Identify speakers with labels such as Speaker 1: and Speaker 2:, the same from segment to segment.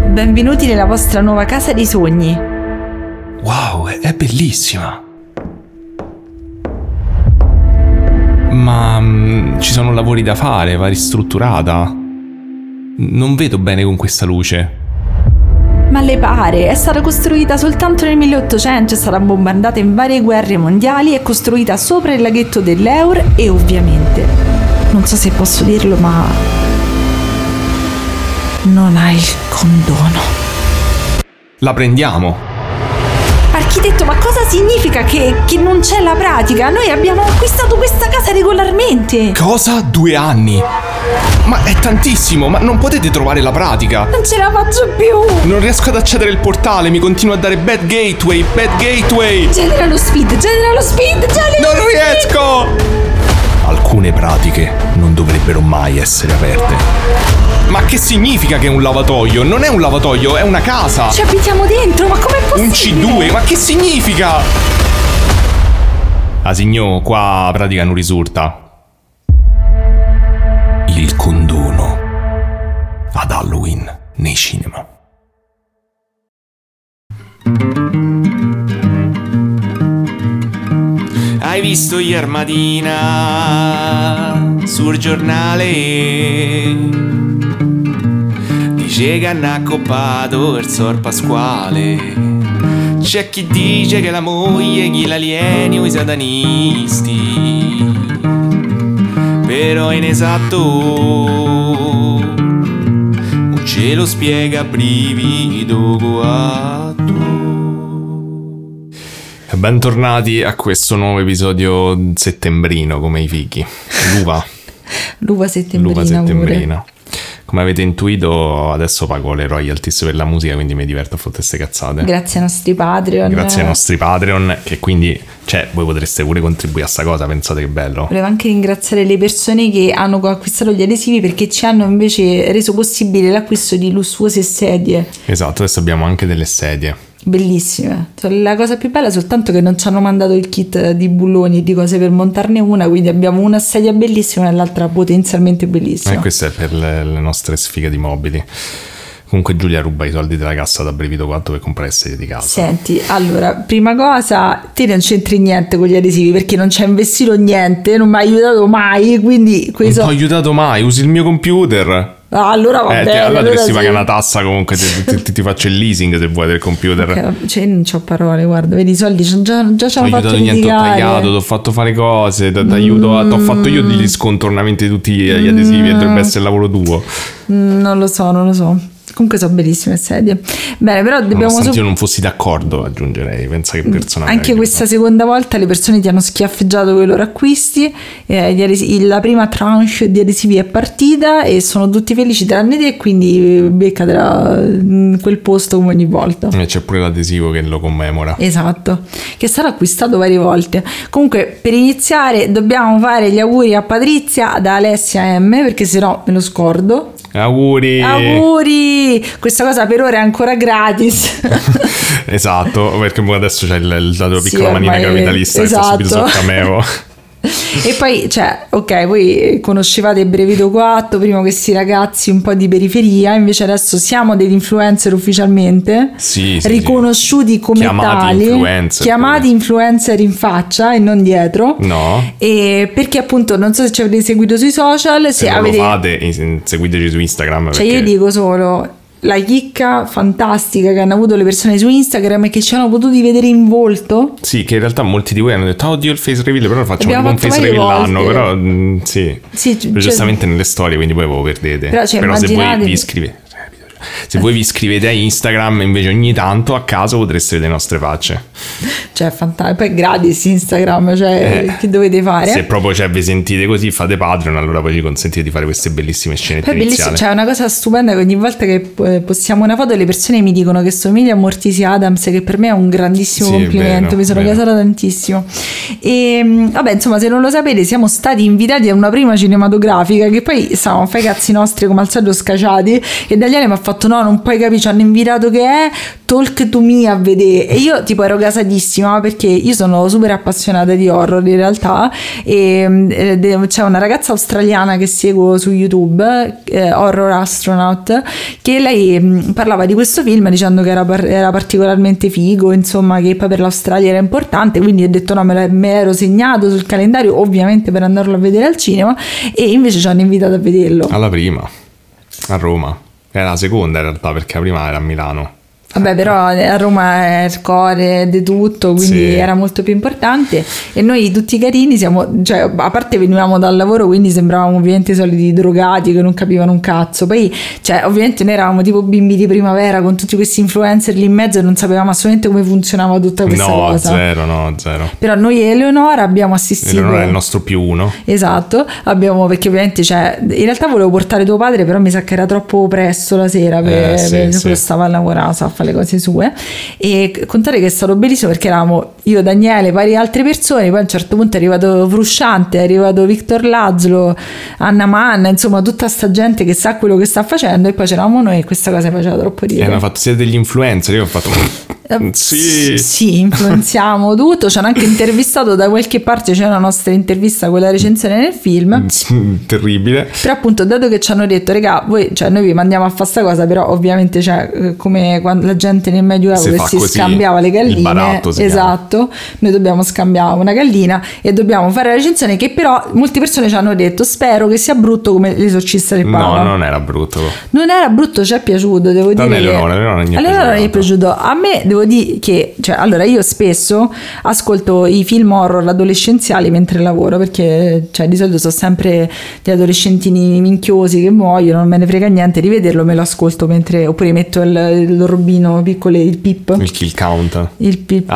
Speaker 1: Benvenuti nella vostra nuova casa dei sogni.
Speaker 2: Wow, è bellissima. Ma ci sono lavori da fare, va ristrutturata. Non vedo bene con questa luce.
Speaker 1: Ma le pare? È stata costruita soltanto nel 1800, è stata bombardata in varie guerre mondiali, è costruita sopra il laghetto dell'Eur e ovviamente, non so se posso dirlo, ma non ha il condono.
Speaker 2: La prendiamo.
Speaker 1: Architetto, ma cosa significa che non c'è la pratica? Noi abbiamo acquistato questa casa regolarmente.
Speaker 2: Cosa? 2 anni? Ma è tantissimo, ma non potete trovare la pratica?
Speaker 1: Non ce la faccio più.
Speaker 2: Non riesco ad accedere al portale, mi continua a dare bad gateway.
Speaker 1: Genera lo speed.
Speaker 2: Non riesco! Alcune pratiche non dovrebbero mai essere aperte. Ma che significa che è un lavatoio? Non è un lavatoio, è una casa.
Speaker 1: Ci abitiamo dentro, ma com'è possibile?
Speaker 2: Un C2, ma che significa? Ah signor, qua pratica non risulta. Il condono ad Halloween nei cinema. Hai visto ieri mattina sul giornale? Dice che hanno accoppato il Sor Pasquale. C'è chi dice che la moglie chi l'alieni o i satanisti. Però inesatto non ce lo spiega brivido guatto. Bentornati a questo nuovo episodio settembrino, come i fichi. L'uva settembrina. Come avete intuito, adesso pago le royalties per la musica, quindi mi diverto a fare queste cazzate.
Speaker 1: Grazie ai nostri Patreon. Che quindi, voi potreste pure contribuire a sta cosa, pensate che bello. Volevo anche ringraziare le persone che hanno acquistato gli adesivi, perché ci hanno invece reso possibile l'acquisto di lussuose sedie.
Speaker 2: Esatto, adesso abbiamo anche delle sedie.
Speaker 1: Bellissime. La cosa più bella è soltanto che non ci hanno mandato il kit di bulloni e di cose per montarne una, quindi abbiamo una sedia bellissima e l'altra potenzialmente bellissima.
Speaker 2: E questo è per le nostre sfighe di mobili. Comunque Giulia ruba i soldi della cassa da Brivido 4 per comprare sedie di casa.
Speaker 1: Senti, allora, prima cosa, te non c'entri niente con gli adesivi perché non ci hai investito niente, non mi hai aiutato mai, quindi
Speaker 2: non ti ho aiutato mai, usi il mio computer.
Speaker 1: Allora va bene.
Speaker 2: Allora dovresti pagare una tassa comunque, ti faccio il leasing se vuoi del computer.
Speaker 1: Okay, non c'ho parole, guarda, vedi i soldi già ci hanno fatto
Speaker 2: aiutato niente, ho tagliato, ti ho fatto fare cose, ti ho fatto io gli scontornamenti di tutti gli adesivi e dovrebbe essere il lavoro tuo.
Speaker 1: Non lo so. Comunque sono bellissime sedie. Bene, però dobbiamo.
Speaker 2: Se io non fossi d'accordo, aggiungerei. Pensa che personale.
Speaker 1: Anche questa seconda volta le persone ti hanno schiaffeggiato con i loro acquisti. La prima tranche di adesivi è partita e sono tutti felici tranne te, quindi beccatela in quel posto come ogni volta.
Speaker 2: E c'è pure l'adesivo che lo commemora.
Speaker 1: Esatto, che sarà acquistato varie volte. Comunque, per iniziare, dobbiamo fare gli auguri a Patrizia da Alessia M, perché sennò me lo scordo.
Speaker 2: Auguri!
Speaker 1: Questa cosa per ora è ancora gratis.
Speaker 2: Esatto, perché adesso c'è la tua piccola manina capitalista,
Speaker 1: esatto.
Speaker 2: Che sta subito sul cameo.
Speaker 1: E poi voi conoscevate Brevedo 4, prima questi ragazzi un po' di periferia, invece adesso siamo degli influencer ufficialmente, riconosciuti come chiamati influencer in faccia e non dietro.
Speaker 2: No.
Speaker 1: E perché appunto non so se ci avete seguito sui social, se
Speaker 2: avete... lo fate, seguiteci su Instagram.
Speaker 1: Perché... io dico solo la chicca fantastica che hanno avuto le persone su Instagram e che ci hanno potuti vedere in volto.
Speaker 2: Sì, che in realtà molti di voi hanno detto oddio il face reveal, però facciamo tipo un face reveal l'anno, però giustamente nelle storie, quindi poi voi perdete.
Speaker 1: Però
Speaker 2: se voi vi iscrivete, se voi vi iscrivete a Instagram invece ogni tanto a caso potreste vedere le nostre facce.
Speaker 1: Fantastico. Poi gratis Instagram, che dovete fare?
Speaker 2: Se proprio vi sentite così, fate Patreon, allora poi ci consentite di fare queste bellissime scenette iniziali.
Speaker 1: C'è una cosa stupenda che ogni volta che postiamo una foto le persone mi dicono che somiglia a Morticia Adams, che per me è un grandissimo complimento, mi sono gasata tantissimo. E vabbè, insomma, se non lo sapete, siamo stati invitati a una prima cinematografica che poi stavamo a fare i cazzi nostri come al solito scacciati, e Daniele mi ha fatto no, non puoi capire, ci hanno invitato che è Talk to Me a vedere, e io tipo ero gasatissima, bellissima perché io sono super appassionata di horror in realtà, e c'è una ragazza australiana che seguo su YouTube, Horror Astronaut, che lei parlava di questo film dicendo che era particolarmente figo, insomma, che poi per l'Australia era importante, quindi ho detto no, me l'ero segnato sul calendario ovviamente per andarlo a vedere al cinema, e invece ci hanno invitato a vederlo.
Speaker 2: Alla prima, a Roma. Era la seconda in realtà, perché la prima era a Milano.
Speaker 1: Vabbè, però a Roma è il core di tutto, quindi era molto più importante, e noi tutti carini siamo, cioè a parte venivamo dal lavoro, quindi sembravamo ovviamente i soliti drogati che non capivano un cazzo, poi cioè ovviamente noi eravamo tipo bimbi di primavera con tutti questi influencer lì in mezzo e non sapevamo assolutamente come funzionava tutta questa cosa.
Speaker 2: Zero.
Speaker 1: Però noi e Eleonora abbiamo assistito.
Speaker 2: Eleonora è il nostro +1.
Speaker 1: Esatto, perché ovviamente in realtà volevo portare tuo padre, però mi sa che era troppo presto la sera per stava a lavorare, le cose sue, e contare che è stato bellissimo perché eravamo io, Daniele, varie altre persone, poi a un certo punto è arrivato Frusciante, è arrivato Victor Lazlo, Anna Manna, insomma tutta sta gente che sa quello che sta facendo, e poi c'eravamo noi e questa cosa faceva troppo ridere.
Speaker 2: Hanno fatto siete degli influencer, io ho fatto
Speaker 1: sì, influenziamo tutto, ci hanno anche intervistato, da qualche parte c'è una nostra intervista, quella recensione nel film,
Speaker 2: terribile,
Speaker 1: però appunto dato che ci hanno detto regà, voi, cioè noi vi mandiamo a fare sta cosa, però ovviamente come quando la gente nel Medioevo che si scambiava le galline,
Speaker 2: baratto,
Speaker 1: esatto, noi dobbiamo scambiare una gallina e dobbiamo fare la recensione, che però molte persone ci hanno detto spero che sia brutto come L'Esorcista del Papa.
Speaker 2: No, non era brutto,
Speaker 1: ci è piaciuto, devo dire.
Speaker 2: Allora
Speaker 1: mi è piaciuto. A me devo dire che, cioè, allora io spesso ascolto i film horror adolescenziali mentre lavoro, perché cioè di solito sono sempre gli adolescentini minchiosi che muoiono, non me ne frega niente, rivederlo me lo ascolto mentre, oppure metto il robino piccolo, il Pip,
Speaker 2: il kill count,
Speaker 1: il Pip.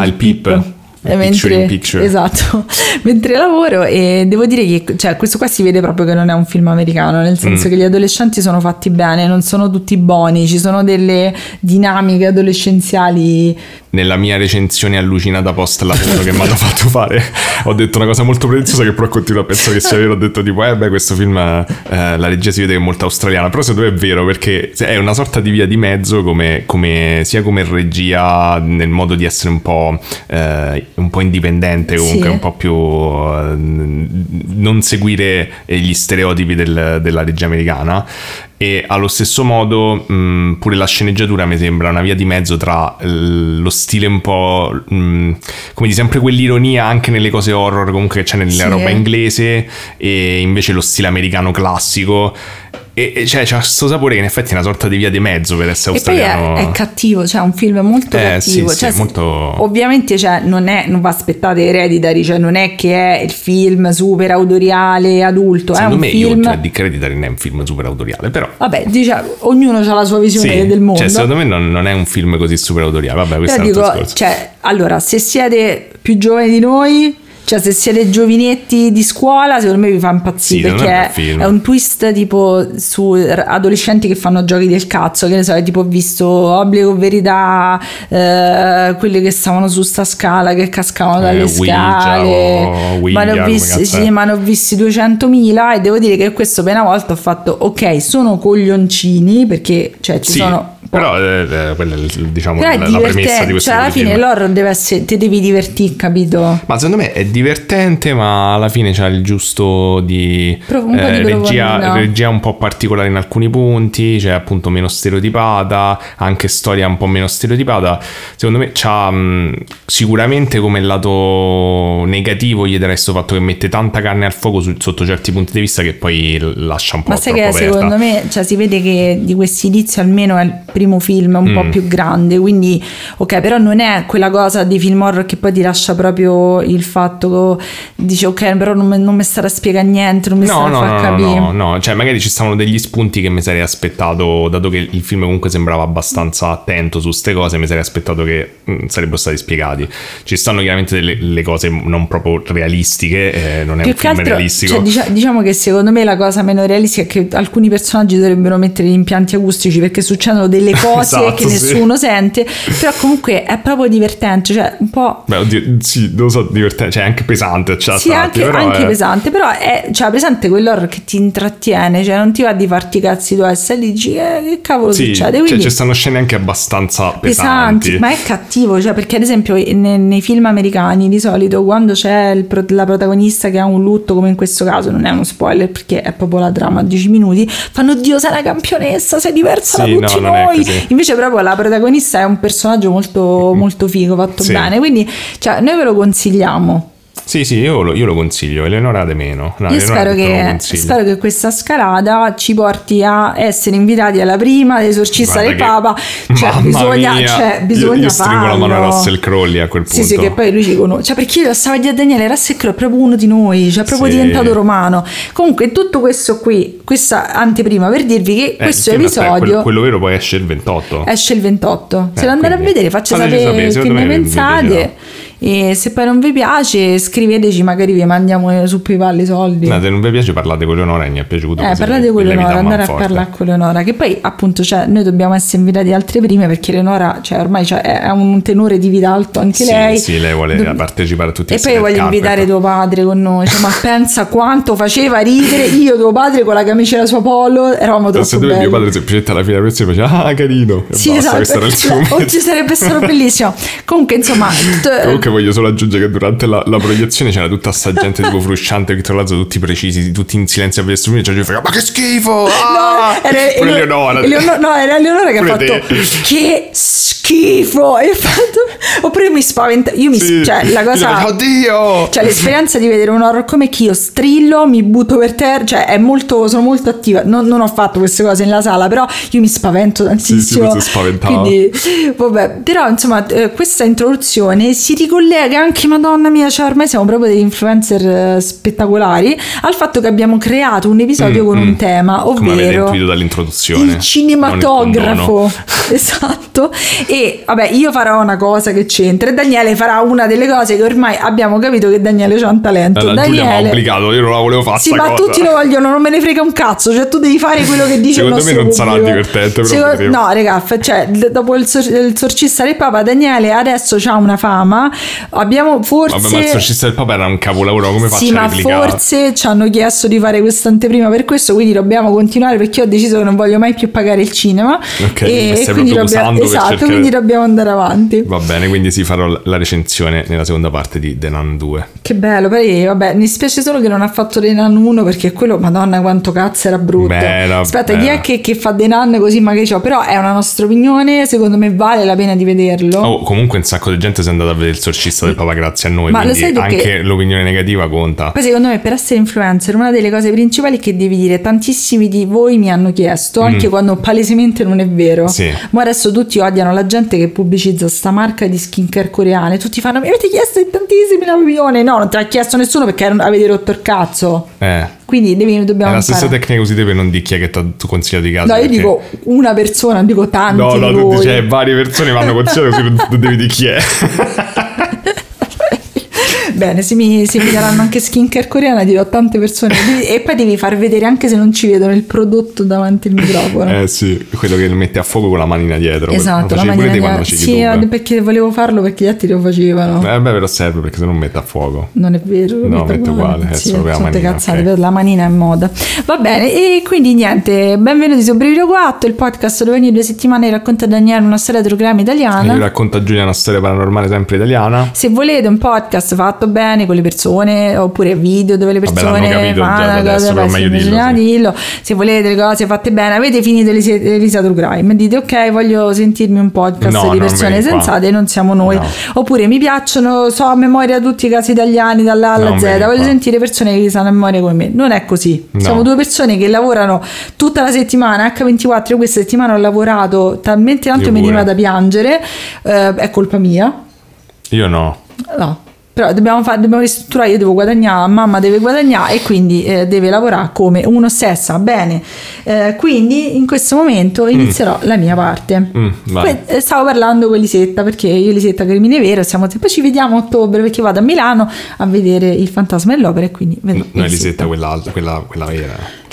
Speaker 2: Picture.
Speaker 1: Esatto, mentre lavoro, e devo dire che cioè, questo qua si vede proprio che non è un film americano, nel senso che gli adolescenti sono fatti bene, non sono tutti buoni, ci sono delle dinamiche adolescenziali.
Speaker 2: Nella mia recensione allucinata post lavoro che mi hanno fatto fare ho detto una cosa molto preziosa che però continuo a pensare che sia vero. Ho detto tipo questo film la regia si vede che è molto australiana, però secondo me è vero, perché è una sorta di via di mezzo sia come regia, nel modo di essere un po' indipendente comunque, un po' più non seguire gli stereotipi della regia americana, e allo stesso modo pure la sceneggiatura mi sembra una via di mezzo tra lo stile un po' come di sempre quell'ironia anche nelle cose horror comunque che c'è nella roba inglese, e invece lo stile americano classico, e cioè c'ha questo sapore che in effetti è una sorta di via di mezzo per essere australiano.
Speaker 1: E poi è cattivo, cioè un film molto cattivo, cioè,
Speaker 2: molto...
Speaker 1: ovviamente cioè, non va aspettate Hereditary, cioè non è che è il film super autoriale adulto,
Speaker 2: secondo
Speaker 1: è un
Speaker 2: me
Speaker 1: film...
Speaker 2: oltre a di Hereditary non è un film super autoriale, però
Speaker 1: vabbè, ognuno ha la sua visione del mondo,
Speaker 2: cioè secondo me non è un film così super autoriale, vabbè, questo è un altro discorso.
Speaker 1: Cioè, allora, se siete più giovani di noi, cioè se siete giovinetti di scuola, secondo me vi fa impazzire, perché è un twist tipo su adolescenti che fanno giochi del cazzo, che ne so, tipo ho visto Obbligo o Verità, quelli che stavano su sta scala che cascavano dalle scale, ma ne ho visti 200.000, e devo dire che questo per una volta ho fatto ok, sono coglioncini, perché cioè ci sono...
Speaker 2: Però quella è diciamo la premessa di questo,
Speaker 1: cioè alla fine
Speaker 2: film.
Speaker 1: L'horror deve essere, ti devi divertire, capito?
Speaker 2: Ma secondo me è divertente, ma alla fine c'ha il giusto di regia un po' particolare in alcuni punti, cioè appunto meno stereotipata, anche storia un po' meno stereotipata. Secondo me c'ha sicuramente come lato negativo gli darei questo fatto che mette tanta carne al fuoco sotto certi punti di vista, che poi lascia un po' troppo aperta. Ma sai che secondo
Speaker 1: me, cioè, si vede che di questi inizi almeno è il primo film un po' più grande, quindi ok, però non è quella cosa di film horror che poi ti lascia proprio il fatto, dici ok, però non mi starà a spiegare niente, non mi starà a far capire.
Speaker 2: No, cioè magari ci stavano degli spunti che mi sarei aspettato, dato che il film comunque sembrava abbastanza attento su ste cose, mi sarei aspettato che sarebbero stati spiegati. Ci stanno chiaramente delle cose non proprio realistiche, non è più un film realistico.
Speaker 1: Cioè, diciamo che secondo me la cosa meno realistica è che alcuni personaggi dovrebbero mettere gli impianti acustici, perché succedono delle delle cose che nessuno sente, però comunque è proprio divertente, cioè un po'...
Speaker 2: Beh, oddio, sì, lo so, divertente, cioè anche pesante, cioè,
Speaker 1: sì, anche pesante, però è, cioè, presente quell'horror che ti intrattiene, cioè non ti va di farti cazzi tu, e lì dici che cavolo succede, quindi...
Speaker 2: cioè ci stanno scene anche abbastanza pesanti,
Speaker 1: ma è cattivo, cioè perché ad esempio nei film americani di solito quando c'è la protagonista che ha un lutto, come in questo caso, non è uno spoiler perché è proprio la trama a 10 minuti, fanno oddio sei una campionessa, sei diversa da tutti noi, invece proprio la protagonista è un personaggio molto figo, fatto bene, quindi cioè, noi ve lo consigliamo.
Speaker 2: Sì, io lo consiglio, Eleonora de meno.
Speaker 1: Io spero che questa scalata ci porti a essere invitati alla prima dell'Esorcista del Papa, cioè bisogna
Speaker 2: io stringo la mano a Russell Crowe a quel punto.
Speaker 1: Sì, che poi lui ci conosce, cioè perché io stavo a dire a Daniele, Russell Crowe è proprio uno di noi, cioè è proprio diventato romano. Comunque tutto questo qui, questa anteprima per dirvi che questo episodio
Speaker 2: quello vero poi esce il 28.
Speaker 1: Se lo andate a vedere, faccia sapere che ne pensate. E se poi non vi piace scriveteci, magari vi mandiamo su PayPal i soldi.
Speaker 2: No, se non vi piace parlate con Leonora, mi è piaciuto.
Speaker 1: Parlate con Leonora, andare a parlare con Leonora, che poi appunto cioè, noi dobbiamo essere invitati altre prime perché Leonora cioè, ormai è un tenore di vita alto anche lei.
Speaker 2: Sì, lei vuole partecipare a tutti i
Speaker 1: E poi voglio invitare tuo padre con noi, cioè, ma pensa quanto faceva ridere io, tuo padre con la camicia e la sua polo, eravamo troppo belli.
Speaker 2: Mio padre semplicemente alla fine della versione faceva carino,
Speaker 1: sì, basta, esatto. Oggi sarebbe stato bellissimo. Comunque insomma
Speaker 2: voglio solo aggiungere che durante la proiezione c'era tutta sta gente tipo frusciante che tra l'altro tutti precisi, tutti in silenzio a vedere sul film, cioè ma che schifo! Era Eleonora.
Speaker 1: Era Eleonora che ha fatto che schifo, e oppure mi spaventa, cioè la cosa,
Speaker 2: oddio,
Speaker 1: cioè l'esperienza di vedere un horror come che io strillo, mi butto per terra, cioè sono molto attiva, non ho fatto queste cose nella sala, però io mi spavento tantissimo,
Speaker 2: si spaventava.
Speaker 1: Quindi vabbè, però insomma questa introduzione si ricollega anche, madonna mia, cioè ormai siamo proprio degli influencer spettacolari, al fatto che abbiamo creato un episodio con un tema, ovvero, come avete intuito
Speaker 2: dall'introduzione,
Speaker 1: il cinematografo. Esatto. E vabbè, io farò una cosa che c'entra e Daniele farà una delle cose che ormai abbiamo capito che Daniele c'ha un talento.
Speaker 2: Giulia
Speaker 1: Daniele
Speaker 2: mi ha obbligato, io non la volevo fare.
Speaker 1: Sì, ma cosa. Tutti lo vogliono, non me ne frega un cazzo, cioè tu devi fare quello che dice
Speaker 2: secondo
Speaker 1: il nostro
Speaker 2: me non
Speaker 1: pubblico.
Speaker 2: Sarà divertente però
Speaker 1: no raga, cioè dopo il Sorcista del Papa Daniele adesso c'ha una fama, abbiamo forse
Speaker 2: vabbè, ma il Sorcista del Papa era un capolavoro, come faccio a replicare?
Speaker 1: Sì, ma forse ci hanno chiesto di fare questa anteprima per questo, quindi dobbiamo continuare perché io ho deciso che non voglio mai più pagare il cinema,
Speaker 2: e
Speaker 1: quindi dobbiamo andare avanti.
Speaker 2: Va bene, quindi farò la recensione nella seconda parte di The Nun 2.
Speaker 1: Che bello, poi vabbè, mi spiace solo che non ha fatto The Nun 1 perché quello, madonna quanto cazzo era brutto. Aspetta, chi è che fa The Nun così magari però è una nostra opinione, secondo me vale la pena di vederlo.
Speaker 2: Comunque un sacco di gente si è andata a vedere il Sorcista del Papa grazie a noi, ma quindi anche l'opinione negativa conta.
Speaker 1: Poi secondo me per essere influencer una delle cose principali è che devi dire tantissimi di voi mi hanno chiesto, anche quando palesemente non è vero.
Speaker 2: Sì.
Speaker 1: Ma adesso tutti odiano la gente che pubblicizza sta marca di skincare coreane, tutti fanno mi avete chiesto in tantissimi l'opinione, no, non te l'ha chiesto nessuno perché avete rotto il cazzo. Quindi dobbiamo
Speaker 2: è la stessa tecnica così deve non dire chi è che ti ha consigliato i casi.
Speaker 1: No, io dico una persona, non dico tanti.
Speaker 2: No, tu dici varie persone mi hanno consigliato così non devi dire chi è.
Speaker 1: Bene, se mi daranno anche skincare coreana dirò tante persone e poi devi far vedere anche se non ci vedono il prodotto davanti al microfono.
Speaker 2: Sì, quello che lo mette a fuoco con la manina dietro.
Speaker 1: Esatto, la manina dietro. Sì, perché volevo farlo perché gli altri lo facevano.
Speaker 2: Però serve perché se non mette a fuoco.
Speaker 1: Non è vero.
Speaker 2: No, mette uguale. Sì,
Speaker 1: la manina. Cazzate, okay. La manina è in moda. Va bene, e quindi niente, benvenuti su Brivido 4, il podcast dove ogni 2 settimane racconta Daniele una storia true crime italiana.
Speaker 2: E io racconta Giulia una storia paranormale sempre italiana.
Speaker 1: Se volete un podcast fatto bene con le persone oppure video dove le persone fanno dillo. Se volete le cose fatte bene, avete finito Elisa True Crime, dite ok, voglio sentirmi un podcast di persone sensate, non siamo noi. Oppure mi piacciono, so a memoria tutti i casi italiani dalla A alla Z, voglio sentire persone che sanno a memoria come me. Non è così, siamo 2 persone che lavorano tutta la settimana H24. Io questa settimana ho lavorato talmente tanto mi veniva da piangere, è colpa mia.
Speaker 2: Io no.
Speaker 1: Però dobbiamo ristrutturare, io devo guadagnare, mamma deve guadagnare e quindi deve lavorare come uno stessa. Bene, quindi in questo momento inizierò la mia parte. Stavo parlando con Lisetta perché io e Lisetta Crimine Vero poi ci vediamo a ottobre perché vado a Milano a vedere Il Fantasma dell'Opera e quindi vedo
Speaker 2: no, Lisetta quella vera.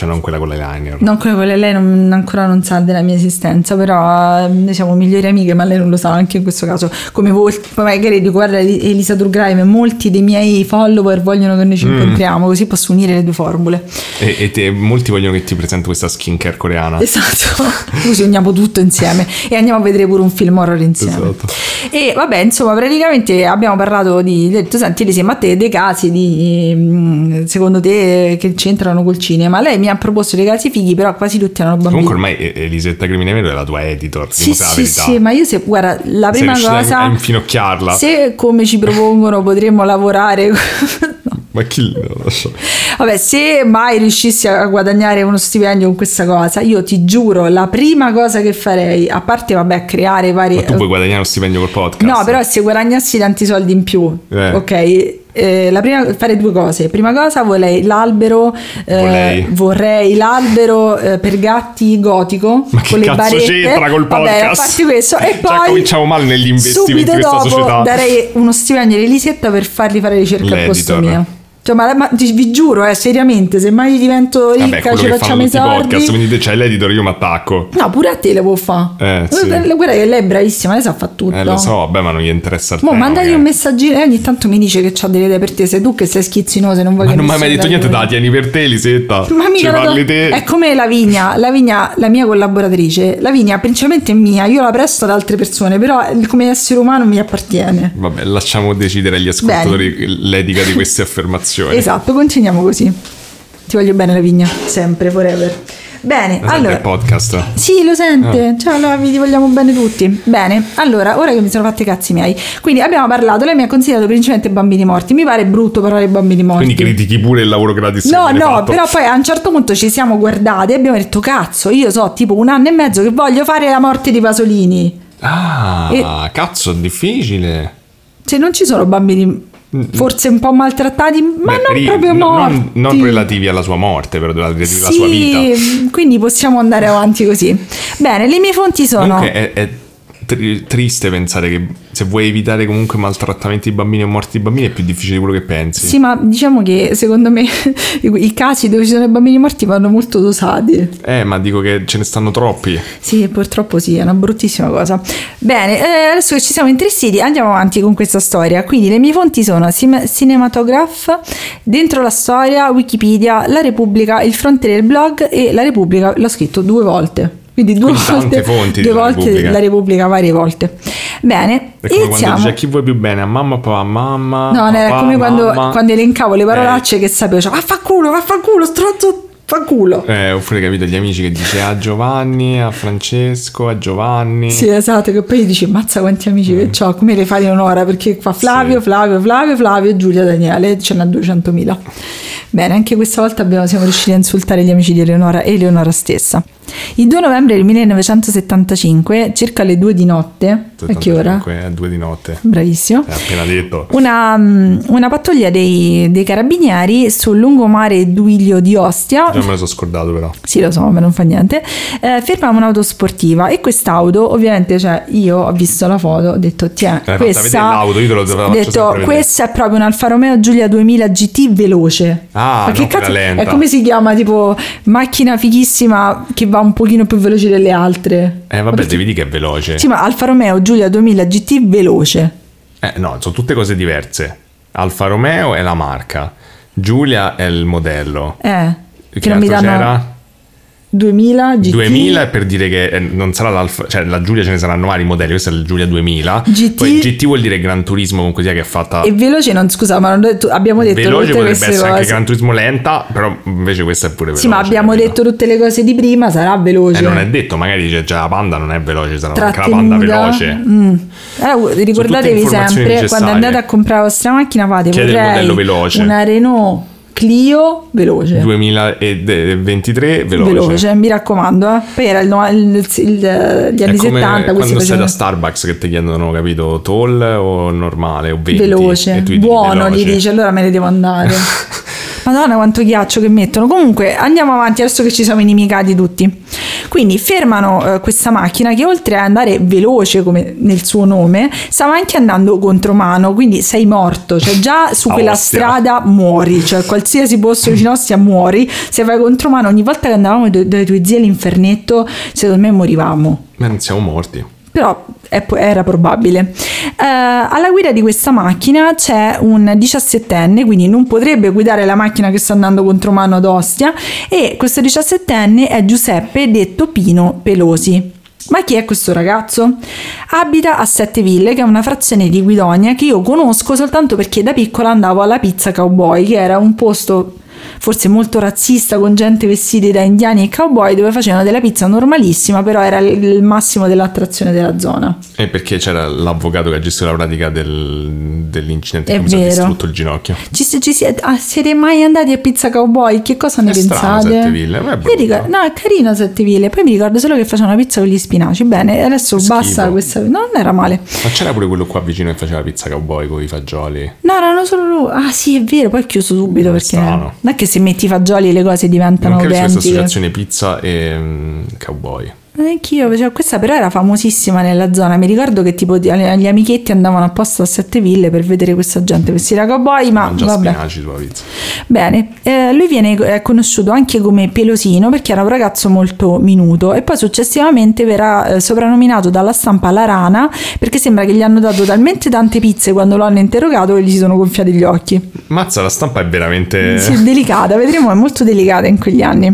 Speaker 2: Cioè non quella con l'eyeliner.
Speaker 1: Non quella con lei ancora non sa della mia esistenza, però noi siamo migliori amiche, ma lei non lo sa anche in questo caso. Come magari dico, guarda Elisa Turgrive, molti dei miei follower vogliono che noi ci incontriamo, così posso unire le due formule.
Speaker 2: E molti vogliono che ti presento questa skincare coreana.
Speaker 1: Esatto, così uniamo tutto insieme e andiamo a vedere pure un film horror insieme.
Speaker 2: Esatto.
Speaker 1: E vabbè, insomma, praticamente abbiamo parlato detto, senti Elisa, ma te dei casi secondo te che c'entrano col cinema? Lei mi ha proposto dei casi fighi, però quasi tutti erano bambini.
Speaker 2: Comunque ormai Elisetta Criminevero è la tua editor,
Speaker 1: sì, sì, ma io guarda, la prima cosa
Speaker 2: a infinocchiarla.
Speaker 1: Se come ci propongono potremmo lavorare
Speaker 2: no. Ma chi lo so.
Speaker 1: Vabbè, se mai riuscissi a guadagnare uno stipendio con questa cosa, io ti giuro, la prima cosa che farei, a parte vabbè creare vari...
Speaker 2: Ma tu puoi guadagnare uno stipendio col podcast?
Speaker 1: No, però se guadagnassi tanti soldi in più, ok? Fare due cose. Prima cosa vorrei l'albero per gatti gotico.
Speaker 2: Ma che
Speaker 1: con le
Speaker 2: cazzo
Speaker 1: barette
Speaker 2: c'entra col podcast?
Speaker 1: Vabbè, a parte questo, e poi
Speaker 2: cominciamo male negli investimenti
Speaker 1: subito
Speaker 2: in questa
Speaker 1: dopo
Speaker 2: società.
Speaker 1: Darei uno stipendio di Elisetta per fargli fare ricerca al posto mio. Cioè, ma vi giuro, seriamente, se mai divento ricca, ci facciamo i soldi.
Speaker 2: Podcast, quindi te c'hai l'editor, io mi attacco.
Speaker 1: No, pure a te le può fare.
Speaker 2: Sì.
Speaker 1: Guarda che lei è bravissima, lei sa fare tutto.
Speaker 2: Lo so, vabbè, ma non gli interessa il tema.
Speaker 1: Mandagli un messaggino, ogni tanto mi dice che c'ha delle idee per te, sei tu che sei schizzinosa e non vuoi che
Speaker 2: non mi hai mai detto niente, te la tieni per te, Elisetta.
Speaker 1: Ma mica parli te. È come Lavinia, la mia collaboratrice. Lavinia principalmente è mia, io la presto ad altre persone, però come essere umano mi appartiene.
Speaker 2: Vabbè, lasciamo decidere agli ascoltatori l'etica di queste affermazioni.
Speaker 1: Esatto, continuiamo così. Ti voglio bene, Lavinia, sempre, forever. Bene, allora.
Speaker 2: Il podcast.
Speaker 1: Sì, lo sente. Ciao, allora vi vogliamo bene tutti. Bene, allora, ora che mi sono fatti i cazzi miei. Quindi abbiamo parlato, lei mi ha consigliato principalmente bambini morti. Mi pare brutto parlare di bambini morti.
Speaker 2: Quindi critichi pure il lavoro gratis.
Speaker 1: No,
Speaker 2: fatto.
Speaker 1: Però poi a un certo punto ci siamo guardati e abbiamo detto, cazzo, io so tipo 1 anno e mezzo che voglio fare la morte di Pasolini.
Speaker 2: Cazzo, difficile.
Speaker 1: Se non ci sono bambini forse un po' maltrattati, ma non proprio morti.
Speaker 2: Non relativi alla sua morte, però relativi alla sua vita.
Speaker 1: Quindi possiamo andare avanti così. Bene, le mie fonti sono...
Speaker 2: Comunque è triste pensare che se vuoi evitare comunque maltrattamenti di bambini o morti di bambini è più difficile di quello che pensi.
Speaker 1: Sì, ma diciamo che secondo me i casi dove ci sono i bambini morti vanno molto dosati.
Speaker 2: Ma dico che ce ne stanno troppi.
Speaker 1: Sì, purtroppo sì, è una bruttissima cosa. Bene, adesso che ci siamo intrisiti andiamo avanti con questa storia. Quindi le mie fonti sono Cinematograph, Dentro la Storia, Wikipedia, La Repubblica, Il Fronte del Blog e La Repubblica l'ho scritto 2 volte. Quindi due volte,
Speaker 2: fonti
Speaker 1: 2 volte la Repubblica, varie volte. Bene,
Speaker 2: è come
Speaker 1: iniziamo.
Speaker 2: Quando dice a chi vuoi più bene, a mamma, papà, a mamma.
Speaker 1: No,
Speaker 2: papà,
Speaker 1: era come
Speaker 2: mamma.
Speaker 1: quando elencavo le parolacce che sapevo, cioè, vaffanculo, stronzo, fanculo.
Speaker 2: Oppure capito gli amici che dice a Giovanni, a Francesco, a Giovanni.
Speaker 1: Sì, esatto, che poi dici mazza quanti amici che ho, come le fai in onora, perché qua Flavio, sì. Flavio, Giulia, Daniele, ce n'ha 200.000. Bene, anche questa volta siamo riusciti a insultare gli amici di Eleonora e Eleonora stessa. Il 2 novembre del 1975, circa alle 2 di notte, a che ora?
Speaker 2: 2 di notte.
Speaker 1: Bravissimo.
Speaker 2: Hai appena detto.
Speaker 1: Una pattuglia dei carabinieri sul lungomare Duilio di Ostia.
Speaker 2: Già me lo sono scordato però.
Speaker 1: Sì, lo so, ma non fa niente. Fermava un'auto sportiva e quest'auto, ovviamente, cioè io ho visto la foto, ho detto, questa
Speaker 2: l'auto, io te lo dovevo
Speaker 1: detto, questa è proprio un Alfa Romeo Giulia 2000 GT veloce.
Speaker 2: Ma che cazzo
Speaker 1: è, come si chiama, tipo macchina fighissima che va un pochino più veloce delle altre.
Speaker 2: Vabbè, devi dire che è veloce.
Speaker 1: Sì, ma Alfa Romeo Giulia 2000 GT veloce.
Speaker 2: No, sono tutte cose diverse. Alfa Romeo è la marca, Giulia è il modello.
Speaker 1: Che non mi danno...
Speaker 2: c'era?
Speaker 1: 2000 GT.
Speaker 2: 2000 è per dire che non sarà l'Alfa, cioè la Giulia ce ne saranno vari modelli, questa è la Giulia 2000.
Speaker 1: GT.
Speaker 2: Poi GT vuol dire Gran Turismo, comunque sia, che è fatta.
Speaker 1: E veloce, scusa, ma abbiamo detto
Speaker 2: veloce
Speaker 1: tutte
Speaker 2: potrebbe
Speaker 1: queste
Speaker 2: essere
Speaker 1: cose.
Speaker 2: Anche Gran Turismo lenta, però invece questa è pure veloce.
Speaker 1: Sì, ma abbiamo detto tutte le cose di prima, sarà veloce.
Speaker 2: Non è detto, magari c'è già la Panda non è veloce, sarà anche la Panda veloce.
Speaker 1: Ricordatevi sempre, quando andate a comprare la vostra macchina fate
Speaker 2: chiede il modello veloce.
Speaker 1: Una Renault Clio veloce
Speaker 2: 2023 veloce,
Speaker 1: mi raccomando. Poi era gli anni 70
Speaker 2: quando stai da Starbucks che ti chiedono, capito, toll o normale o 20
Speaker 1: veloce, buono, veloce. Gli dice allora me ne devo andare. Madonna quanto ghiaccio che mettono. Comunque andiamo avanti adesso che ci siamo inimicati tutti. Quindi fermano questa macchina che, oltre ad andare veloce come nel suo nome, stava anche andando contromano, quindi sei morto, cioè già su quella strada muori, cioè qualsiasi posto vicino Ostia muori, se vai contromano. Ogni volta che andavamo dai tuoi zii all'Infernetto, secondo me morivamo.
Speaker 2: Ma non siamo morti.
Speaker 1: Però era probabile. Alla guida di questa macchina c'è un 17enne, quindi non potrebbe guidare la macchina che sta andando contromano ad Ostia, e questo 17enne è Giuseppe, detto Pino Pelosi. Ma chi è questo ragazzo? Abita a Sette Ville, che è una frazione di Guidonia che io conosco soltanto perché da piccola andavo alla Pizza Cowboy, che era un posto forse molto razzista, con gente vestiti da indiani e cowboy, dove facevano della pizza normalissima, però era il massimo dell'attrazione della zona.
Speaker 2: E perché c'era l'avvocato che ha gestito la pratica dell'incidente, che mi ha distrutto il ginocchio.
Speaker 1: Siete mai andati a Pizza Cowboy? Che cosa ne pensate?
Speaker 2: Sette Ville,
Speaker 1: no, è carino Sette Ville. Poi mi ricordo solo che facevano la pizza con gli spinaci. Bene, adesso basta questa. Non era male.
Speaker 2: Ma c'era pure quello qua vicino che faceva la Pizza Cowboy con i fagioli.
Speaker 1: No, erano solo lui. Ah sì, è vero, poi è chiuso subito perché non è che se metti i fagioli le cose diventano autentiche.
Speaker 2: Questa associazione pizza e cowboy.
Speaker 1: Anch'io, cioè, questa però era famosissima nella zona. Mi ricordo che tipo gli amichetti andavano apposta a Sette Ville per vedere questa gente vestita cowboy, ma vabbè.
Speaker 2: Spinaci sulla pizza.
Speaker 1: Bene, lui è conosciuto anche come Pelosino perché era un ragazzo molto minuto, e poi successivamente verrà soprannominato dalla stampa la rana, perché sembra che gli hanno dato talmente tante pizze quando lo hanno interrogato che gli si sono gonfiati gli occhi.
Speaker 2: Mazza, la stampa è veramente...
Speaker 1: Sì, delicata, vedremo, è molto delicata in quegli anni.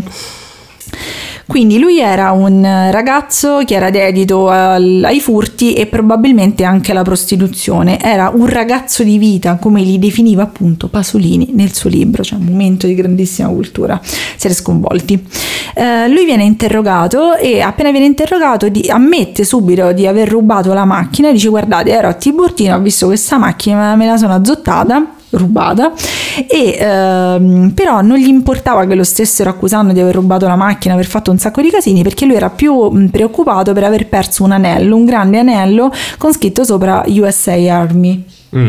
Speaker 1: Quindi lui era un ragazzo che era dedito ai furti e probabilmente anche alla prostituzione. Era un ragazzo di vita, come li definiva appunto Pasolini nel suo libro, cioè un momento di grandissima cultura. Siete sconvolti. Lui viene interrogato e appena viene interrogato ammette subito di aver rubato la macchina e dice: guardate, ero a Tiburtino, ho visto questa macchina, me la sono azzottata, rubata, e però non gli importava che lo stessero accusando di aver rubato la macchina, aver fatto un sacco di casini, perché lui era più preoccupato per aver perso un anello, un grande anello con scritto sopra USA Army.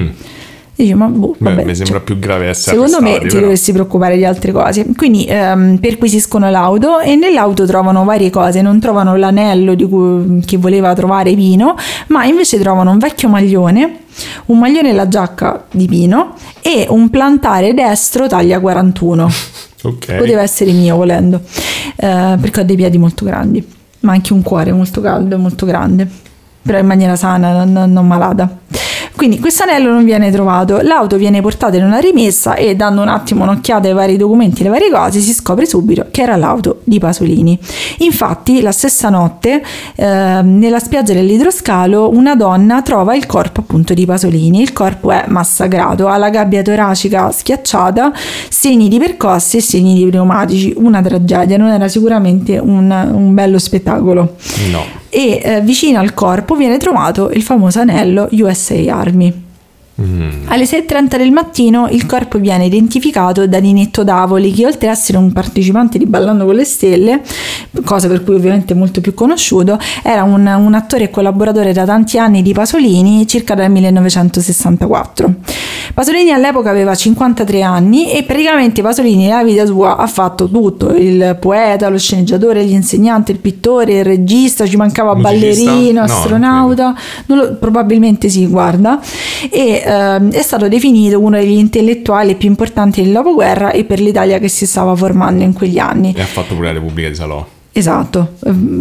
Speaker 1: Dici, ma vabbè,
Speaker 2: mi sembra più grave essere
Speaker 1: secondo me
Speaker 2: però
Speaker 1: ti dovresti preoccupare di altre cose. Quindi perquisiscono l'auto e nell'auto trovano varie cose. Non trovano l'anello che voleva trovare Pino, ma invece trovano un vecchio maglione, un maglione e la giacca di Pino e un plantare destro taglia 41.
Speaker 2: Okay.
Speaker 1: Poteva essere mio volendo, perché ho dei piedi molto grandi, ma anche un cuore molto caldo e molto grande, però in maniera sana, non malata. Quindi questo anello non viene trovato, l'auto viene portata in una rimessa e, dando un attimo un'occhiata ai vari documenti, le varie cose, si scopre subito che era l'auto di Pasolini. Infatti la stessa notte nella spiaggia dell'Idroscalo una donna trova il corpo appunto di Pasolini. Il corpo è massacrato, ha la gabbia toracica schiacciata, segni di percosse e segni di pneumatici. Una tragedia, non era sicuramente un bello spettacolo.
Speaker 2: No.
Speaker 1: E vicino al corpo viene trovato il famoso anello USA Army. Alle 6:30 del mattino il corpo viene identificato da Ninetto Davoli, che oltre ad essere un partecipante di Ballando con le Stelle, cosa per cui ovviamente molto più conosciuto, era un attore e collaboratore da tanti anni di Pasolini, circa dal 1964. Pasolini all'epoca aveva 53 anni e praticamente Pasolini nella vita sua ha fatto tutto: il poeta, lo sceneggiatore, l'insegnante, il pittore, il regista, ci mancava
Speaker 2: musicista?
Speaker 1: Ballerino, astronauta, probabilmente sì, guarda, e è stato definito uno degli intellettuali più importanti del dopoguerra e per l'Italia che si stava formando in quegli anni.
Speaker 2: E ha fatto pure la Repubblica di Salò.
Speaker 1: Esatto,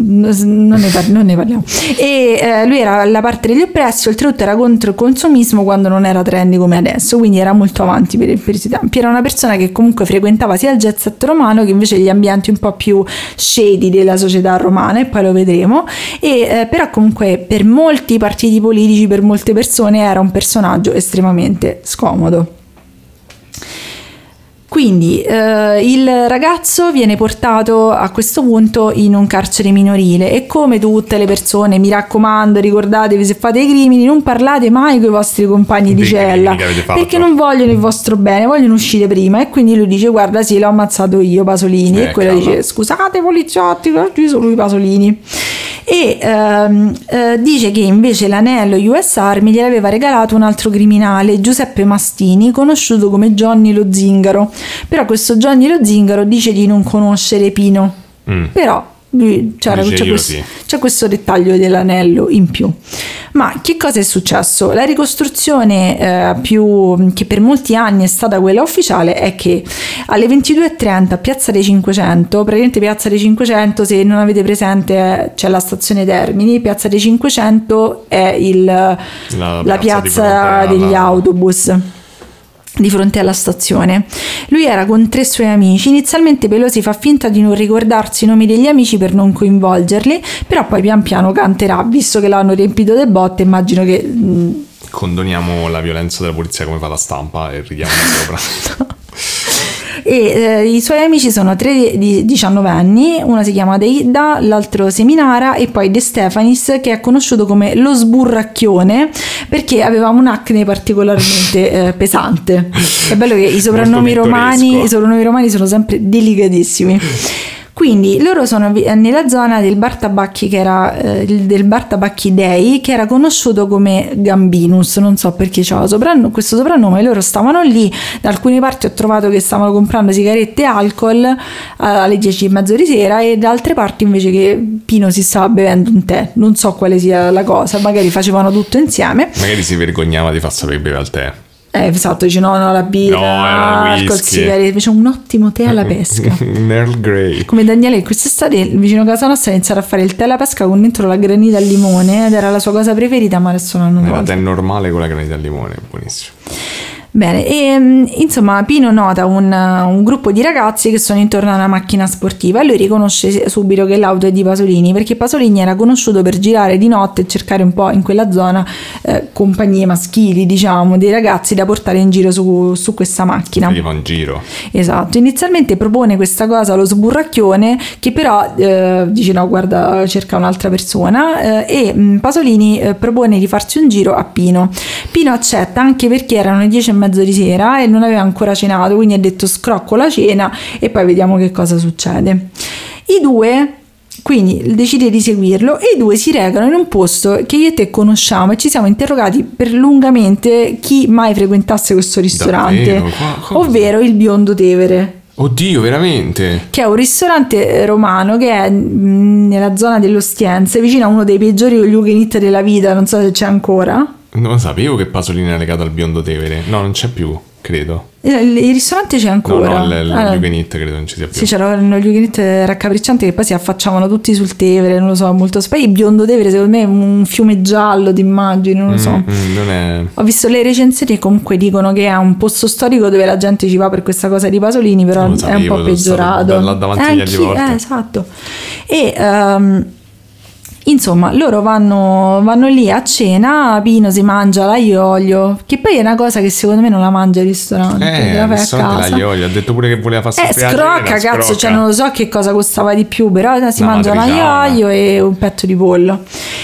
Speaker 1: non ne parliamo. E lui era alla parte degli oppressi, oltretutto era contro il consumismo quando non era trendy come adesso, quindi era molto avanti per i tempi. Era una persona che comunque frequentava sia il jet set romano che invece gli ambienti un po' più shady della società romana, e poi lo vedremo. E però comunque per molti partiti politici, per molte persone era un personaggio estremamente scomodo. Quindi il ragazzo viene portato a questo punto in un carcere minorile e, come tutte le persone, mi raccomando, ricordatevi, se fate i crimini non parlate mai con i vostri compagni di cella, perché non vogliono il vostro bene, vogliono uscire prima. E quindi lui dice: guarda, sì, l'ho ammazzato io, Pasolini. E quello dice: scusate poliziotti, ci sono i Pasolini. E dice che invece l'anello US Army gliel'aveva regalato un altro criminale, Giuseppe Mastini, conosciuto come Johnny lo Zingaro. Però questo Johnny lo Zingaro dice di non conoscere Pino, però c'è questo dettaglio dell'anello in più. Ma che cosa è successo? La ricostruzione che per molti anni è stata quella ufficiale è che alle 22:30 a Piazza dei 500, praticamente Piazza dei 500, se non avete presente, c'è la stazione Termini. Piazza dei 500 è la piazza degli autobus di fronte alla stazione. Lui era con 3 suoi amici. Inizialmente Pelosi fa finta di non ricordarsi i nomi degli amici per non coinvolgerli, però poi pian piano canterà, visto che l'hanno riempito de botte. Immagino che
Speaker 2: condoniamo la violenza della polizia come fa la stampa e ridiamo sopra.
Speaker 1: E i suoi amici sono 3 di 19 anni, una si chiama Deida, l'altro Seminara e poi De Stefanis, che è conosciuto come lo sburracchione perché aveva un'acne particolarmente pesante. È bello che i soprannomi romani sono sempre delicatissimi. Quindi loro sono nella zona del bar tabacchi, che era del bar tabacchi Dei, che era conosciuto come Gambinus, non so perché c'era questo soprannome. Loro stavano lì, da alcune parti ho trovato che stavano comprando sigarette e alcol alle 10:30 di sera, e da altre parti invece che Pino si stava bevendo un tè. Non so quale sia la cosa, magari facevano tutto insieme,
Speaker 2: magari si vergognava di far sapere bere al tè.
Speaker 1: Esatto, dice no, la birra, alcol, sigarette, fece un ottimo tè alla pesca.
Speaker 2: Earl Grey.
Speaker 1: Come Daniele quest'estate vicino a casa nostra ha iniziato a fare il tè alla pesca con dentro la granita al limone, ed era la sua cosa preferita, ma adesso l'hanno tolto.
Speaker 2: Il tè normale con la granita al limone, buonissimo.
Speaker 1: Bene, e insomma Pino nota un gruppo di ragazzi che sono intorno a una macchina sportiva e lui riconosce subito che l'auto è di Pasolini, perché Pasolini era conosciuto per girare di notte e cercare un po' in quella zona compagnie maschili, diciamo, dei ragazzi da portare in giro su questa macchina.
Speaker 2: Gli fa un giro.
Speaker 1: Esatto, inizialmente propone questa cosa allo sburracchione, che però dice no, guarda, cerca un'altra persona, e Pasolini propone di farsi un giro a Pino. Pino accetta, anche perché erano le 10:30 di sera e non aveva ancora cenato, quindi ha detto scrocco la cena e poi vediamo che cosa succede. I due quindi decide di seguirlo e i due si recano in un posto che io e te conosciamo, e ci siamo interrogati per lungamente chi mai frequentasse questo ristorante. Ovvero il Biondo Tevere.
Speaker 2: Oddio, veramente?
Speaker 1: Che è un ristorante romano che è nella zona dell'Ostiense, vicino a uno dei peggiori all-you-can-eat della vita. Non so se c'è ancora.
Speaker 2: Non sapevo che Pasolini era legato al Biondo Tevere. No, non c'è più, credo.
Speaker 1: Il ristorante c'è ancora.
Speaker 2: No, all-you-can-eat credo non ci sia più.
Speaker 1: Sì, c'era all-you-can-eat raccapricciante, che poi si affacciavano tutti sul Tevere, non lo so, molto. Poi il Biondo Tevere secondo me è un fiume giallo di immagini, non lo so.
Speaker 2: Non è...
Speaker 1: Ho visto le recensioni e comunque dicono che è un posto storico dove la gente ci va per questa cosa di Pasolini, però è un po' peggiorato.
Speaker 2: Là davanti agli volte.
Speaker 1: Esatto. E insomma, loro vanno lì a cena. Pino si mangia l'aglio e olio, che poi è una cosa che secondo me non la mangia al ristorante, la fai a casa.
Speaker 2: L'aglio e olio, ha detto pure che voleva far sapere
Speaker 1: scrocca, cazzo, cioè non lo so che cosa costava di più, però si mangia l'aglio e olio e un petto di pollo.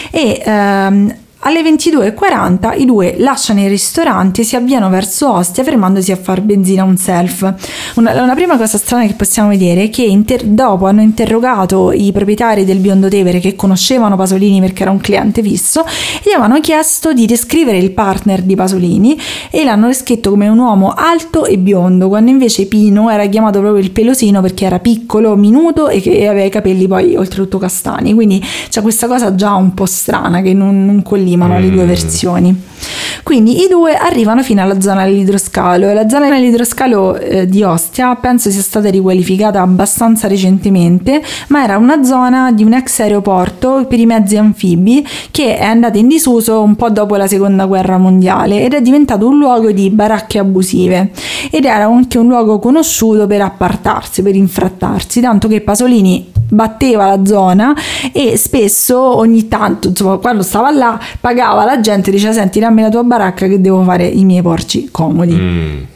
Speaker 1: E alle 22:40 i due lasciano il ristorante e si avviano verso Ostia, fermandosi a far benzina un self. Una prima cosa strana che possiamo vedere è che dopo hanno interrogato i proprietari del Biondo Tevere, che conoscevano Pasolini perché era un cliente fisso, e gli avevano chiesto di descrivere il partner di Pasolini, e l'hanno descritto come un uomo alto e biondo, quando invece Pino era chiamato proprio il pelosino perché era piccolo, minuto e che aveva i capelli poi oltretutto castani. Quindi c'è questa cosa già un po' strana che non collina le due versioni. Quindi i due arrivano fino alla zona dell'idroscalo, e la zona dell'idroscalo di Ostia penso sia stata riqualificata abbastanza recentemente, ma era una zona di un ex aeroporto per i mezzi anfibi che è andata in disuso un po' dopo la seconda guerra mondiale ed è diventato un luogo di baracche abusive, ed era anche un luogo conosciuto per appartarsi, per infrattarsi, tanto che Pasolini batteva la zona e spesso, ogni tanto, insomma, quando stava là pagava la gente, diceva senti dammi la tua baracca che devo fare i miei porci comodi.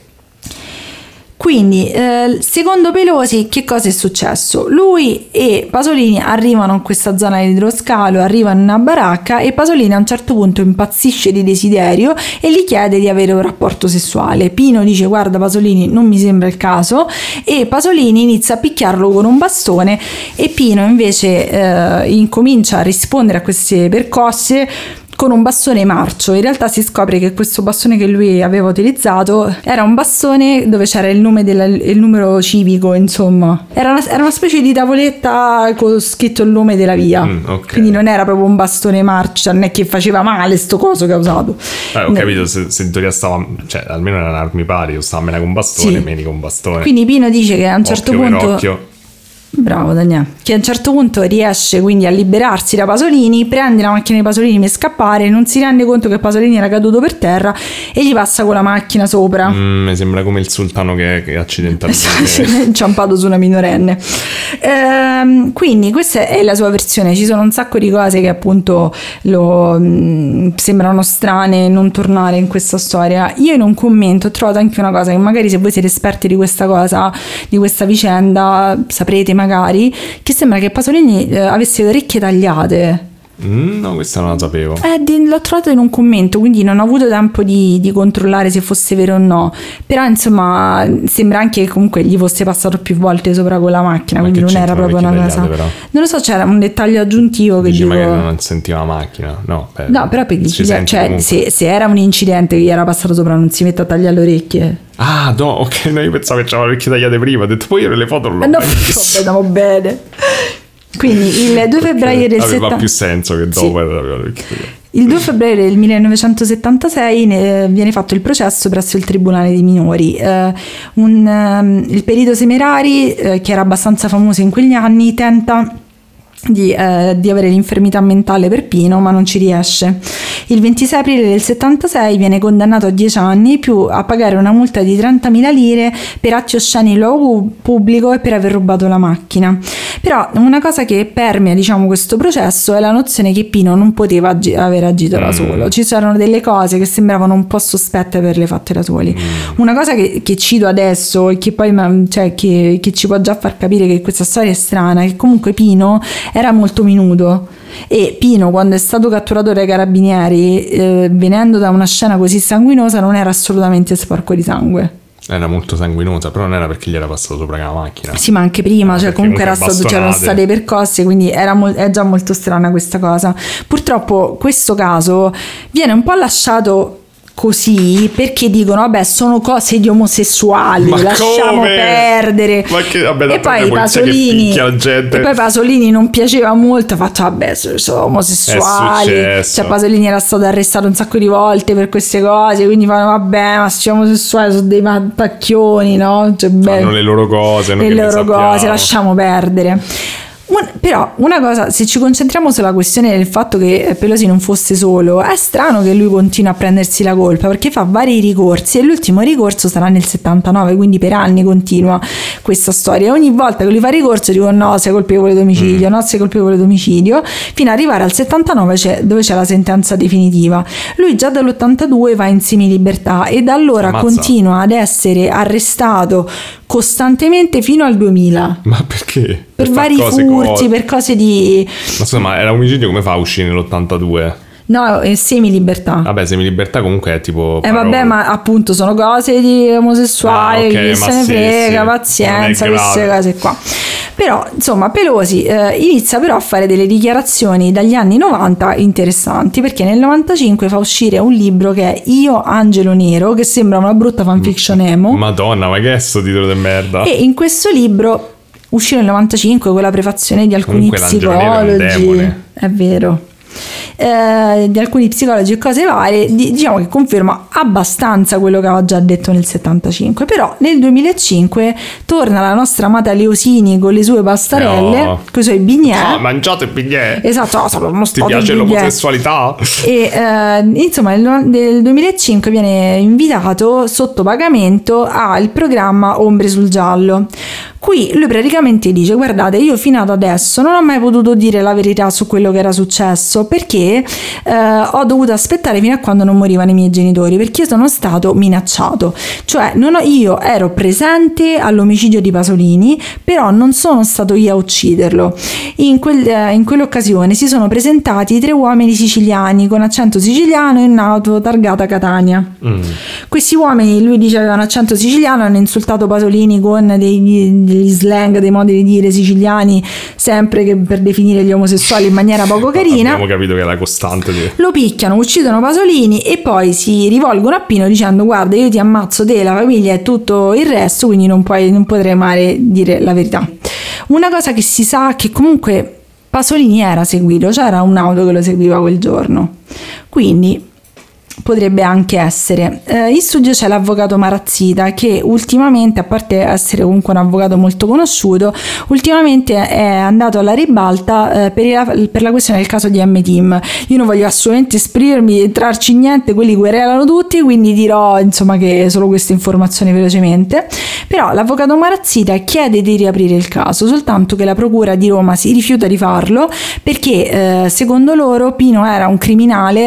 Speaker 1: Quindi secondo Pelosi che cosa è successo? Lui e Pasolini arrivano in questa zona dell'idroscalo, arrivano in una baracca e Pasolini a un certo punto impazzisce di desiderio e gli chiede di avere un rapporto sessuale. Pino dice guarda Pasolini non mi sembra il caso, e Pasolini inizia a picchiarlo con un bastone, e Pino invece incomincia a rispondere a queste percosse con un bastone marcio. In realtà si scopre che questo bastone che lui aveva utilizzato era un bastone dove c'era il numero civico, insomma. Era una specie di tavoletta con scritto il nome della via. Okay. Quindi non era proprio un bastone marcio, non è che faceva male sto coso che ha usato.
Speaker 2: Ho capito, se in teoria stava, cioè almeno erano armi pari, io stavo meno con un bastone, meno con un bastone.
Speaker 1: Quindi Pino dice che a un certo punto...
Speaker 2: Occhio.
Speaker 1: Bravo Daniele, che a un certo punto riesce quindi a liberarsi da Pasolini, prende la macchina di Pasolini per scappare, non si rende conto che Pasolini era caduto per terra e gli passa con la macchina sopra.
Speaker 2: Mi sembra come il sultano che accidentalmente
Speaker 1: si è inciampato su una minorenne. Quindi questa è la sua versione. Ci sono un sacco di cose che appunto sembrano strane non tornare in questa storia. Io in un commento ho trovato anche una cosa che magari, se voi siete esperti di questa cosa, di questa vicenda, saprete magari, che sembra che Pasolini avesse le orecchie tagliate.
Speaker 2: No, questa non la sapevo.
Speaker 1: L'ho trovato in un commento, quindi non ho avuto tempo di controllare se fosse vero o no. Però insomma sembra anche che comunque gli fosse passato più volte sopra con la macchina. Ma quindi non era proprio una cosa. Però. Non lo so, c'era un dettaglio aggiuntivo che
Speaker 2: dici magari non sentiva la macchina. No,
Speaker 1: però perché se era un incidente che gli era passato sopra, non si mette a tagliare le orecchie.
Speaker 2: Ah no, ok, no, io pensavo che c'aveva le orecchie tagliate prima. Ho detto poi io nelle foto non l'ho
Speaker 1: mai visto. Andiamo bene. Quindi il 2 febbraio del
Speaker 2: aveva più senso che dopo
Speaker 1: il 2 febbraio del 1976 viene fatto il processo presso il Tribunale dei Minori. Il perito Semerari, che era abbastanza famoso in quegli anni, tenta di avere l'infermità mentale per Pino, ma non ci riesce. Il 26 aprile del 76 viene condannato a 10 anni più a pagare una multa di 30.000 lire per atti osceni in luogo pubblico e per aver rubato la macchina. Però una cosa che permea, diciamo, questo processo è la nozione che Pino non poteva aver agito da solo. Ci c'erano delle cose che sembravano un po' sospette averle fatte da soli. Una cosa che cito adesso e che poi che ci può già far capire che questa storia è strana, è che comunque Pino era molto minuto. E Pino, quando è stato catturato dai carabinieri, venendo da una scena così sanguinosa, non era assolutamente sporco di sangue.
Speaker 2: Era molto sanguinosa, però non era perché gli era passato sopra la macchina.
Speaker 1: Sì, ma anche prima, cioè comunque c'erano state percosse, quindi è già molto strana questa cosa. Purtroppo questo caso viene un po' lasciato così perché dicono vabbè, sono cose di omosessuali, lasciamo perdere.
Speaker 2: Ma che, vabbè,
Speaker 1: e poi Pasolini non piaceva molto, ha fatto vabbè, sono omosessuali, cioè Pasolini era stato arrestato un sacco di volte per queste cose, quindi fanno vabbè, ma questi omosessuali sono dei pacchioni, no? Cioè,
Speaker 2: fanno le loro cose,
Speaker 1: lasciamo perdere. Però una cosa, se ci concentriamo sulla questione del fatto che Pelosi non fosse solo, è strano che lui continua a prendersi la colpa, perché fa vari ricorsi e l'ultimo ricorso sarà nel 79, quindi per anni continua questa storia. Ogni volta che lui fa ricorso dicono no, sei colpevole d'omicidio, no, sei colpevole d'omicidio, fino ad arrivare al 79 dove c'è la sentenza definitiva. Lui già dall'82 va in semilibertà e da allora continua ad essere arrestato costantemente fino al 2000.
Speaker 2: Ma perché?
Speaker 1: Per vari furti, per cose di...
Speaker 2: Ma insomma, era omicidio, come fa a uscire nell'82?
Speaker 1: No, è semilibertà.
Speaker 2: Vabbè, semilibertà comunque è tipo...
Speaker 1: vabbè, ma appunto sono cose di omosessuali,
Speaker 2: okay,
Speaker 1: chi se ne frega, pazienza, queste cose qua. Però, insomma, Pelosi inizia però a fare delle dichiarazioni dagli anni 90 interessanti, perché nel 95 fa uscire un libro che è Io, Angelo Nero, che sembra una brutta fanfiction emo.
Speaker 2: Madonna, ma che è sto titolo di merda?
Speaker 1: E in questo libro, uscito nel 95 con la prefazione di alcuni psicologi, è vero, di alcuni psicologi e cose varie, diciamo che conferma abbastanza quello che aveva già detto nel 75. Però nel 2005 torna la nostra amata Leosini con le sue pastarelle, con i suoi bignè.
Speaker 2: Mangiate bignè.
Speaker 1: Esatto,
Speaker 2: ti piace l'omosessualità?
Speaker 1: E insomma nel 2005 viene invitato sotto pagamento al programma Ombre sul giallo. Qui lui praticamente dice: guardate, io fino ad adesso non ho mai potuto dire la verità su quello che era successo, perché ho dovuto aspettare fino a quando non morivano i miei genitori, perché io sono stato minacciato. Cioè io ero presente all'omicidio di Pasolini, però non sono stato io a ucciderlo. In quell'occasione si sono presentati 3 uomini siciliani con accento siciliano in un'auto targata Catania. Questi uomini, lui dice, avevano accento siciliano, hanno insultato Pasolini con degli slang, dei modi di dire siciliani, sempre che per definire gli omosessuali in maniera poco carina.
Speaker 2: Abbiamo capito che è la costante
Speaker 1: lo picchiano, uccidono Pasolini e poi si rivolgono a Pino dicendo: guarda, io ti ammazzo te, la famiglia e tutto il resto, quindi non potrai mai dire la verità. Una cosa che si sa, che comunque Pasolini era seguito, c'era un'auto che lo seguiva quel giorno, quindi potrebbe anche essere. In studio c'è l'avvocato Marazzita, che ultimamente, a parte essere comunque un avvocato molto conosciuto, ultimamente è andato alla ribalta per la questione del caso di M-Team. Io non voglio assolutamente esprimermi, entrarci in niente, quelli querelano tutti, quindi dirò insomma che solo queste informazioni velocemente. Però l'avvocato Marazzita chiede di riaprire il caso, soltanto che la procura di Roma si rifiuta di farlo perché secondo loro Pino era un criminale,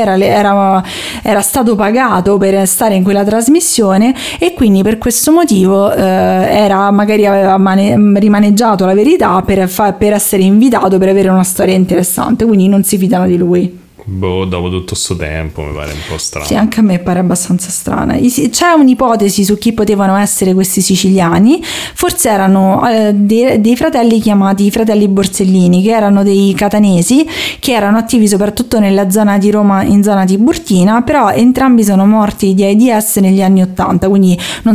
Speaker 1: era stato pagato per stare in quella trasmissione e quindi per questo motivo magari aveva rimaneggiato la verità per essere invitato, per avere una storia interessante, quindi non si fidano di lui.
Speaker 2: Dopo tutto sto tempo mi pare un po' strano.
Speaker 1: Sì, anche a me pare abbastanza strana. C'è un'ipotesi su chi potevano essere questi siciliani. Forse erano dei fratelli chiamati fratelli Borsellini, che erano dei catanesi che erano attivi soprattutto nella zona di Roma, in zona tiburtina, però entrambi sono morti di AIDS negli anni '80, quindi non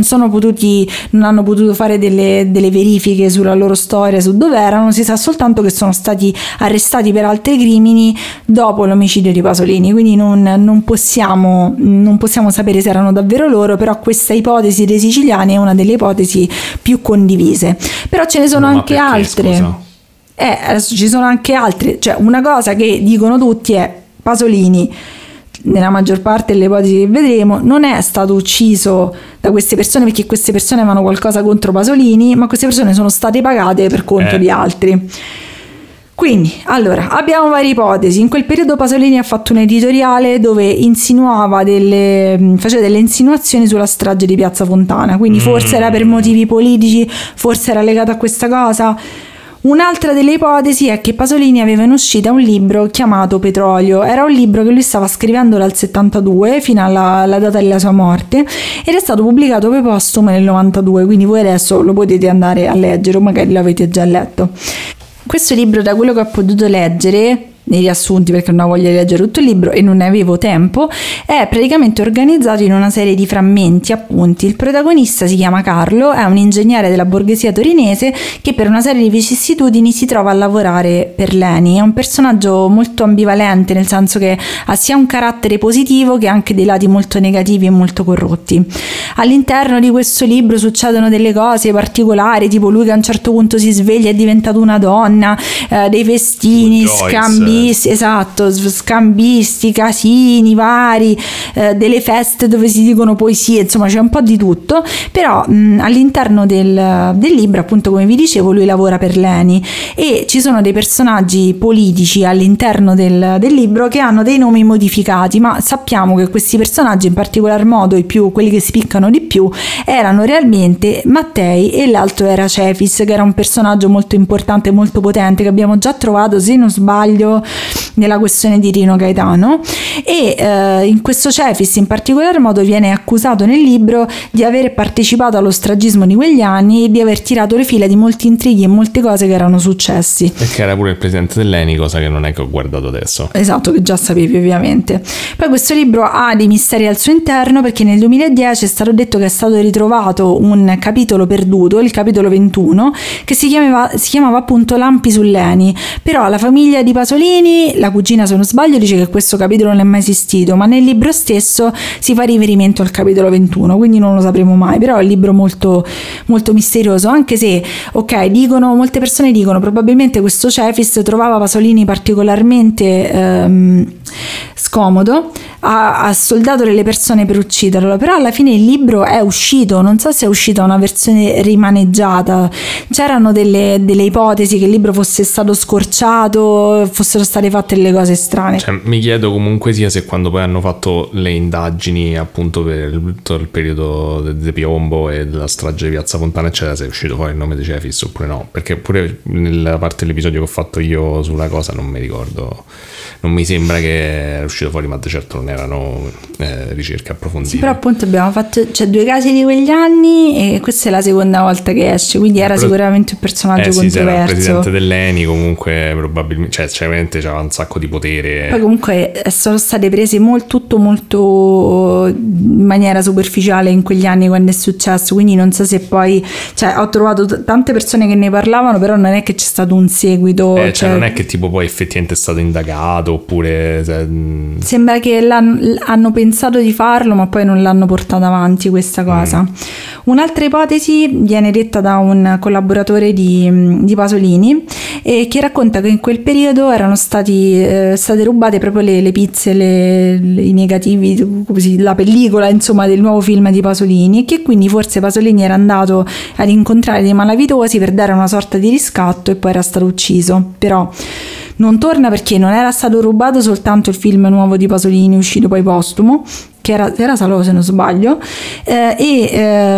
Speaker 1: hanno potuto fare delle verifiche sulla loro storia, su dove erano. Si sa soltanto che sono stati arrestati per altri crimini dopo l'omicidio di Pasolini, quindi non possiamo sapere se erano davvero loro, però questa ipotesi dei siciliani è una delle ipotesi più condivise. Però ce ne sono anche altre. Adesso ci sono anche altre, cioè una cosa che dicono tutti è: Pasolini, nella maggior parte delle ipotesi che vedremo, non è stato ucciso da queste persone perché queste persone avevano qualcosa contro Pasolini, ma queste persone sono state pagate per conto di altri. Quindi, allora, abbiamo varie ipotesi. In quel periodo Pasolini ha fatto un editoriale dove faceva delle insinuazioni sulla strage di Piazza Fontana, quindi forse era per motivi politici, forse era legato a questa cosa. Un'altra delle ipotesi è che Pasolini aveva in uscita un libro chiamato Petrolio. Era un libro che lui stava scrivendo dal 72 fino alla data della sua morte ed è stato pubblicato poi postumo nel 92, quindi voi adesso lo potete andare a leggere o magari l'avete già letto. Questo libro, da quello che ho potuto leggere nei riassunti, perché non ho voglia di leggere tutto il libro e non ne avevo tempo, è praticamente organizzato in una serie di frammenti, appunti. Il protagonista si chiama Carlo, è un ingegnere della borghesia torinese che per una serie di vicissitudini si trova a lavorare per l'ENI. È un personaggio molto ambivalente, nel senso che ha sia un carattere positivo che anche dei lati molto negativi e molto corrotti. All'interno di questo libro succedono delle cose particolari, tipo lui che a un certo punto si sveglia e è diventato una donna, dei festini, scambisti, casini vari, delle feste dove si dicono poesie, insomma c'è un po' di tutto. Però all'interno del libro, appunto, come vi dicevo, lui lavora per l'ENI e ci sono dei personaggi politici all'interno del libro che hanno dei nomi modificati, ma sappiamo che questi personaggi, in particolar modo quelli che spiccano di più, erano realmente Mattei e l'altro era Cefis, che era un personaggio molto importante, molto potente, che abbiamo già trovato, se non sbaglio, nella questione di Rino Gaetano. E in questo Cefis in particolar modo viene accusato nel libro di aver partecipato allo stragismo di quegli anni e di aver tirato le fila di molti intrighi e molte cose che erano successi.
Speaker 2: Perché era pure il presidente dell'ENI, cosa che non è che ho guardato adesso.
Speaker 1: Esatto, che già sapevi ovviamente. Poi questo libro ha dei misteri al suo interno, perché nel 2010 è stato detto che è stato ritrovato un capitolo perduto, il capitolo 21, che si chiamava appunto Lampi sull'ENI. Però la famiglia di Pasolini, la cugina se non sbaglio, dice che questo capitolo non è mai esistito, ma nel libro stesso si fa riferimento al capitolo 21, quindi non lo sapremo mai. Però è un libro molto, molto misterioso, anche se, molte persone dicono probabilmente questo Cefis trovava Pasolini particolarmente scomodo, ha soldato delle persone per ucciderlo. Però alla fine il libro è uscito, non so se è uscita una versione rimaneggiata, c'erano delle ipotesi che il libro fosse stato scorciato, fossero state fatte delle cose strane.
Speaker 2: Cioè, mi chiedo comunque sia se quando poi hanno fatto le indagini appunto per tutto il periodo di Piombo e della strage di Piazza Fontana eccetera, se è uscito fuori il nome di Cefis oppure no, perché pure nella parte dell'episodio che ho fatto io sulla cosa non mi ricordo non mi sembra che era uscito fuori, ma certo non erano ricerche approfondite.
Speaker 1: Sì, però appunto abbiamo fatto 2 casi di quegli anni e questa è la seconda volta che esce, quindi era sicuramente un personaggio controverso.
Speaker 2: Sì, era il presidente dell'ENI, comunque probabilmente, cioè sicuramente c'aveva un sacco di potere.
Speaker 1: Poi comunque sono state prese molto in maniera superficiale in quegli anni quando è successo, quindi non so se poi, cioè ho trovato tante persone che ne parlavano, però non è che c'è stato un seguito,
Speaker 2: cioè non è che tipo poi effettivamente è stato indagato oppure
Speaker 1: sembra che hanno pensato di farlo ma poi non l'hanno portata avanti questa cosa. Un'altra ipotesi viene detta da un collaboratore di Pasolini che racconta che in quel periodo erano state rubate proprio le pizze, i negativi, la pellicola insomma del nuovo film di Pasolini, e che quindi forse Pasolini era andato ad incontrare dei malavitosi per dare una sorta di riscatto e poi era stato ucciso. Però non torna perché non era stato rubato soltanto il film nuovo di Pasolini uscito poi postumo, che era Salò se non sbaglio, e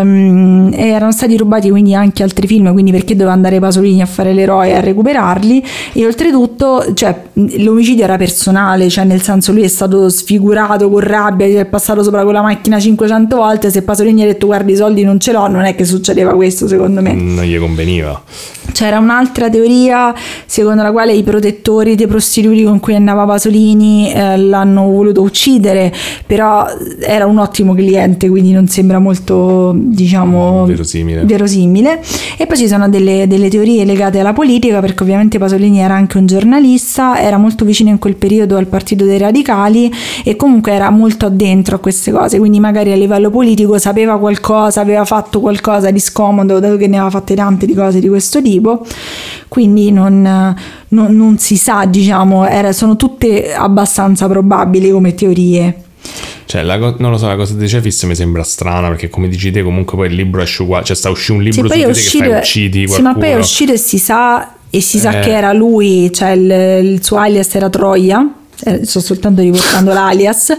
Speaker 1: erano stati rubati quindi anche altri film, quindi perché doveva andare Pasolini a fare l'eroe a recuperarli, e oltretutto cioè, l'omicidio era personale, cioè nel senso lui è stato sfigurato con rabbia, è passato sopra con la macchina 500 volte, se Pasolini ha detto guarda i soldi non ce l'ho, non è che succedeva questo secondo me.
Speaker 2: Non gli conveniva.
Speaker 1: C'era un'altra teoria secondo la quale i protettori dei prostituti con cui andava Pasolini l'hanno voluto uccidere, però era un ottimo cliente, quindi non sembra molto, diciamo, verosimile. E poi ci sono delle teorie legate alla politica, perché ovviamente Pasolini era anche un giornalista, era molto vicino in quel periodo al Partito dei Radicali e comunque era molto addentro a queste cose, quindi magari a livello politico sapeva qualcosa, aveva fatto qualcosa di scomodo, dato che ne aveva fatte tante di cose di questo tipo, quindi non si sa, diciamo, sono tutte abbastanza probabili come teorie.
Speaker 2: Cioè, non lo so, la cosa di Cefis mi sembra strana, perché come dici te comunque poi il libro esce uguale, cioè sta uscendo un libro su te che fai uccidi qualcuno.
Speaker 1: Sì, ma poi è uscito e si sa che era lui, cioè il suo alias era Troia. Sto soltanto riportando l'alias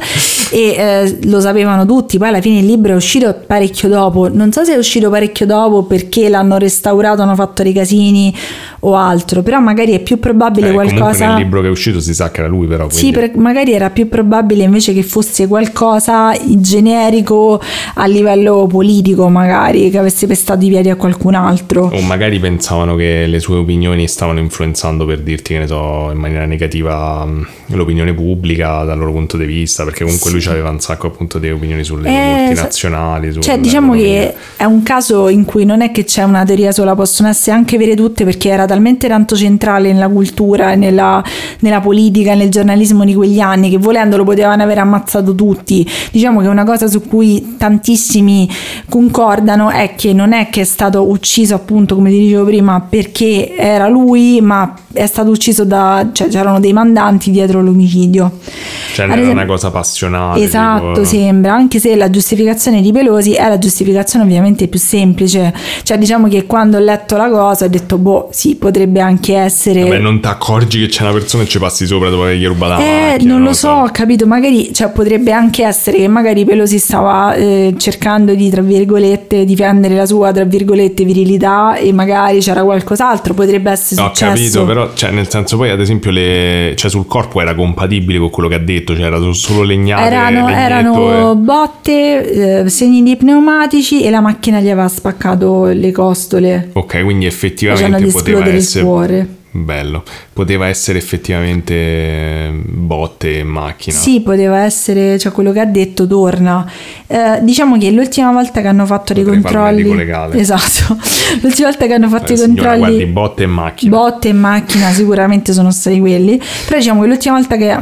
Speaker 1: e lo sapevano tutti. Poi alla fine il libro è uscito parecchio dopo, non so se è uscito parecchio dopo perché l'hanno restaurato, hanno fatto dei casini o altro, però magari è più probabile qualcosa.
Speaker 2: Comunque nel libro che è uscito si sa che era lui, però quindi...
Speaker 1: Sì, magari era più probabile invece che fosse qualcosa generico a livello politico, magari che avesse pestato i piedi a qualcun altro,
Speaker 2: o magari pensavano che le sue opinioni stavano influenzando, per dirti, che ne so, in maniera negativa l'opinione pubblica dal loro punto di vista, perché comunque lui aveva un sacco appunto di opinioni sulle multinazionali,
Speaker 1: cioè diciamo che è un caso in cui non è che c'è una teoria sola, possono essere anche vere tutte, perché era talmente tanto centrale nella cultura, nella politica, nel giornalismo di quegli anni, che volendolo potevano aver ammazzato tutti. Diciamo che una cosa su cui tantissimi concordano è che non è che è stato ucciso, appunto come ti dicevo prima, perché era lui, ma è stato ucciso cioè c'erano dei mandanti dietro l'omicidio,
Speaker 2: cioè non era una cosa passionale,
Speaker 1: esatto,
Speaker 2: tipo...
Speaker 1: sembra, anche se la giustificazione di Pelosi è la giustificazione ovviamente più semplice, cioè diciamo che quando ho letto la cosa ho detto boh, sì, potrebbe anche essere.
Speaker 2: Vabbè, non ti accorgi che c'è una persona e ci passi sopra dopo avergli rubato la macchina,
Speaker 1: non lo so, ho capito, magari, cioè potrebbe anche essere che magari Pelosi stava cercando di, tra virgolette, difendere la sua, tra virgolette, virilità, e magari c'era qualcos'altro, potrebbe essere successo.
Speaker 2: Ho capito, però cioè nel senso, poi ad esempio cioè sul corpo era compatibile con quello che ha detto, cioè era solo legnate,
Speaker 1: erano botte, segni di pneumatici, e la macchina gli aveva spaccato le costole.
Speaker 2: Ok, quindi effettivamente poteva essere il cuore. Bello, poteva essere effettivamente botte e macchina.
Speaker 1: Sì, poteva essere, cioè quello che ha detto torna. Diciamo che l'ultima volta che hanno fatto dei controlli, esatto, l'ultima volta che hanno fatto i controlli,
Speaker 2: guardi, botte e macchina
Speaker 1: sicuramente sono stati quelli, però diciamo che l'ultima volta che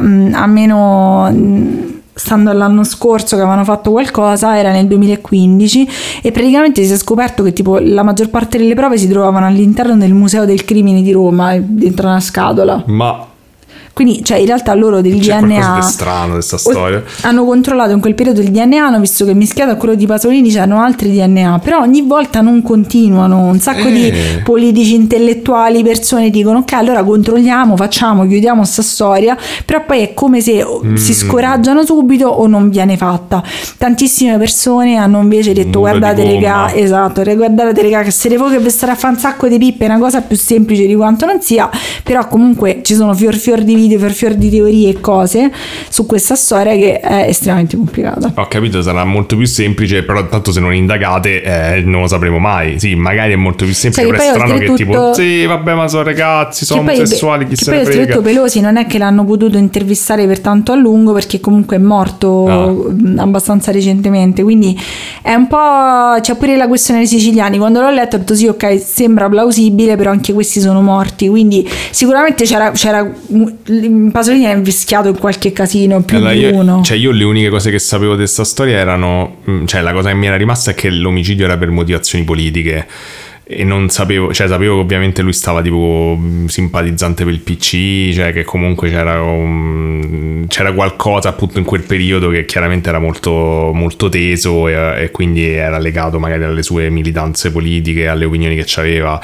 Speaker 1: almeno stando all'anno scorso che avevano fatto qualcosa era nel 2015, e praticamente si è scoperto che tipo la maggior parte delle prove si trovavano all'interno del Museo del Crimine di Roma, dentro una scatola.
Speaker 2: Ma
Speaker 1: quindi, cioè, in realtà loro del
Speaker 2: c'è
Speaker 1: DNA
Speaker 2: qualcosa di strano questa storia.
Speaker 1: Hanno controllato in quel periodo il DNA, hanno visto che mischiato a quello di Pasolini c'erano altri DNA, però ogni volta non continuano. Un sacco di politici, intellettuali, persone dicono ok, allora controlliamo, chiudiamo sta storia, però poi è come se si scoraggiano subito o non viene fatta. Tantissime persone hanno invece detto guardate regà, che se devo che vi stare a fare un sacco di pippe, è una cosa più semplice di quanto non sia, però comunque ci sono fior di video video per fior di teorie e cose su questa storia che è estremamente complicata.
Speaker 2: Ho capito, sarà molto più semplice, però tanto se non indagate non lo sapremo mai. Sì, magari è molto più semplice, però è strano che tipo sì, vabbè, ma sono ragazzi, sono omosessuali, chi se ne frega.
Speaker 1: Oltretutto Pelosi non è che l'hanno potuto intervistare per tanto a lungo, perché comunque è morto abbastanza recentemente, quindi è un po', c'è pure la questione dei siciliani. Quando l'ho letto ho detto sì, ok, sembra plausibile, però anche questi sono morti, quindi sicuramente c'era Pasolini è invischiato in qualche casino più di uno.
Speaker 2: Io le uniche cose che sapevo di questa storia erano, cioè la cosa che mi era rimasta è che l'omicidio era per motivazioni politiche, e non sapevo, cioè sapevo che ovviamente lui stava tipo simpatizzante per il PC, cioè che comunque c'era qualcosa appunto in quel periodo che chiaramente era molto, molto teso, e quindi era legato magari alle sue militanze politiche, alle opinioni che c'aveva.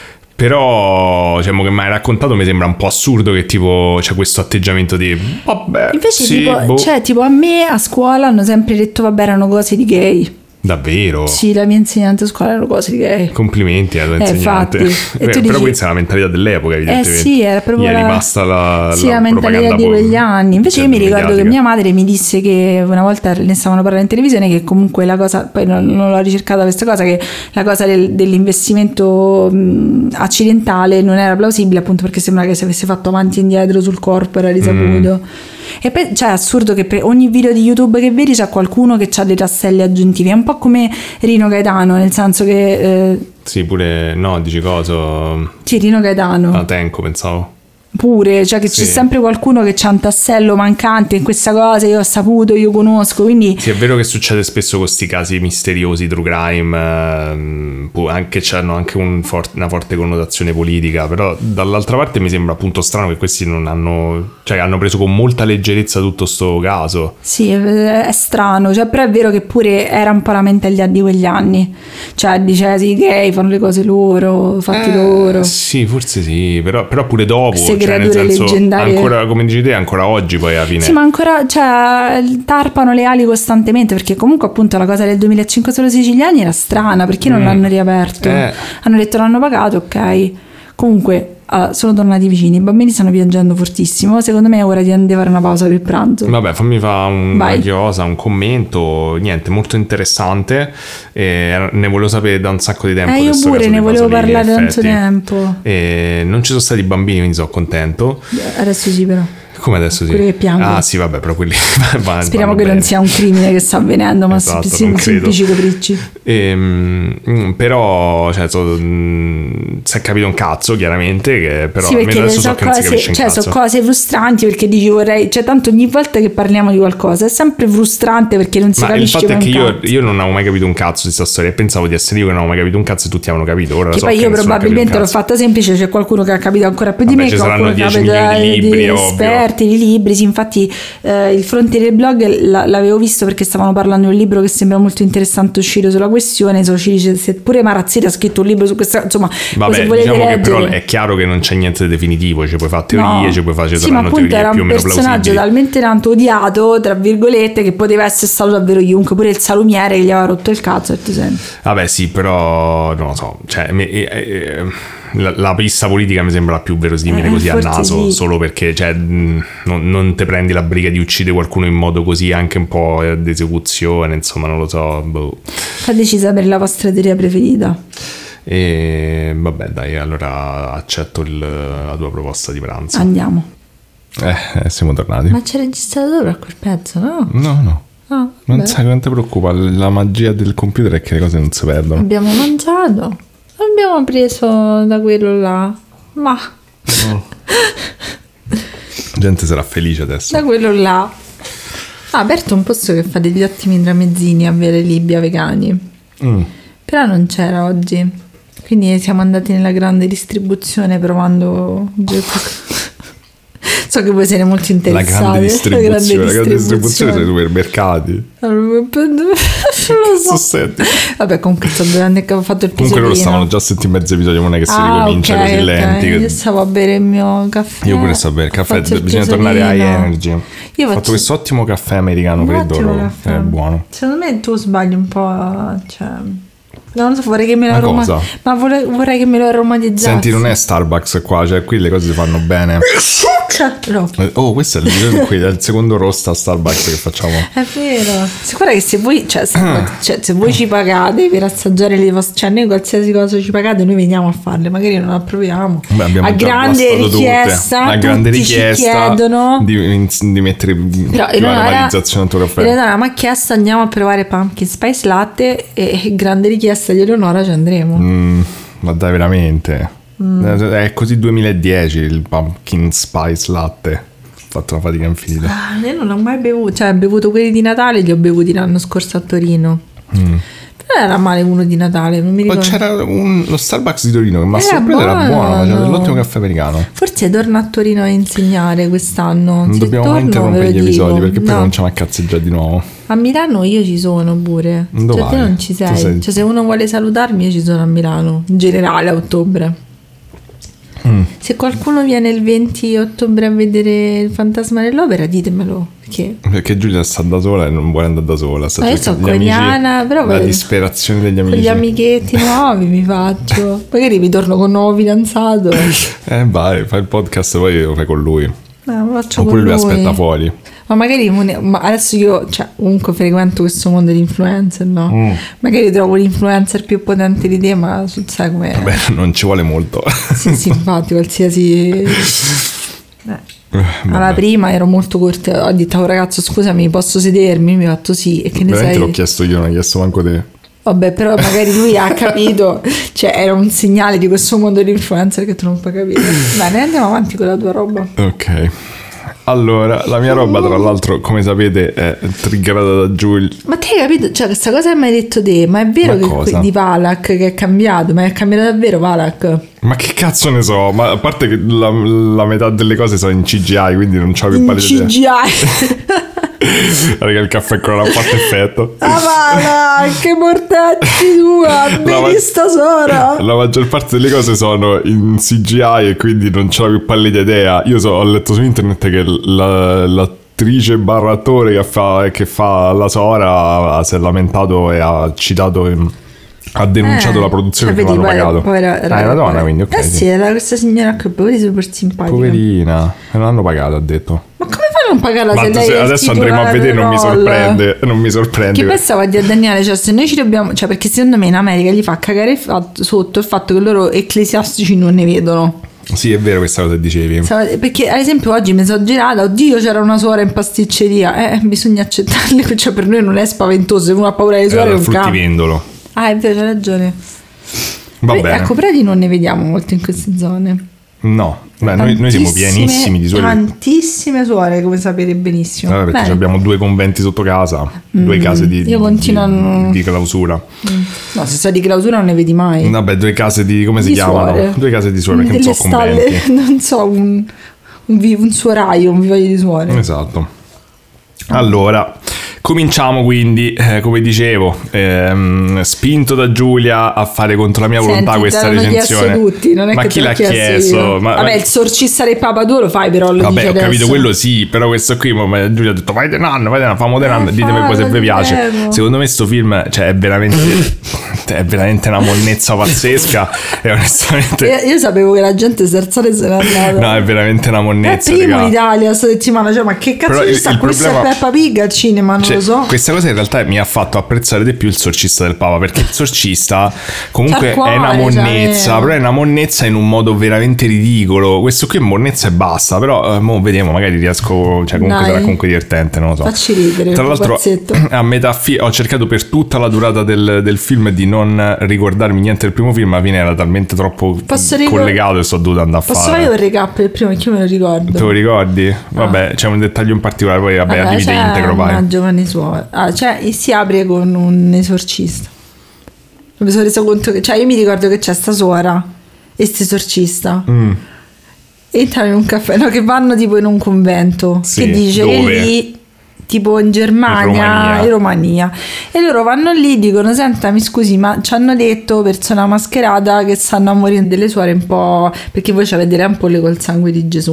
Speaker 2: Però, diciamo, che mi hai raccontato mi sembra un po' assurdo che tipo c'è questo atteggiamento di vabbè,
Speaker 1: invece
Speaker 2: sì,
Speaker 1: tipo, cioè tipo a me a scuola hanno sempre detto vabbè, erano cose di gay.
Speaker 2: Davvero?
Speaker 1: Sì, la mia insegnante a scuola erano cose di gay.
Speaker 2: Complimenti alla tua insegnante. Però questa è la mentalità dell'epoca, evidentemente.
Speaker 1: Sì, era proprio
Speaker 2: è rimasta la
Speaker 1: mentalità di quegli anni. Invece io mi ricordo che mia madre mi disse che una volta ne stavano parlando in televisione, che comunque la cosa, poi non l'ho ricercata questa cosa, che la cosa dell'investimento accidentale non era plausibile, appunto perché sembra che si avesse fatto avanti e indietro sul corpo, era risaputo. E poi cioè, è assurdo che per ogni video di YouTube che vedi c'è qualcuno che ha dei tasselli aggiuntivi. È un po' come Rino Gaetano, nel senso che
Speaker 2: sì, pure no, dici cosa?
Speaker 1: Sì, Rino Gaetano.
Speaker 2: Ah, Tenco, pensavo.
Speaker 1: Pure, cioè che c'è sempre qualcuno che c'ha un tassello mancante in questa cosa, io ho saputo, io conosco, quindi
Speaker 2: sì, è vero che succede spesso con questi casi misteriosi, true crime, anche hanno anche una forte connotazione politica, però dall'altra parte mi sembra appunto strano che questi non hanno, cioè hanno preso con molta leggerezza tutto sto caso.
Speaker 1: Sì, è strano, cioè, però è vero che pure era un po' la mentalità di quegli anni, cioè diceva sì, gay, fanno le cose loro, fatti loro.
Speaker 2: Sì, forse sì, però pure dopo,
Speaker 1: cioè, nel senso, leggendarie.
Speaker 2: Ancora, come dici te, ancora oggi poi alla fine.
Speaker 1: Sì, ma ancora, cioè, tarpano le ali costantemente, perché comunque appunto la cosa del 2005 solo siciliani era strana, perché non l'hanno riaperto? Hanno detto l'hanno pagato, ok. Comunque sono tornati vicini, i bambini stanno piangendo fortissimo, secondo me è ora di andare a fare una pausa per il pranzo.
Speaker 2: Vabbè, fammi fare una chiosa, un commento, niente, molto interessante, ne volevo sapere da un sacco di tempo.
Speaker 1: Io pure ne volevo parlare da tanto tempo.
Speaker 2: Non ci sono stati bambini, quindi sono contento.
Speaker 1: Adesso sì, però.
Speaker 2: Come adesso sì?
Speaker 1: Quelli che piangono.
Speaker 2: Ah sì, vabbè, però quelli
Speaker 1: speriamo che non sia un crimine che sta avvenendo, ma semplici capricci.
Speaker 2: Però cioè, si è capito un cazzo, chiaramente, però
Speaker 1: sì, perché
Speaker 2: adesso so che non si capisce un cazzo.
Speaker 1: Sono cose frustranti, perché dici vorrei, cioè tanto ogni volta che parliamo di qualcosa è sempre frustrante perché non si capisce.
Speaker 2: Ma il fatto è che io non avevo mai capito un cazzo di questa storia, e pensavo di essere io che non avevo mai capito un cazzo e tutti avevano capito. Ora
Speaker 1: che poi io probabilmente l'ho fatta semplice, c'è qualcuno che ha capito ancora più di me,
Speaker 2: ci saranno 10 milioni di libri,
Speaker 1: esperti di libri. Sì, infatti il fronte del blog l'avevo visto perché stavano parlando di un libro che sembra molto interessante uscire sulla questione. Pure Marazzini ha scritto un libro su questa, insomma.
Speaker 2: Vabbè, diciamo che però è chiaro che non c'è niente di definitivo, ci puoi fare teorie, ci puoi fare
Speaker 1: sì, ma appunto era un personaggio talmente tanto odiato, tra virgolette, che poteva essere stato davvero chiunque, pure il salumiere che gli aveva rotto il cazzo.
Speaker 2: Vabbè sì, però non lo so, cioè la pista politica mi sembra la più verosimile così a naso, sì. Solo perché cioè, non te prendi la briga di uccidere qualcuno in modo così anche un po' d'esecuzione, insomma, non lo so.
Speaker 1: Fateci sapere la vostra teoria preferita.
Speaker 2: E vabbè, dai, allora accetto la tua proposta di pranzo.
Speaker 1: Andiamo.
Speaker 2: Siamo tornati.
Speaker 1: Ma c'è registrato a quel pezzo, no?
Speaker 2: No. Non sai, non ti preoccupa, la magia del computer è che le cose non si perdono.
Speaker 1: Abbiamo mangiato. Abbiamo preso da quello là, ma
Speaker 2: la gente sarà felice adesso.
Speaker 1: Da quello là ha aperto un posto che fa degli ottimi tramezzini a Viale Libia vegani, però non c'era oggi, quindi siamo andati nella grande distribuzione provando. So che voi siete molto interessati.
Speaker 2: La grande distribuzione dei supermercati.
Speaker 1: Non lo so. Vabbè, comunque sto dovendo che avevo fatto il pisolino.
Speaker 2: Comunque loro stavano già sentendo mezzo episodio, non è che si ricomincia così lenti.
Speaker 1: Io stavo a bere il mio caffè.
Speaker 2: Io pure stavo a bere il caffè, bisogna tornare a Energy. Ho fatto questo ottimo caffè americano, credo, è buono.
Speaker 1: Secondo me tu sbagli un po', cioè... Non so, vorrei che me lo vorrei che me lo aromatizzasse.
Speaker 2: Senti, non è Starbucks qua, cioè qui le cose si fanno bene. Oh, questo è il secondo roast a Starbucks che facciamo.
Speaker 1: È vero. Sicura che se voi se voi ci pagate per assaggiare le vostre, cioè noi qualsiasi cosa ci pagate noi veniamo a farle, magari non approviamo. A grande richiesta tutti ci chiedono
Speaker 2: di mettere la normalizzazione al tuo caffè.
Speaker 1: Eleonora mi ha chiesto andiamo a provare pumpkin spice latte e grande richiesta di Eleonora ci andremo.
Speaker 2: Ma dai, veramente? È così 2010 il pumpkin spice latte. Ho fatto una fatica infinita.
Speaker 1: Io non l'ho mai bevuto, cioè ho bevuto quelli di Natale, li ho bevuti l'anno scorso a Torino. Però era male uno di Natale, non mi ricordo.
Speaker 2: Poi c'era lo Starbucks di Torino che mi ha sorpreso, era buono, faceva dell'ottimo caffè americano.
Speaker 1: Forse torno a Torino a insegnare quest'anno.
Speaker 2: Non dobbiamo mai interrompere gli episodi perché poi cominciamo a cazzeggiare di nuovo.
Speaker 1: A Milano io ci sono pure.
Speaker 2: Dove
Speaker 1: cioè te non ci sei. Cioè se uno vuole salutarmi io ci sono a Milano, in generale a ottobre. Se qualcuno viene il 20 ottobre a vedere il Fantasma dell'Opera ditemelo perché
Speaker 2: Giulia sta da sola e non vuole andare da sola.
Speaker 1: Io sono cogliana, però
Speaker 2: la disperazione degli amici,
Speaker 1: con gli amichetti nuovi mi faccio, magari mi torno con un nuovo fidanzato.
Speaker 2: Vai, fai il podcast poi lo fai con lui.
Speaker 1: Oppure
Speaker 2: lui aspetta fuori.
Speaker 1: Ma magari adesso io comunque frequento questo mondo di influencer, no? Magari trovo l'influencer più potente di te, ma sai com'è.
Speaker 2: Vabbè, non ci vuole molto.
Speaker 1: Sì, infatti, qualsiasi. Alla prima ero molto corta, ho detto ragazzo scusami posso sedermi? Mi ha fatto sì. E che ne sai?
Speaker 2: L'ho chiesto io, non l'ho chiesto manco te.
Speaker 1: Vabbè, però magari lui ha capito, cioè era un segnale di questo mondo di influencer che tu non puoi capire. Bene, andiamo avanti con la tua roba.
Speaker 2: Ok. Allora, la mia roba tra l'altro, come sapete, è triggerata da Giulia.
Speaker 1: Ma te hai capito? Cioè, questa cosa che mi hai detto te, ma è vero di Valak che è cambiato? Ma è cambiato davvero Valak?
Speaker 2: Ma che cazzo ne so? Ma a parte che la metà delle cose sono in CGI, quindi non c'ho più pallida idea.
Speaker 1: CGI?
Speaker 2: Raga, il caffè ancora non ha fatto effetto.
Speaker 1: Che mortacci tua, vedi sta sora.
Speaker 2: La maggior parte delle cose sono in CGI e quindi non c'ho più pallida idea. Io ho letto su internet che l'attrice barra attore che fa la Sora si è lamentato e ha citato ha denunciato la produzione che non hanno pagato. È una donna, quindi ok.
Speaker 1: Sì, era questa signora che è super simpatica.
Speaker 2: Poverina, non l'hanno pagata, ha detto.
Speaker 1: Ma come fai a non pagarla se lei è
Speaker 2: adesso andremo a vedere, non mi sorprende.
Speaker 1: Che pensavo a dire a Daniele, cioè se noi ci dobbiamo, cioè perché secondo me in America gli fa cagare sotto il fatto che loro ecclesiastici non ne vedono.
Speaker 2: Sì, è vero questa cosa che dicevi.
Speaker 1: Perché ad esempio oggi mi sono girata, oddio c'era una suora in pasticceria, bisogna accettarle, cioè per noi non è spaventoso, se uno ha paura delle suore è un
Speaker 2: fruttivendolo.
Speaker 1: È vero, c'hai ragione.
Speaker 2: Va bene.
Speaker 1: Ecco, preti non ne vediamo molto in queste zone.
Speaker 2: No, noi siamo pienissimi di suore.
Speaker 1: Tantissime suore, come sapete benissimo.
Speaker 2: Perché abbiamo 2 conventi sotto casa, 2 case di clausura.
Speaker 1: No, se sei di clausura non ne vedi mai.
Speaker 2: Vabbè, 2 case di, come si chiamano? Suore. 2 case di suore, perché non so conventi.
Speaker 1: Non so, un suoraio, un vivaio di suore.
Speaker 2: Esatto. Allora, cominciamo quindi, come dicevo, spinto da Giulia a fare contro la mia volontà questa recensione.
Speaker 1: Tutti, non è
Speaker 2: ma
Speaker 1: che
Speaker 2: chi l'ha chiesto?
Speaker 1: Vabbè, il sorcista del Papa tu lo fai, però lo
Speaker 2: vabbè,
Speaker 1: dici
Speaker 2: ho capito quello sì, però questo qui Giulia ha detto vai de nanno, famo de nanno, ditemi poi se vi piace. Secondo me sto film, cioè, è veramente una monnezza pazzesca e onestamente
Speaker 1: io sapevo che la gente sterzare se n'è andata.
Speaker 2: No, è veramente una monnezza.
Speaker 1: È primo in Italia sta settimana, cioè, ma che cazzo ci sta? Questo è Peppa Pig al cinema, non lo so.
Speaker 2: Questa cosa in realtà mi ha fatto apprezzare di più il sorcista del Papa, perché il sorcista comunque è una monnezza, però è una monnezza in un modo veramente ridicolo. Questo qui è monnezza e basta, però mo vediamo, magari riesco, cioè comunque sarà comunque divertente, non lo so.
Speaker 1: Facci ridere.
Speaker 2: Tra l'altro a metà ho cercato per tutta la durata del film di non ricordarmi niente del primo film, ma alla fine era talmente troppo collegato e sono dovuto andare a fare.
Speaker 1: Posso fare un recap del primo, perché io me lo ricordo.
Speaker 2: Te lo ricordi? Vabbè, c'è un dettaglio in particolare, poi vabbè, divide integro, vai.
Speaker 1: Una giovane suora. Cioè si apre con un esorcista. Mi sono reso conto che, cioè, io mi ricordo che c'è sta suora e sto esorcista. Entrano in un caffè, no, che vanno tipo in un convento, sì, che dice che lì tipo in Germania, in Romania, e loro vanno lì e dicono senta mi scusi ma ci hanno detto persona mascherata che stanno a morire delle suore un po', perché voi ci avete le ampolle col sangue di Gesù.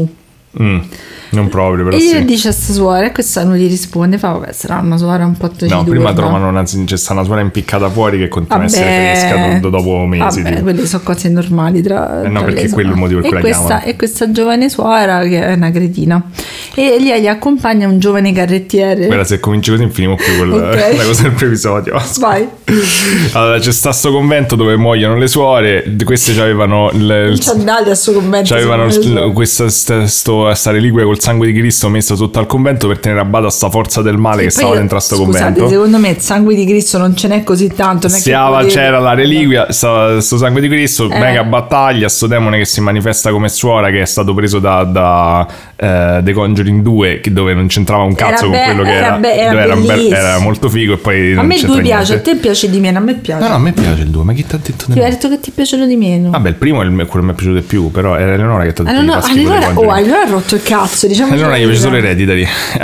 Speaker 2: Non proprio, però
Speaker 1: e gli dice a sta suora, e questa non gli risponde, fa vabbè, sarà una suora un po' taciturna.
Speaker 2: No, prima trovano c'è sta una suora impiccata fuori che continua a essere fresca dopo mesi.
Speaker 1: Vabbè, quelle sono cose normali tra
Speaker 2: no, perché quello è il motivo per cui la chiamano.
Speaker 1: E questa giovane suora che è una cretina, e lei gli accompagna un giovane carrettiere.
Speaker 2: Guarda, se cominci così finimo più la cosa del preepisodio.
Speaker 1: Vai.
Speaker 2: Allora, c'è sto convento dove muoiono le suore, queste avevano
Speaker 1: non ci andate a sto convento,
Speaker 2: avevano sta reliquia col sangue di Cristo messa sotto al convento per tenere a bada sta forza del male che stava dentro a sto convento.
Speaker 1: Secondo me il sangue di Cristo non ce n'è così tanto.
Speaker 2: C'era la reliquia, sto sangue di Cristo, mega battaglia, sto demone che si manifesta come suora, che è stato preso da The Conjuring 2, dove non c'entrava un cazzo con quello che era molto figo, e poi
Speaker 1: a me il 2 piace, a te piace di meno, a me piace.
Speaker 2: No, a me piace il 2, ma chi ti ha detto
Speaker 1: ti ha detto che ti piacciono di meno?
Speaker 2: Vabbè, il primo è quello che mi è piaciuto di più, però era Eleonora che ti ha detto di schifo.
Speaker 1: Allora ha rotto il cazzo, diciamo.
Speaker 2: Allora io piace solo Hereditary.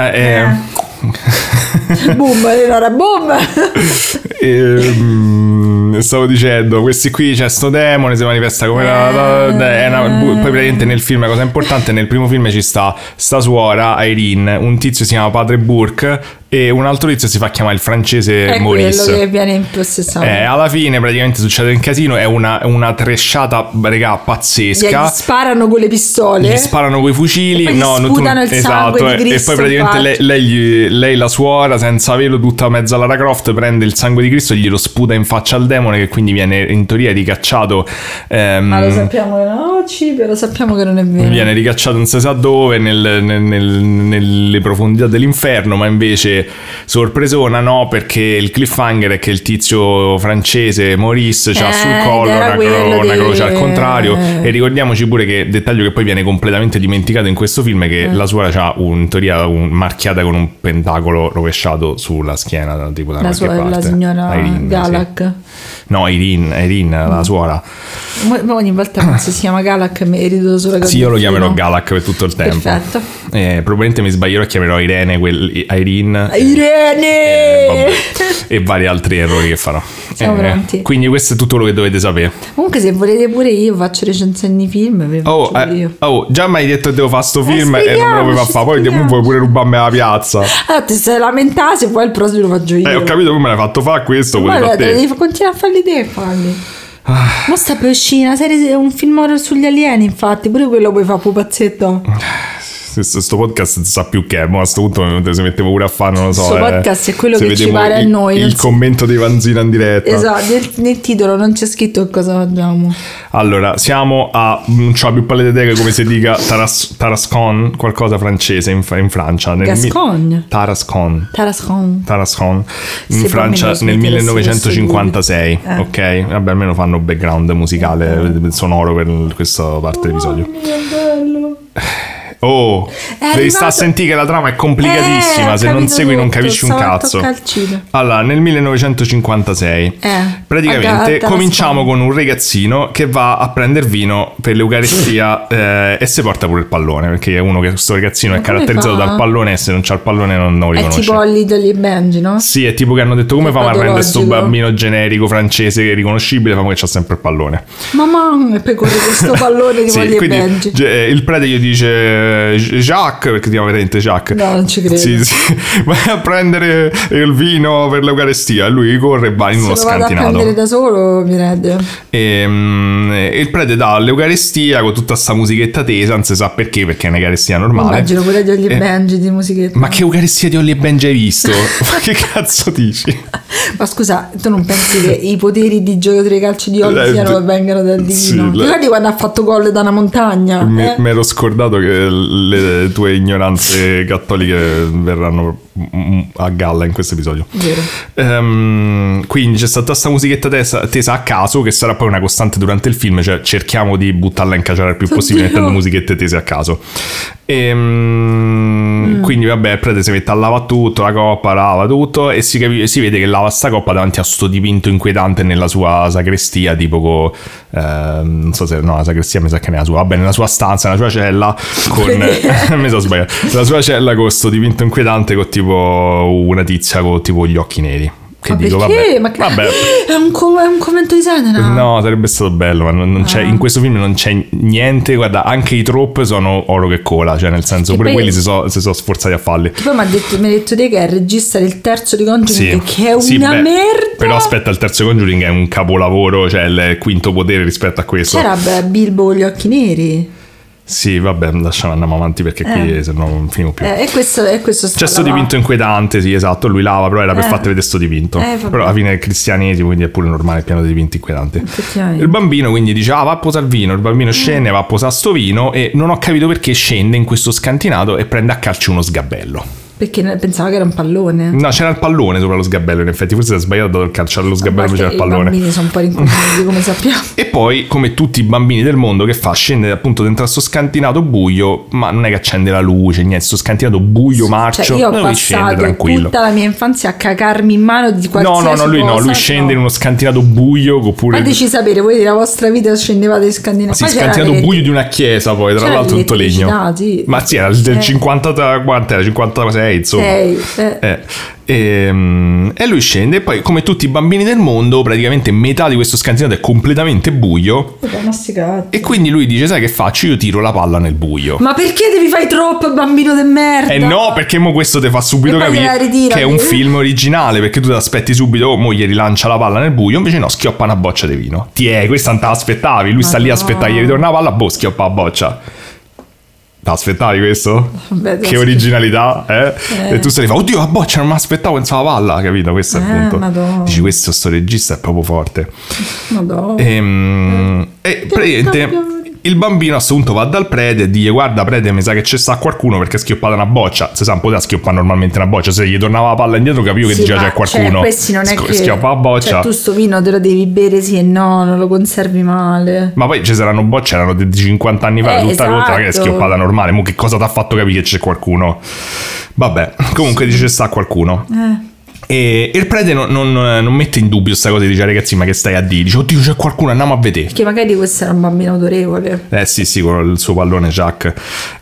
Speaker 1: Boom, Eleonora, boom.
Speaker 2: Stavo dicendo, questi qui c'è sto demone, si manifesta come poi praticamente nel film, la cosa importante, nel primo film ci sta suora Irene, un tizio si chiama Padre Burke e un altro tizio si fa chiamare il francese Maurice,
Speaker 1: quello che viene impossessato.
Speaker 2: Alla fine praticamente succede un casino, è una tresciata, regà, pazzesca.
Speaker 1: Gli sparano con le pistole,
Speaker 2: gli sparano coi fucili,
Speaker 1: e poi sputano il sangue di Cristo,
Speaker 2: e poi praticamente lei la suora senza velo, tutta mezza Lara Croft, prende il sangue di Cristo e glielo sputa in faccia al demone, che quindi viene in teoria ricacciato,
Speaker 1: ma lo sappiamo che però sappiamo che non è vero,
Speaker 2: viene ricacciato non si sa dove, nelle profondità dell'inferno, ma invece sorpresona no, perché il cliffhanger è che il tizio francese Maurice c'ha sul collo una croce al contrario, e ricordiamoci pure che, dettaglio che poi viene completamente dimenticato in questo film, è che la suora c'ha in teoria marchiata con un pentacolo rovesciato sulla schiena, tipo da qualche parte.
Speaker 1: La signora Irene, Galak,
Speaker 2: sì. No, Irene, la suora.
Speaker 1: Ma ogni volta penso si chiama Galak, mi rido solo che
Speaker 2: sì, io lo chiamerò Galak per tutto il tempo.
Speaker 1: Perfetto.
Speaker 2: Probabilmente mi sbaglierò e chiamerò Irene e vari altri errori che farò.
Speaker 1: Siamo pronti.
Speaker 2: Quindi questo è tutto quello che dovete sapere.
Speaker 1: Comunque, se volete pure io faccio recensioni di film.
Speaker 2: Già mi hai detto che devo fare sto film e non me lo vuoi fare. Poi vuoi pure rubarmi la piazza.
Speaker 1: Ti stai lamentando, se poi il prossimo lo faccio io.
Speaker 2: Ho capito, come me l'hai fatto fare questo.
Speaker 1: Continua a farli te, falli. Ma sta per uscire una serie, un film horror sugli alieni, infatti pure quello puoi fare pupazzetto.
Speaker 2: Sto podcast non sa più che è, ma a questo punto si metteva pure a fare, non lo so.
Speaker 1: Questo podcast è quello che ci pare a noi.
Speaker 2: Il commento di Vanzina in diretta.
Speaker 1: Esatto, nel titolo non c'è scritto cosa facciamo.
Speaker 2: Allora, siamo non c'ho più pallide idee come si dica Tarascon, qualcosa francese in Francia.
Speaker 1: Gascogne.
Speaker 2: Tarascon in Francia nel 1956. Ok? Vabbè, almeno fanno background musicale sonoro per questa parte dell'episodio. Devi stare a sentire che la trama è complicatissima, se non segui non capisci un cazzo. Allora, nel 1956 praticamente cominciamo con un ragazzino che va a prendere vino per l'Eucaristia e si porta pure il pallone, perché è uno che questo ragazzino è caratterizzato dal pallone, e se non c'ha il pallone non lo riconosce.
Speaker 1: È tipo Little e Benji, no?
Speaker 2: Sì, è tipo che hanno detto come fa a rendere questo bambino generico francese riconoscibile, ma che c'ha sempre il pallone.
Speaker 1: Mamma, e poi corre questo pallone di Little e Benji.
Speaker 2: Il prete gli dice Jacques, perché ti chiama veramente Jacques?
Speaker 1: No, non ci credo.
Speaker 2: Sì. Vai a prendere il vino per l'Eucaristia, e lui corre e va in uno scantinato. Se lo vado a
Speaker 1: prendere da solo mi rende.
Speaker 2: E il prete dà l'Eucaristia con tutta sta musichetta tesa, non si sa perché è un'Eucaristia normale.
Speaker 1: Immagino pure di Olly e Benji di musichetta.
Speaker 2: Ma che Eucaristia di Olly e Benji hai visto? Ma che cazzo dici?
Speaker 1: Ma scusa, tu non pensi che i poteri di giocatore di calcio di Olly vengano dal divino?
Speaker 2: Sì,
Speaker 1: ricordi quando ha fatto gol da una montagna?
Speaker 2: Mi ero scordato che le tue ignoranze cattoliche verranno a galla in questo episodio. Quindi c'è stata questa musichetta tesa a caso, che sarà poi una costante durante il film, cioè cerchiamo di buttarla in caciara il più possibile mettendo musichette tese a caso. Quindi vabbè, il prete si mette a lava tutto, la coppa lava tutto, e si vede che lava sta coppa davanti a sto dipinto inquietante nella sua sagrestia, tipo non so se la sagrestia mi sa che nella sua, vabbè, nella sua stanza, nella sua cella con mi sono sbagliato, la sua cella con sto dipinto inquietante con tipo una tizia con tipo gli occhi neri. Che dico, vabbè.
Speaker 1: Ma
Speaker 2: vabbè.
Speaker 1: È un commento di Satana.
Speaker 2: No, sarebbe stato bello, ma non c'è, in questo film non c'è niente. Guarda, anche i trope sono oro che cola, cioè nel senso, pure quelli si sono sforzati a farli.
Speaker 1: Che poi mi ha detto te che è il regista del terzo di Conjuring, che è una merda.
Speaker 2: Però aspetta, il terzo Conjuring è un capolavoro, cioè il quinto potere rispetto a questo.
Speaker 1: C'era Bilbo con gli occhi neri.
Speaker 2: Sì, vabbè, andiamo avanti perché qui se no non finiamo più.
Speaker 1: E questo
Speaker 2: c'è sto dipinto inquietante, sì, esatto, lui lava, però era per farti vedere sto dipinto. Però alla fine è il cristianesimo, quindi è pure normale, è pieno di dipinti inquietanti. Il bambino quindi dice, va a posare il vino, il bambino scende, va a posare sto vino e non ho capito perché scende in questo scantinato e prende a calci uno sgabello.
Speaker 1: Perché pensava che era un pallone.
Speaker 2: No, c'era il pallone sopra lo sgabello. In effetti forse si è sbagliato dal calciare lo sgabello, invece c'era il pallone. I bambini sono un po' rincoglioniti, come sappiamo. E poi, come tutti i bambini del mondo, che fa? Scende appunto dentro a sto scantinato buio, ma non è che accende la luce, niente, sto scantinato buio, marcio.
Speaker 1: Cioè io ho passato tutta la mia infanzia a cacarmi in mano di qualsiasi cosa.
Speaker 2: Lui scende in uno scantinato buio. Oppure...
Speaker 1: Fateci sapere, voi della vostra vita scendevate in scantinato.
Speaker 2: Sì, scantinato buio di una chiesa, poi tra l'altro tutto legno.
Speaker 1: Sì.
Speaker 2: Ma sì, era del 50, quanto era? 56, insomma. E lui scende e poi, come tutti i bambini del mondo, praticamente metà di questo scantinato è completamente buio. E quindi lui dice, sai che faccio? Io tiro la palla nel buio.
Speaker 1: Ma perché devi fare troppo, bambino de merda?
Speaker 2: No, perché mo questo ti fa subito capire che è un film originale, perché tu ti aspetti subito, mo gli rilancia la palla nel buio, invece no, schioppa una boccia di vino. Questa non te l'aspettavi, lui sta lì a aspettare, gli ritorna la palla, schioppa la boccia. T'aspettavi questo?
Speaker 1: Beh,
Speaker 2: che originalità, E tu stai fa, oddio la boccia, non mi aspettavo, pensavo la palla, capito? Questo è il punto.
Speaker 1: Madonna.
Speaker 2: Dici, sto regista è proprio forte.
Speaker 1: Madonna.
Speaker 2: E praticamente il bambino a questo punto va dal prete e dice, guarda prete, mi sa che c'è sta qualcuno perché è schioppata una boccia. Se sa un po' da schioppare normalmente una boccia, se gli tornava la palla indietro capivo che già c'è qualcuno.
Speaker 1: Cioè, questi non è che
Speaker 2: schioppa la boccia.
Speaker 1: Cioè, tu sto vino te lo devi bere sì e no, non lo conservi male.
Speaker 2: Ma poi ci saranno bocce, erano di 50 anni fa, tutta rotta, che è schioppata normale. Mo che cosa ti ha fatto capire che c'è qualcuno? Vabbè, comunque dice sta qualcuno. E il prete non mette in dubbio questa cosa, dice ragazzi ma che stai a dire? Dice oddio c'è qualcuno, andiamo a vedere.
Speaker 1: Perché magari questo era un bambino autorevole.
Speaker 2: Sì, con il suo pallone Jacques.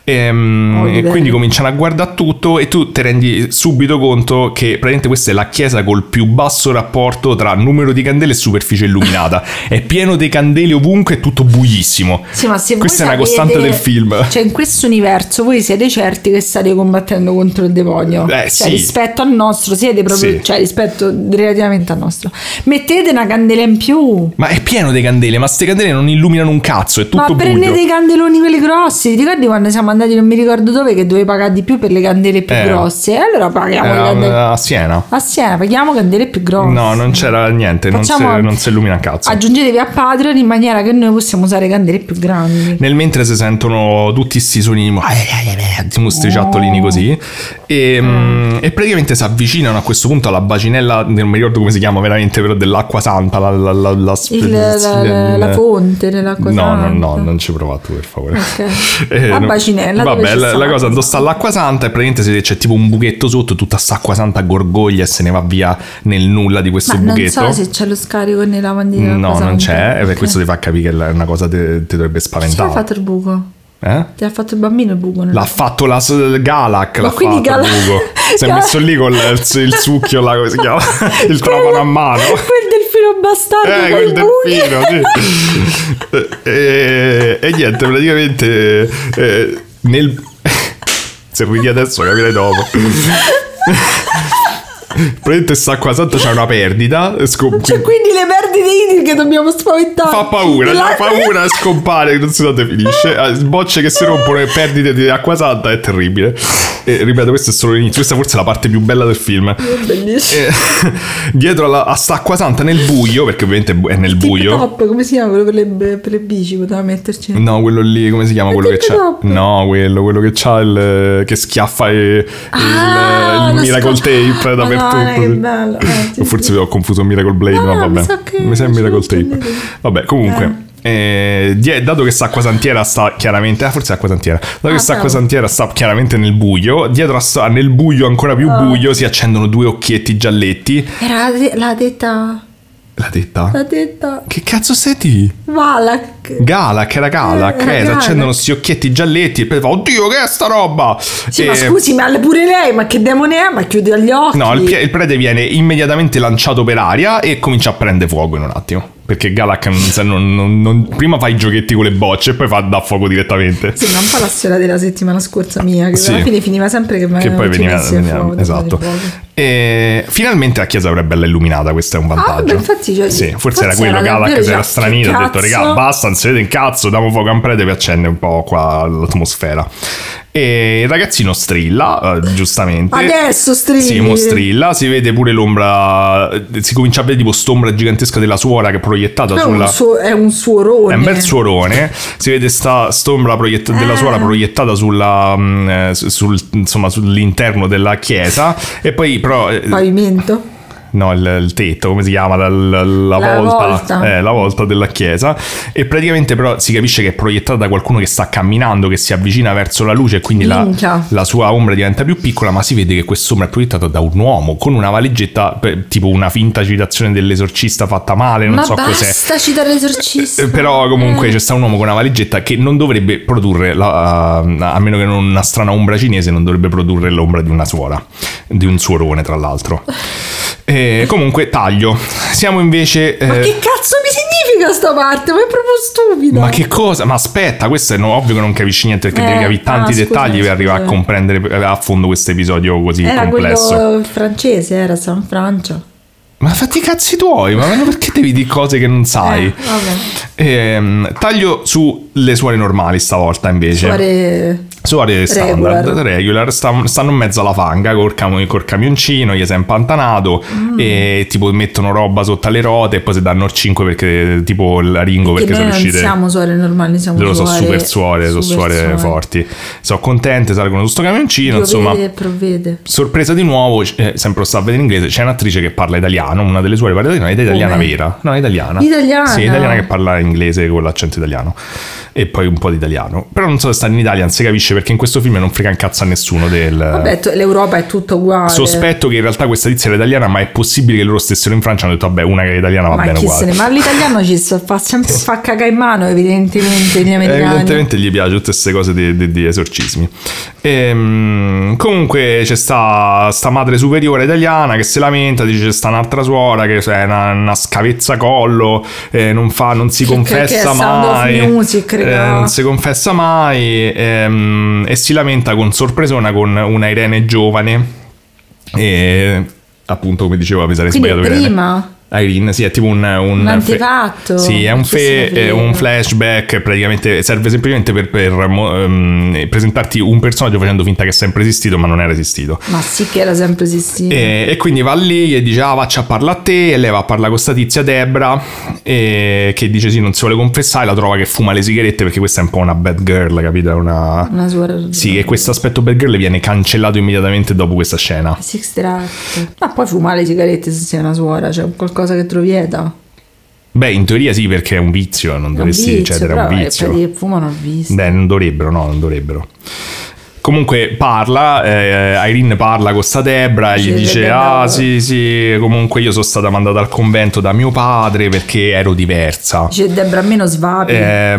Speaker 2: E quindi cominciano a guardare tutto e tu ti rendi subito conto che praticamente questa è la chiesa col più basso rapporto tra numero di candele e superficie illuminata. È pieno di candele ovunque, è tutto buissimo.
Speaker 1: Sì, ma se
Speaker 2: questa
Speaker 1: voi
Speaker 2: è una costante del film.
Speaker 1: Cioè in questo universo voi siete certi che state combattendo contro il demonio? Cioè
Speaker 2: sì.
Speaker 1: Rispetto al nostro siete proprio...
Speaker 2: Sì.
Speaker 1: Cioè rispetto relativamente al nostro, mettete una candela in più.
Speaker 2: Ma è pieno di candele, ma ste candele non illuminano un cazzo, è tutto buio.
Speaker 1: Ma prendete i candeloni quelli grossi. Ti ricordi quando siamo andati non mi ricordo dove che dovevi pagare di più per le candele più grosse? E allora paghiamo le candele
Speaker 2: a Siena paghiamo
Speaker 1: candele più grosse.
Speaker 2: No, non c'era niente, non si illumina un cazzo.
Speaker 1: Aggiungetevi a Patreon in maniera che noi possiamo usare candele più grandi.
Speaker 2: Nel mentre si sentono tutti sti suoni di mostriciattolini così e praticamente si avvicinano a questo punto alla bacinella, non mi ricordo come si chiama veramente, però dell'acqua santa, la
Speaker 1: fonte dell'acqua santa.
Speaker 2: No, non ci provate per favore.
Speaker 1: Okay. La bacinella.
Speaker 2: Vabbè, la cosa dove sta l'acqua santa e praticamente c'è tipo un buchetto sotto, tutta sta acqua santa gorgoglia e se ne va via nel nulla di questo buchetto.
Speaker 1: Non so se c'è lo scarico nei lavandini.
Speaker 2: No, non c'è, e per questo ti fa capire che è una cosa che ti dovrebbe spaventare.
Speaker 1: Chi ha fatto il buco? Ti ha fatto il bambino il buco?
Speaker 2: L'ha fatto la Galac, l'ha fatto il buco. Si è messo lì con il succhio là, come si chiama? Il trapano a mano.
Speaker 1: Quel delfino bastardo.
Speaker 2: Quel delfino, sì. E niente, praticamente se ridi adesso capirai dopo. Praticamente sta acqua santa c'è una perdita.
Speaker 1: Cioè quindi le perdite idriche dobbiamo spaventare.
Speaker 2: Fa paura, scompare, non si sa dove finisce. Bocce che si rompono e perdite di acqua santa è terribile. E ripeto, questo è solo l'inizio. Questa forse è la parte più bella del film.
Speaker 1: È bellissimo.
Speaker 2: Dietro a sta acqua santa nel buio, perché ovviamente è nel buio.
Speaker 1: Top, come si chiama quello per le bici? Poteva metterci.
Speaker 2: No, quello lì, come si chiama? Quello che c'ha. No, quello che c'ha che schiaffa il Miracle Tape dappertutto.
Speaker 1: Che bello.
Speaker 2: Forse ho confuso Miracle Blade, ma vabbè. Mi sa Miracle Tape. Vabbè, comunque. Dato che sta acqua santiera sta chiaramente forse acqua santiera, dato che sta acqua santiera sta chiaramente nel buio, dietro nel buio ancora più buio si accendono due occhietti gialletti.
Speaker 1: Era l'ha detta
Speaker 2: L'ha detta?
Speaker 1: L'ha detta.
Speaker 2: Che cazzo senti? Galak, era Galak. Si accendono sti occhietti gialletti e poi fa, oddio, che è sta roba?
Speaker 1: Sì, ma scusi, ma pure lei, ma che demone è? Ma chiude gli occhi.
Speaker 2: No, il prete viene immediatamente lanciato per aria e comincia a prendere fuoco in un attimo. Perché Galak prima fa i giochetti con le bocce e poi da fuoco direttamente.
Speaker 1: Sembra un po' la storia della settimana scorsa mia, che alla fine finiva sempre che poi veniva fuoco,
Speaker 2: esatto. E finalmente la chiesa avrebbe bella illuminata, questo è un vantaggio.
Speaker 1: Infatti,
Speaker 2: sì, forse era quello. Galak si era stranito, ha detto regà, basta, non si vede un cazzo, diamo fuoco a un prete per accendere un po' qua l'atmosfera. E il ragazzino strilla, giustamente.
Speaker 1: Adesso strilla.
Speaker 2: Sì, mo strilla. Si vede pure l'ombra. Si comincia a vedere tipo st'ombra gigantesca della suora che è proiettata sulla.
Speaker 1: È un suorone.
Speaker 2: È un bel suorone. Si vede st'ombra della suora proiettata insomma, sull'interno della chiesa. E poi però.
Speaker 1: Pavimento.
Speaker 2: No, il tetto, come si chiama? La volta della chiesa. E praticamente però si capisce che è proiettata da qualcuno che sta camminando, che si avvicina verso la luce e quindi la sua ombra diventa più piccola, ma si vede che quest'ombra è proiettata da un uomo con una valigetta, tipo una finta citazione dell'Esorcista fatta male, non so cos'è.
Speaker 1: Basta citare l'Esorcista.
Speaker 2: Però comunque c'è sta un uomo con una valigetta che non dovrebbe produrre, a meno che non una strana ombra cinese, non dovrebbe produrre l'ombra di una suora, di un suorone tra l'altro. Comunque taglio. Siamo invece
Speaker 1: ma che cazzo mi significa sta parte? Ma è proprio stupida.
Speaker 2: Ma che cosa? Ma aspetta, questo è ovvio che non capisci niente, perché devi capire tanti dettagli per arrivare a comprendere a fondo questo episodio così complesso.
Speaker 1: Era quello francese, era San Francia.
Speaker 2: Ma fatti i cazzi tuoi, ma perché devi dire cose che non sai? Taglio sulle suore normali stavolta invece. Suore standard, regular, stanno in mezzo alla fanga col camioncino, gli si è impantanato e tipo mettono roba sotto alle rote e poi si danno il 5 perché tipo la Ringo, perché sono riuscite.
Speaker 1: Non siamo suore normali, siamo
Speaker 2: loro sono super suore forti. Sono contente, salgono su sto camioncino, insomma.
Speaker 1: Provvede.
Speaker 2: Sorpresa di nuovo, sempre sta a vedere in inglese, c'è un'attrice che parla italiano, una delle suore parla italiano, è italiana vera. No, è italiana. Sì, italiana che parla inglese con l'accento italiano. E poi un po' di italiano. Però non so se sta in Italia, non si capisce perché in questo film non frega un cazzo a nessuno
Speaker 1: Vabbè, l'Europa è tutto uguale.
Speaker 2: Sospetto che in realtà questa tizia era italiana, ma è possibile che loro stessero in Francia e hanno detto vabbè, una che è italiana va bene uguale.
Speaker 1: Ma l'italiano ci fa sempre fa cagare in mano, evidentemente gli americani.
Speaker 2: Evidentemente gli piace tutte queste cose di esorcismi. Comunque c'è sta madre superiore italiana che si lamenta, dice c'è sta un'altra suora che è una scavezzacollo, non si confessa mai. Non si confessa mai e si lamenta con sorpresona con una Irene giovane e appunto, come dicevo, mi sarei sbagliato. Irene, sì, è tipo un
Speaker 1: antefatto.
Speaker 2: Sì, è un flashback, praticamente serve semplicemente per presentarti un personaggio facendo finta che è sempre esistito, ma non era esistito.
Speaker 1: Ma sì che era sempre esistito.
Speaker 2: E quindi va lì e dice vacci a parlare a te, e lei va a parlare con sta tizia Debra che dice sì, non si vuole confessare, la trova che fuma le sigarette perché questa è un po' una bad girl, capito? Una suora. Sì, e questo aspetto bad girl viene cancellato immediatamente dopo questa scena.
Speaker 1: Ma poi fumare le sigarette se sei una suora, cioè qualcosa che te lo vieta?
Speaker 2: Beh, in teoria sì, perché è un vizio, non dovresti cedere a un vizio.
Speaker 1: Quelli che fumano ho visto.
Speaker 2: Beh, non dovrebbero. Comunque Irene parla con sta Debra e gli dice sì, comunque io sono stata mandata al convento da mio padre perché ero diversa.
Speaker 1: Dice Debra almeno svapi.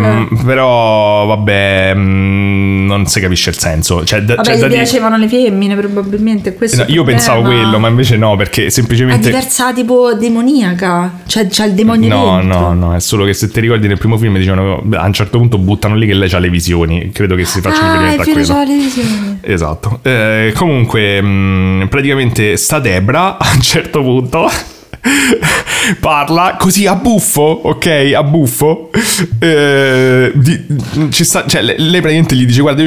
Speaker 2: Però vabbè, non si capisce il senso.
Speaker 1: Gli piacevano le femmine probabilmente. Questo
Speaker 2: io pensavo quello, ma invece no, perché semplicemente
Speaker 1: è diversa tipo demoniaca, cioè c'ha il demonio dentro.
Speaker 2: No, è solo che se ti ricordi nel primo film dicevano a un certo punto buttano lì che lei ha le visioni, credo che si faccia riferimento a quello. Esatto. Comunque praticamente sta Debra a un certo punto parla così a buffo, ok? A buffo ci sta, cioè, lei praticamente gli dice guarda io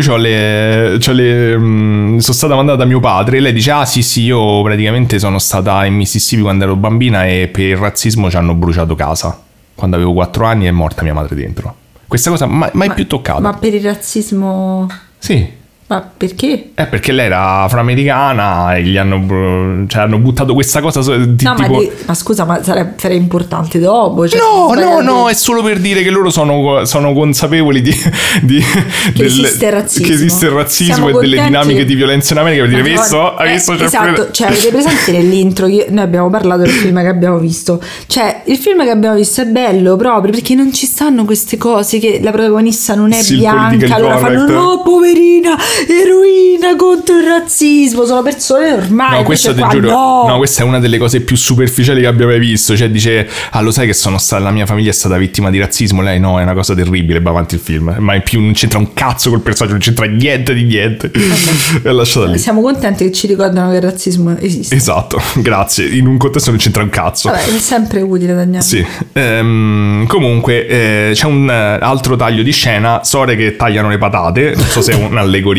Speaker 2: sono stata mandata da mio padre, e lei dice sì io praticamente sono stata in Mississippi quando ero bambina e per il razzismo ci hanno bruciato casa quando avevo 4 anni e è morta mia madre dentro. Questa cosa mai più toccata.
Speaker 1: Ma per il razzismo?
Speaker 2: Sì.
Speaker 1: Ma perché?
Speaker 2: Perché lei era afroamericana e gli hanno buttato questa cosa
Speaker 1: ma scusa, ma sarei importante dopo? Cioè,
Speaker 2: no, è solo per dire che loro sono consapevoli che esiste il razzismo e delle dinamiche di violenza in America, per dire, hai visto
Speaker 1: esatto, cioè avete presente nell'intro, noi abbiamo parlato del film che abbiamo visto, cioè il film che abbiamo visto è bello proprio perché non ci stanno queste cose che la protagonista non è bianca, allora fanno no poverina, eroina contro il razzismo, sono persone normali.
Speaker 2: No, questo ti giuro, no, questa è una delle cose più superficiali che abbia mai visto. Cioè dice, lo sai che la mia famiglia è stata vittima di razzismo? Lei no, è una cosa terribile, va avanti il film. Ma in più non c'entra un cazzo col personaggio, non c'entra niente di niente. E lasciata lì.
Speaker 1: Siamo contenti che ci ricordano che il razzismo esiste.
Speaker 2: Esatto, grazie. In un contesto non c'entra un cazzo.
Speaker 1: Vabbè, è sempre utile, Daniele.
Speaker 2: Sì. Comunque c'è un altro taglio di scena, Sore che tagliano le patate, non so se è un'allegoria.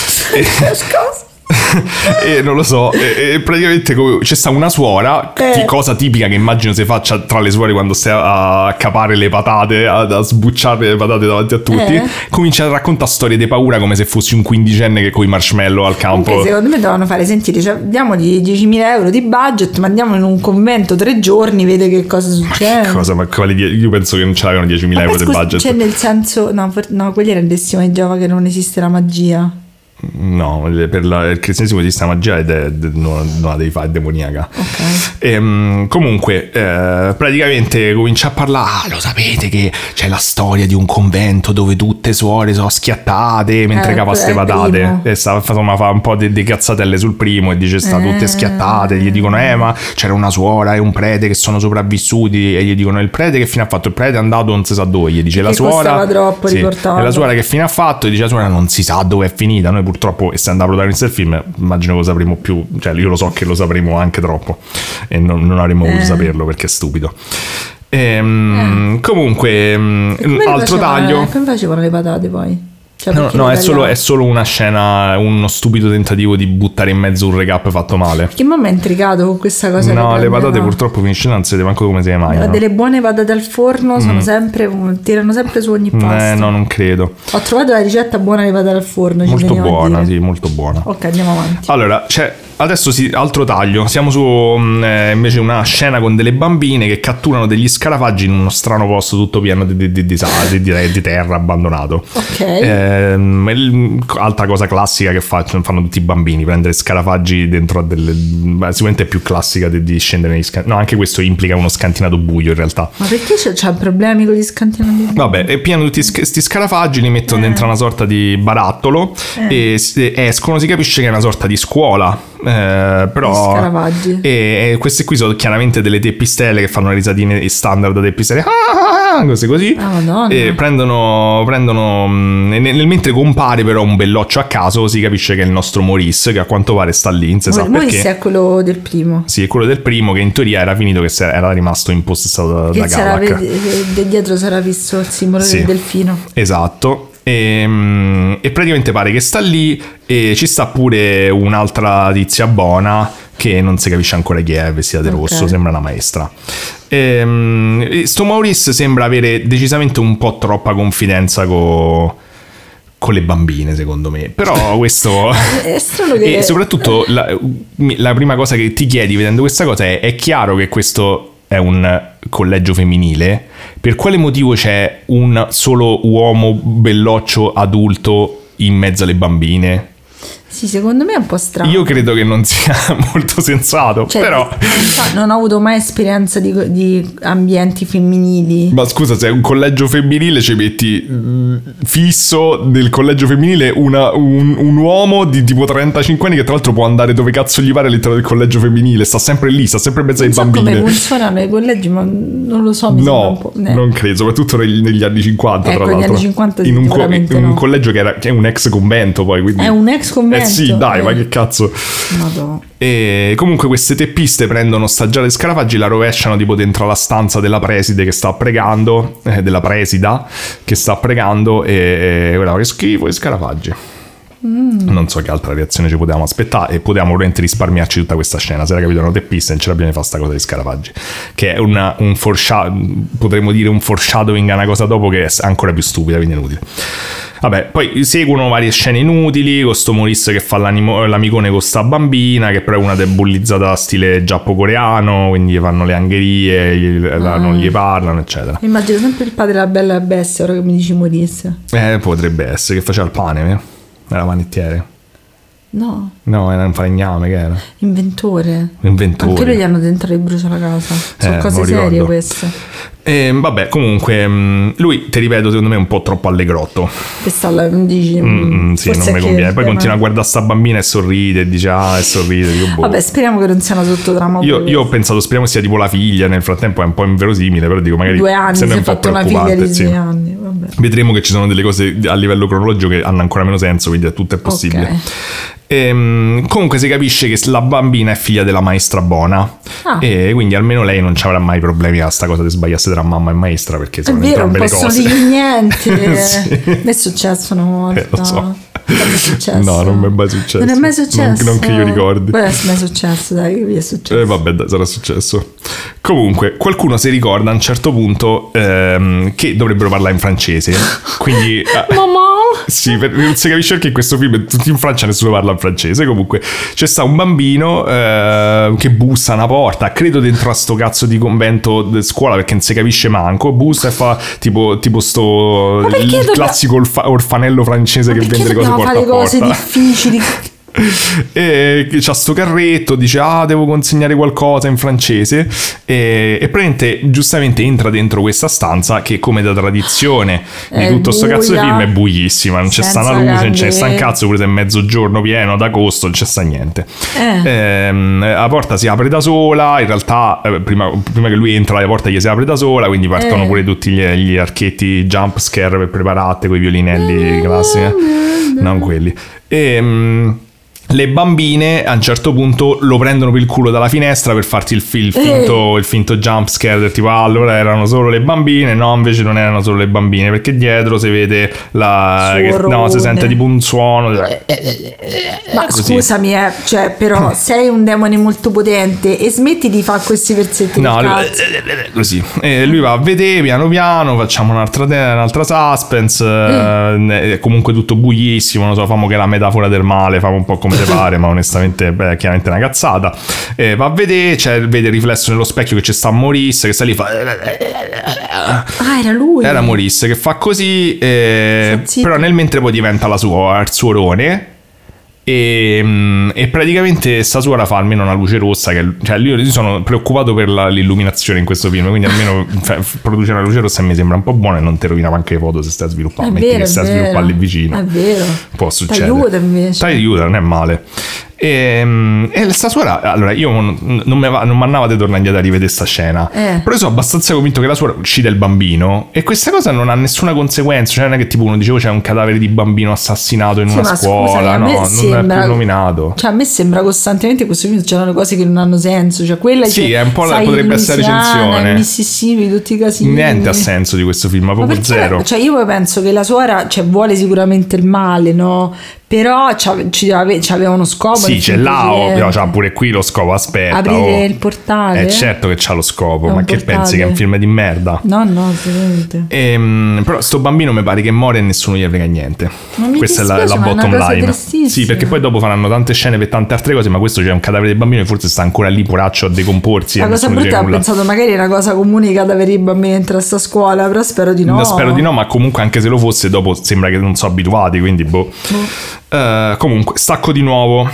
Speaker 2: E non lo so, e praticamente c'è sta una suora, cosa tipica che immagino si faccia tra le suore quando stai a capare le patate, a sbucciare le patate davanti a tutti, comincia a raccontare storie di paura come se fossi un quindicenne che coi marshmallow al campo.
Speaker 1: Comunque, secondo me dovevano fare, sentire, cioè, diamogli 10.000 euro di budget, mandiamo in un convento 3 giorni, vede che cosa succede.
Speaker 2: Io penso che non ce l'avevano 10.000 euro di budget.
Speaker 1: Cioè nel senso, no, quelli erano il destino di Giova, che non esiste la magia.
Speaker 2: No, per il cristianesimo esiste la magia ed non la devi fare, è demoniaca.
Speaker 1: Okay.
Speaker 2: Comunque praticamente comincia a parlare, lo sapete che c'è la storia di un convento dove tutte suore sono schiattate mentre capa ste patate, e fa un po' di cazzatelle sul primo e dice sta tutte schiattate, gli dicono ma c'era una suora e un prete che sono sopravvissuti, e gli dicono il prete che fine ha fatto? Il prete è andato non si sa dove, gli dice la suora
Speaker 1: troppo,
Speaker 2: sì, e la suora che fine ha fatto? E dice la suora non si sa dove è finita. Noi purtroppo, essendo la protagonista del film, immagino che lo sapremo più, cioè io lo so che lo sapremo anche troppo e non avremmo voluto saperlo perché è stupido. Comunque altro taglio.
Speaker 1: Come facevano le patate poi? Cioè,
Speaker 2: no, è solo una scena, uno stupido tentativo di buttare in mezzo un recap fatto male.
Speaker 1: Perché mi ha intrigato con questa cosa.
Speaker 2: No, le patate purtroppo finiscono, non si manco come si mai.
Speaker 1: Delle buone patate al forno sono sempre, tirano sempre su ogni pasto.
Speaker 2: No, non credo.
Speaker 1: Ho trovato la ricetta buona di patate al forno.
Speaker 2: Molto buona, sì, molto buona.
Speaker 1: Ok, andiamo avanti.
Speaker 2: Allora, adesso altro taglio. Siamo su invece una scena con delle bambine che catturano degli scarafaggi in uno strano posto tutto pieno di terra abbandonato.
Speaker 1: Ok.
Speaker 2: Altra cosa classica che fanno tutti i bambini, prendere scarafaggi dentro a sicuramente è più classica di scendere negli scantinatori. No, anche questo implica uno scantinato buio in realtà.
Speaker 1: Ma perché c'è problemi con gli scantinati buio?
Speaker 2: Vabbè, è pieno di tutti questi scarafaggi, li mettono dentro una sorta di barattolo e escono, si capisce che è una sorta di scuola. Però
Speaker 1: scaravaggi.
Speaker 2: E queste qui sono chiaramente delle teppistelle che fanno le risatine standard da teppistelle, cose così. E prendono nel mentre compare però un belloccio a caso, si capisce che è il nostro Maurice, che a quanto pare sta lì, non si sa perché.
Speaker 1: Maurice è quello del primo.
Speaker 2: Sì, è quello del primo, che in teoria era finito, che era rimasto impossessato da Galak.
Speaker 1: Dietro sarà visto il simbolo del delfino.
Speaker 2: Esatto. E praticamente pare che sta lì, e ci sta pure un'altra tizia buona che non si capisce ancora chi è, vestita di rosso, sembra una maestra. Sto Maurice sembra avere decisamente un po' troppa confidenza con le bambine, secondo me. Però questo
Speaker 1: è strano che...
Speaker 2: E soprattutto la prima cosa che ti chiedi vedendo questa cosa è chiaro che questo è un collegio femminile, per quale motivo c'è un solo uomo belloccio adulto in mezzo alle bambine?
Speaker 1: Sì, secondo me è un po' strano.
Speaker 2: Io credo che non sia molto sensato, però
Speaker 1: non ho avuto mai esperienza di ambienti femminili.
Speaker 2: Ma scusa, se è un collegio femminile ci metti fisso del collegio femminile un uomo di tipo 35 anni che tra l'altro può andare dove cazzo gli pare all'interno del collegio femminile, sta sempre lì, sta sempre in mezzo ai bambini.
Speaker 1: Non so come funzionano i collegi, ma non lo so, mi sembra un po'.
Speaker 2: Non credo, soprattutto negli anni 50, tra l'altro.
Speaker 1: Negli anni 50
Speaker 2: in un collegio che è un ex convento, poi, quindi
Speaker 1: è un ex convento.
Speaker 2: Sì, dai, ma che cazzo.
Speaker 1: Madonna.
Speaker 2: E comunque queste teppiste prendono staggiare scarafaggi, la rovesciano tipo dentro la stanza della preside che sta pregando, della presida che sta pregando, e guarda che schifo, i scarafaggi. Non so che altra reazione ci potevamo aspettare, e potevamo veramente risparmiarci tutta questa scena. Se era capito, una teppista, non ce l'abbiamo fatta sta cosa di scarafaggi, che è potremmo dire un foreshadowing a una cosa dopo che è ancora più stupida, quindi è inutile. Vabbè, poi seguono varie scene inutili, con sto Maurice che fa l'amicone con sta bambina, che però è una bullizzata stile giappo-coreano, quindi gli fanno le angherie, non gli parlano, eccetera.
Speaker 1: Immagino sempre il padre della Bella e Bestia, ora che mi dici Maurice.
Speaker 2: Potrebbe essere, che faceva il pane, era panettiere.
Speaker 1: No,
Speaker 2: era un falegname, che era?
Speaker 1: Inventore.
Speaker 2: Anche
Speaker 1: lui gli hanno tentato di bruciare la casa. Sono cose serie queste.
Speaker 2: Vabbè, comunque lui, ti ripeto, secondo me è un po' troppo allegrotto.
Speaker 1: Questa dici,
Speaker 2: sì, non mi conviene. Poi continua a guardare sta bambina e sorride e dice e sorride.
Speaker 1: Vabbè, speriamo che non sia una sottotrama.
Speaker 2: Io ho pensato, speriamo sia tipo la figlia. Nel frattempo è un po' inverosimile, però dico magari
Speaker 1: 2 anni si è fatto una figlia di 2 anni. Vabbè.
Speaker 2: Vedremo che ci sono delle cose a livello cronologico che hanno ancora meno senso, quindi tutto è possibile. Okay. Comunque si capisce che la bambina è figlia della maestra Bona e quindi almeno lei non ci avrà mai problemi a sta cosa di sbagliarsi tra mamma e maestra, perché sono entrambe le cose.
Speaker 1: Non possono dire niente. Sì. Mi è successo una volta.
Speaker 2: Lo so. No, non mi è mai successo.
Speaker 1: Non è mai successo.
Speaker 2: Non che io ricordi.
Speaker 1: Poi è mai successo, dai, che vi è successo.
Speaker 2: Vabbè, dai, sarà successo. Comunque, qualcuno si ricorda a un certo punto che dovrebbero parlare in francese. Quindi
Speaker 1: mamma.
Speaker 2: Sì, non si capisce perché in questo film tutti in Francia nessuno parla in francese. Comunque c'è sta un bambino che bussa a una porta, credo dentro a sto cazzo di convento di scuola, perché non si capisce manco, bussa e fa tipo sto il classico orfanello francese che vende le cose porta a porta.
Speaker 1: Ma cose difficili.
Speaker 2: E c'ha sto carretto, dice devo consegnare qualcosa in francese e praticamente giustamente entra dentro questa stanza che, come da tradizione di tutto sto cazzo di film, è buissima, non c'è sta una luce, non c'è sta un cazzo, pure se è mezzogiorno pieno ad agosto non c'è sta niente. La porta si apre da sola, in realtà prima che lui entra la porta gli si apre da sola, quindi partono pure tutti gli archetti jump scare per preparate con i violinelli classici, non quelli. Le bambine a un certo punto lo prendono per il culo dalla finestra per farti il finto jump scare del tipo allora erano solo le bambine. No, invece non erano solo le bambine, perché dietro si vede si sente tipo un suono.
Speaker 1: Ma così. Scusami, cioè, però sei un demone molto potente e smetti di fare questi versetti.
Speaker 2: No, così. Lui va a vedere piano piano, facciamo un'altra suspense. È comunque tutto buissimo, non so, famo che la metafora del male, famo un po' come pare, ma onestamente chiaramente è una cazzata. Va a vedere, vede riflesso nello specchio che c'è sta Maurice che sta lì, fa
Speaker 1: era lui,
Speaker 2: era Maurice che fa così, però nel mentre poi diventa il suo orone. E praticamente sta suora fa almeno una luce rossa cioè io sono preoccupato per l'illuminazione in questo film, quindi almeno produce una luce rossa e mi sembra un po' buona e non ti rovina anche le foto se stai a sviluppare, metti che stai a sviluppare lì vicino,
Speaker 1: è vero,
Speaker 2: può succedere,
Speaker 1: ti
Speaker 2: aiuta, non è male. E sta suora, allora io non mi andava di tornare indietro a rivedere sta scena, però io sono abbastanza convinto che la suora uccide il bambino e questa cosa non ha nessuna conseguenza, cioè non è che tipo uno dicevo c'è un cadavere di bambino assassinato in una scuola, no, non è più nominato.
Speaker 1: Cioè a me sembra costantemente in questo film c'erano cose che non hanno senso, cioè quella
Speaker 2: sì, è un po' potrebbe essere recensione,
Speaker 1: Mississippi, tutti i casini,
Speaker 2: niente ha senso di questo film, ma proprio zero.
Speaker 1: Cioè io penso che la suora vuole sicuramente il male, no? Però c'aveva uno scopo.
Speaker 2: Sì, c'è là, c'ha pure qui lo scopo, aspetta.
Speaker 1: Aprire il portale.
Speaker 2: È certo che c'ha lo scopo, ma che pensi che è un film di merda?
Speaker 1: No, sicuramente.
Speaker 2: Però sto bambino mi pare che muore e nessuno gli frega niente. Questa è la bottom line. Sì, perché poi dopo faranno tante scene per tante altre cose, ma questo c'è un cadavere di bambino e forse sta ancora lì poraccio a decomporsi.
Speaker 1: La cosa brutta, ho pensato magari è una cosa comune i cadaveri di bambini dentro a sta scuola, però spero di no.
Speaker 2: Spero di no, ma comunque anche se lo fosse dopo sembra che non sono abituati, quindi comunque stacco di nuovo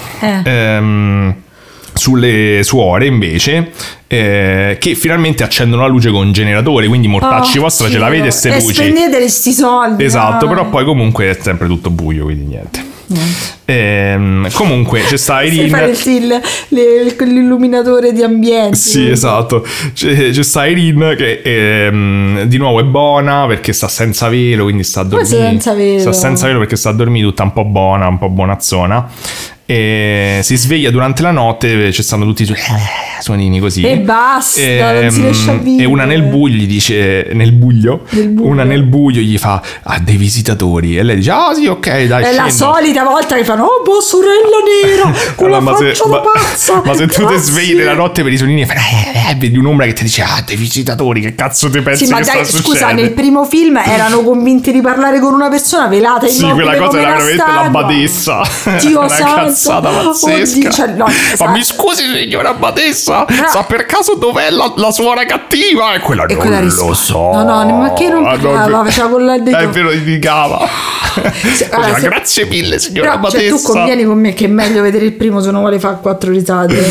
Speaker 2: sulle suore invece che finalmente accendono la luce con un generatore, quindi mortacci vostra ce l'avete ste luci,
Speaker 1: spendete sti soldi,
Speaker 2: esatto, però poi comunque è sempre tutto buio, quindi niente. Comunque c'è sta Irene,
Speaker 1: fare l'illuminatore di ambiente.
Speaker 2: Sì, esatto, c'è sta Irene che di nuovo è buona perché sta senza velo, quindi sta a dormire, sta senza velo perché sta a dormire tutta un po' buona, un po' buonazzona. e si sveglia durante la notte, ci stanno tutti suonini così
Speaker 1: e basta, non si riesce a vivere.
Speaker 2: E una nel buio gli dice una nel buio gli fa dei visitatori, e lei dice sì, ok, dai,
Speaker 1: è la solita volta che fanno sorella nera con la faccia da pazza.
Speaker 2: Ma se tu ti svegli nella notte per i suonini e fai vedi un'ombra che ti dice dei visitatori, che cazzo ti pensi che sta succedendo?
Speaker 1: Scusa, nel primo film erano convinti di parlare con una persona velata
Speaker 2: immobile. Sì, quella cosa era veramente la badessa.
Speaker 1: Dio
Speaker 2: una cazzata pazzesca.
Speaker 1: Oddio,
Speaker 2: ma mi scusi signora badessa, sa per caso dov'è la suora cattiva? E quella non lo so.
Speaker 1: No, ma che non faceva con la
Speaker 2: è vero, indicava. Grazie mille signora badessa.
Speaker 1: Tu convieni con me che è meglio vedere il primo se uno vuole fare 4 risate.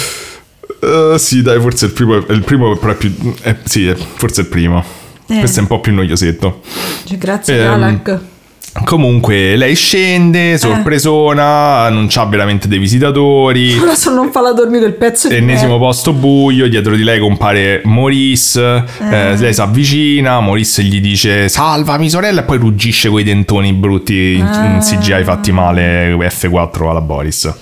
Speaker 2: Sì, dai, forse il primo però è più forse il primo. Questo è un po' più noiosetto.
Speaker 1: Grazie Galak.
Speaker 2: Comunque lei scende, sorpresona, non c'ha veramente dei visitatori.
Speaker 1: Adesso non fa la dormire il pezzo di
Speaker 2: ennesimo posto buio, dietro di lei compare Maurice, lei si avvicina, Maurice gli dice salvami sorella, e poi ruggisce coi dentoni brutti in CGI fatti male, F4 alla Boris.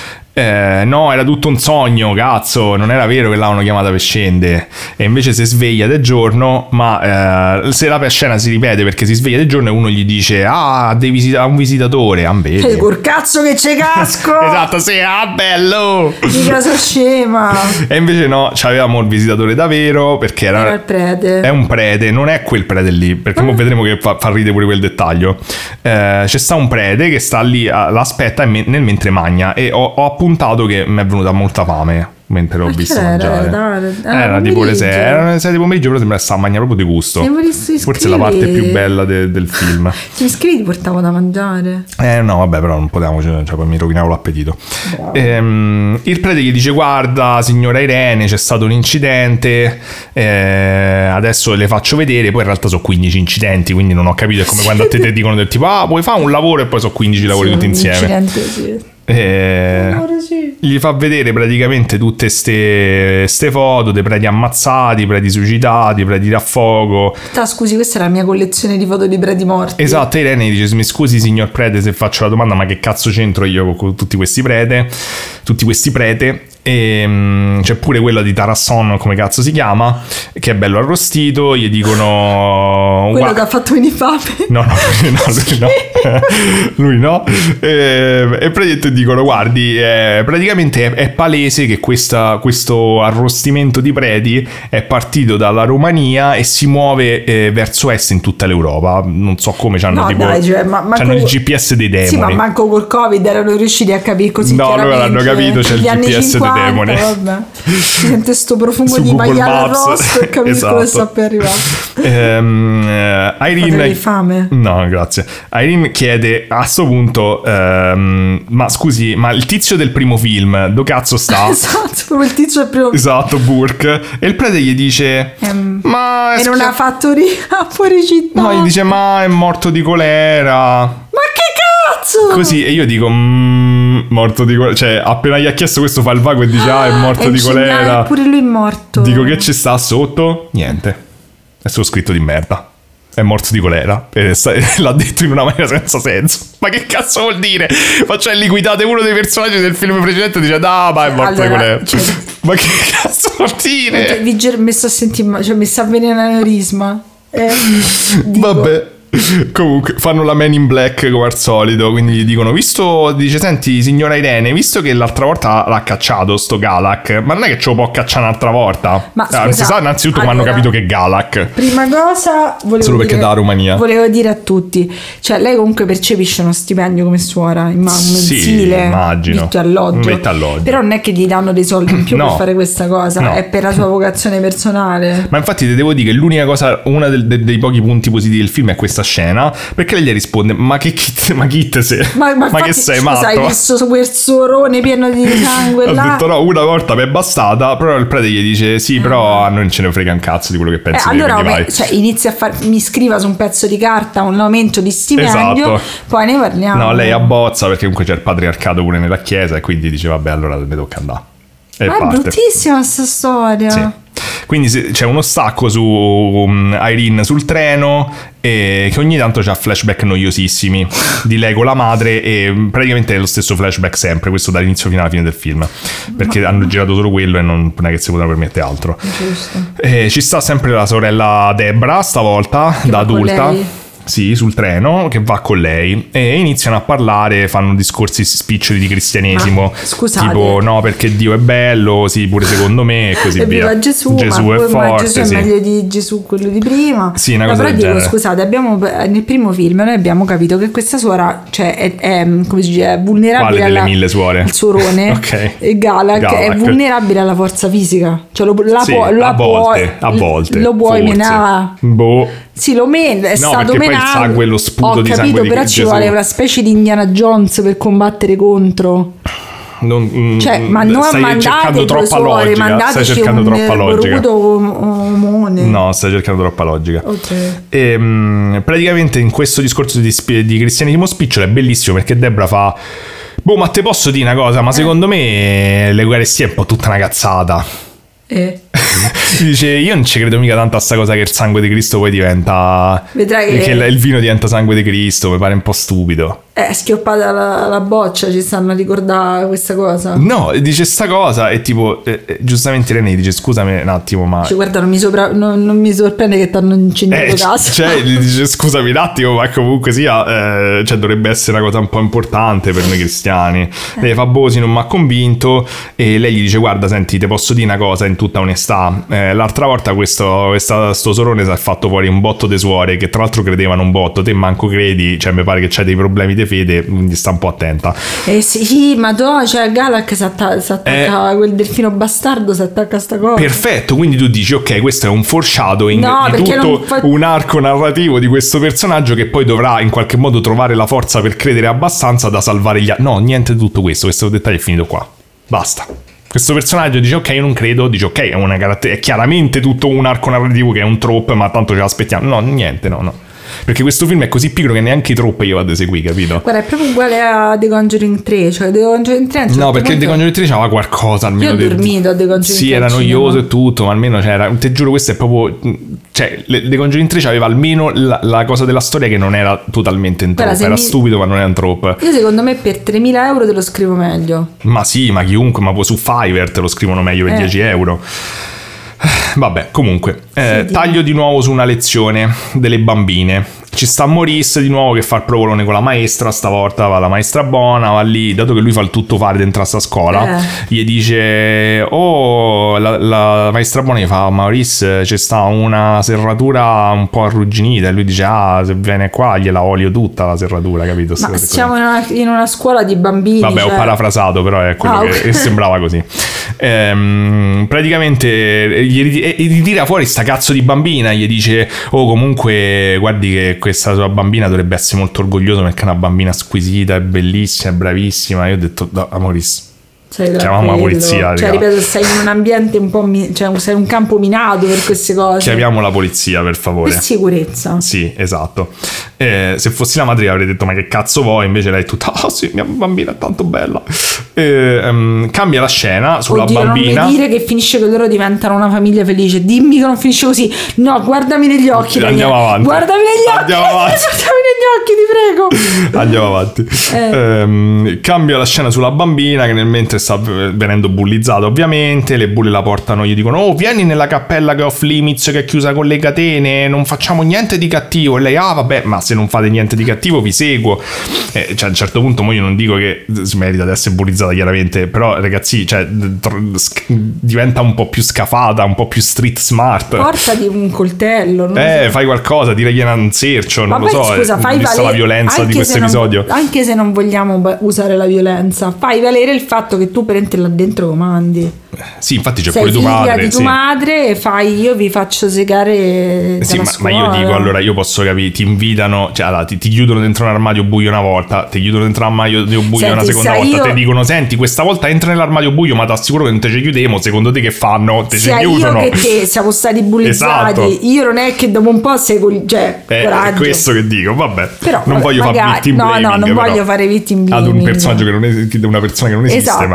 Speaker 2: No, era tutto un sogno, cazzo, non era vero che l'avevano chiamata per scendere. E invece si sveglia del giorno, ma se la scena si ripete perché si sveglia del giorno e uno gli dice un visitatore,
Speaker 1: vedi. Col cazzo che c'è casco.
Speaker 2: Esatto, sì, bello.
Speaker 1: Mica so scema.
Speaker 2: E invece no, c'avevamo il visitatore davvero, perché era
Speaker 1: il prete.
Speaker 2: È un prete, non è quel prete lì, perché ora vedremo che fa ridere pure quel dettaglio. C'è sta un prete che sta lì, l'aspetta nel mentre magna, e ho puntato che mi è venuta molta fame mentre l'ho visto mangiare. Era tipo le 6 di pomeriggio, però sembra che sta a mangiare proprio di gusto. Forse è la parte più bella del film.
Speaker 1: Se mi scrivi ti portavo da mangiare.
Speaker 2: No, vabbè, però non potevamo, cioè poi mi rovinavo l'appetito. Il prete gli dice guarda signora Irene, c'è stato un incidente, adesso le faccio vedere. Poi in realtà sono 15 incidenti, quindi non ho capito. È come quando a te dicono del tipo puoi fare un lavoro, e poi sono 15 lavori tutti insieme. Gli fa vedere praticamente tutte ste foto dei preti ammazzati, preti suicidati, preti a fuoco.
Speaker 1: Scusi, questa è la mia collezione di foto di preti morti.
Speaker 2: Esatto, Irene dice mi scusi signor prete se faccio la domanda, ma che cazzo c'entro io con tutti questi prete? E c'è pure quella di Tarasson, come cazzo si chiama, che è bello arrostito. Gli dicono
Speaker 1: quello che ha fatto venire fame.
Speaker 2: No, lui no. E praticamente dicono guardi, praticamente è palese che questo arrostimento di preti è partito dalla Romania e si muove verso est in tutta l'Europa. Non so come c'hanno c'hanno il GPS dei demoni.
Speaker 1: Sì, ma manco col Covid erano riusciti a capire così.
Speaker 2: No, loro l'hanno capito, c'è il GPS dei demoni.
Speaker 1: Vabbè. Si sente sto profumo di maiale arrosto e capisco dove sta per arrivare.
Speaker 2: Irene
Speaker 1: fame.
Speaker 2: No, grazie. Irene chiede a sto punto ma scusi, ma il tizio del primo film dove cazzo sta?
Speaker 1: Esatto, come il tizio del primo film.
Speaker 2: Esatto, Burke. E il prete gli dice ma
Speaker 1: in una fattoria fuori città.
Speaker 2: No, gli dice ma è morto di colera.
Speaker 1: Ma che cazzo?
Speaker 2: Così, e io dico morto di colera. Cioè appena gli ha chiesto questo fa il vago e dice è morto di colera.
Speaker 1: Pure lui è morto.
Speaker 2: Dico che ci sta sotto? Niente. È solo scritto di merda. È morto di colera. E l'ha detto in una maniera senza senso. Ma che cazzo vuol dire? Ma cioè liquidate uno dei personaggi del film precedente e dice ma è morto di colera. Ma che cazzo vuol dire?
Speaker 1: Mi sta sentendo, cioè mi sta avvelenando l'anerisma.
Speaker 2: Vabbè. Comunque fanno la Man in Black come al solito, quindi gli dicono dice senti signora Irene, visto che l'altra volta l'ha cacciato sto Galak, ma non è che ce lo può cacciare un'altra volta? Ma non si sa innanzitutto come hanno capito che è Galak.
Speaker 1: Prima cosa
Speaker 2: solo perché da Romania.
Speaker 1: Volevo dire a tutti, cioè lei comunque percepisce uno stipendio come suora, un mensile,
Speaker 2: sì, immagino,
Speaker 1: vitto alloggio. Però non è che gli danno dei soldi in più per fare questa cosa, è per la sua vocazione personale.
Speaker 2: Ma infatti ti devo dire che l'unica cosa, una dei pochi punti positivi del film è questa scena, perché lei gli risponde ma che sei? Ma che sei matto?
Speaker 1: Hai visto quel sorone pieno di sangue là?
Speaker 2: Ha detto no, una volta mi è bastata. Però il prete gli dice sì, però a noi non ce ne frega un cazzo di quello che pensi.
Speaker 1: Allora inizia mi scriva su un pezzo di carta un aumento di stipendio, poi ne parliamo.
Speaker 2: No, lei abbozza perché comunque c'è il patriarcato pure nella chiesa, e quindi dice vabbè, allora mi tocca andare.
Speaker 1: Ma è bruttissima questa storia.
Speaker 2: Sì. Quindi c'è uno stacco su Irene sul treno, e che ogni tanto c'ha flashback noiosissimi di lei con la madre, e praticamente è lo stesso flashback sempre, questo dall'inizio fino alla fine del film, perché hanno girato solo quello e non è che si poteva permettere altro. Ci sta sempre la sorella Debra stavolta, che da adulta. Sì, sul treno, che va con lei e iniziano a parlare, fanno discorsi spiccioli di cristianesimo,
Speaker 1: scusate,
Speaker 2: tipo no perché Dio è bello, sì pure secondo me e così via.
Speaker 1: Viva Gesù è forte, Gesù è meglio di Gesù quello di prima.
Speaker 2: Sì, una cosa del genere.
Speaker 1: Scusate, nel primo film noi abbiamo capito che questa suora, cioè è come si dice, è vulnerabile.
Speaker 2: Quale delle 1000 suore?
Speaker 1: Il suorone.
Speaker 2: Ok.
Speaker 1: E Galak è vulnerabile alla forza fisica, cioè
Speaker 2: a volte
Speaker 1: lo puoi menare. Sì, lo mena, è stato menato.
Speaker 2: Il sangue, lo sputo di sangue di Gesù.
Speaker 1: Però ci vuole una specie di Indiana Jones per combattere contro. Ma non mandate due suore, mandateci un bruto omone.
Speaker 2: No, stai cercando troppa logica. Okay. Praticamente in questo discorso di cristianesimo spicciolo è bellissimo, perché Debra fa: ma te posso dire una cosa, ma secondo me l'Eucaristia è un po' tutta una cazzata. Dice: io non ci credo mica tanto a sta cosa che il sangue di Cristo poi diventa,
Speaker 1: vedrai
Speaker 2: che il vino diventa sangue di Cristo, mi pare un po' stupido.
Speaker 1: Schioppata la boccia, ci stanno a ricordare questa cosa.
Speaker 2: No, dice sta cosa e tipo giustamente René dice: scusami un attimo, ma
Speaker 1: guarda, non mi sorprende che ti hanno incendiato casa.
Speaker 2: Cioè gli dice: scusami un attimo, ma comunque sia cioè dovrebbe essere una cosa un po' importante per noi cristiani. Lei fa: sì, non mi ha convinto. E lei gli dice: guarda, senti, te posso dire una cosa in tutta onestà, l'altra volta sto sorone si è fatto fuori un botto di suore che tra l'altro credevano un botto, te manco credi, cioè mi pare che c'hai dei problemi di fede, quindi sta un po' attenta.
Speaker 1: Sì, ma cioè Galak si attacca quel delfino bastardo, si attacca a sta cosa.
Speaker 2: Perfetto, quindi tu dici: ok, questo è un foreshadowing di tutto un arco narrativo di questo personaggio che poi dovrà in qualche modo trovare la forza per credere abbastanza da salvare gli altri. No, niente di tutto questo dettaglio è finito qua, basta. Questo personaggio dice: ok, io non credo, dice: ok, è chiaramente tutto un arco narrativo che è un trope, ma tanto ce l'aspettiamo. No, niente, no. Perché questo film è così piccolo che neanche i troppi io vado a seguire, capito?
Speaker 1: Guarda, è proprio uguale a The Conjuring 3. Cioè The Conjuring 3
Speaker 2: no, perché The Conjuring 3 c'aveva qualcosa almeno.
Speaker 1: Io ho dormito a The Conjuring 3.
Speaker 2: Sì, era noioso e tutto, ma almeno c'era. Te giuro, questo è proprio. Cioè, The Conjuring 3 c'aveva almeno la cosa della storia che non era totalmente un trope. Era stupido, ma non era un trope.
Speaker 1: Io secondo me per 3.000 euro te lo scrivo meglio.
Speaker 2: Ma sì, ma chiunque, ma su Fiverr te lo scrivono meglio per 10 euro. Vabbè, comunque, taglio di nuovo su una lezione delle bambine. Ci sta Maurice di nuovo che fa il provolone con la maestra, stavolta va la maestra buona, va lì, dato che lui fa il tutto fare dentro a sta scuola, gli dice: la maestra buona gli fa: Maurice, c'è sta una serratura un po' arrugginita, e lui dice: se viene qua gliela olio tutta la serratura, capito?
Speaker 1: Ma siamo in una scuola di bambini.
Speaker 2: Vabbè, ho parafrasato, però è quello che sembrava così. Praticamente gli tira fuori sta cazzo di bambina, gli dice: comunque guardi che questa sua bambina dovrebbe essere molto orgogliosa perché è una bambina squisita, è bellissima, è bravissima. Io ho detto: Maurice, chiamiamo la polizia.
Speaker 1: Cioè, ripeto, sei in un ambiente un po' cioè sei in un campo minato per queste cose.
Speaker 2: Chiamiamo la polizia, per favore.
Speaker 1: Per sicurezza.
Speaker 2: Sì, esatto. Se fossi la madre avrei detto: ma che cazzo vuoi? Invece lei è tutta: sì, mia bambina è tanto bella. Cambia la scena sulla bambina.
Speaker 1: Non mi dire che finisce che loro diventano una famiglia felice. Dimmi che non finisce così. No, guardami negli occhi.
Speaker 2: Andiamo avanti.
Speaker 1: Guardami negli occhi. Guardami negli occhi, ti prego.
Speaker 2: Andiamo avanti. Cambia la scena sulla bambina che nel mentre sta venendo bullizzata, ovviamente. Le bulle la portano, gli dicono: vieni nella cappella che è off limits, che è chiusa con le catene, non facciamo niente di cattivo. E lei: vabbè, ma se non fate niente di cattivo vi seguo. Cioè, a un certo punto io non dico che si merita di essere bullizzata, chiaramente, però ragazzi, cioè, diventa un po' più scafata, un po' più street smart.
Speaker 1: Portati un coltello, non
Speaker 2: so. Fai qualcosa, dire che è un sercio, non lo so.
Speaker 1: Scusa, fai
Speaker 2: vista la violenza di questo episodio.
Speaker 1: Anche se non vogliamo usare la violenza, fai valere il fatto che tu per là dentro comandi.
Speaker 2: Sì, infatti c'è pure tua madre.
Speaker 1: Di tua madre, io vi faccio segare.
Speaker 2: Sì, ma io dico, allora, io posso capire, ti invitano, cioè allora, ti chiudono dentro un armadio buio una volta, ti chiudono dentro un armadio buio una seconda volta, ti dicono: senti, questa volta entra nell'armadio buio, ma ti assicuro che non te ci chiudiamo. Secondo te che fanno? Te ci chiudono.
Speaker 1: Io che te siamo stati bullizzati. Esatto. Io non è che dopo un po' sei
Speaker 2: è questo che dico, vabbè.
Speaker 1: Però
Speaker 2: non voglio fare victim blaming,
Speaker 1: non voglio fare victim blaming
Speaker 2: ad un personaggio che non è una persona che non esiste.
Speaker 1: Esatto,
Speaker 2: ma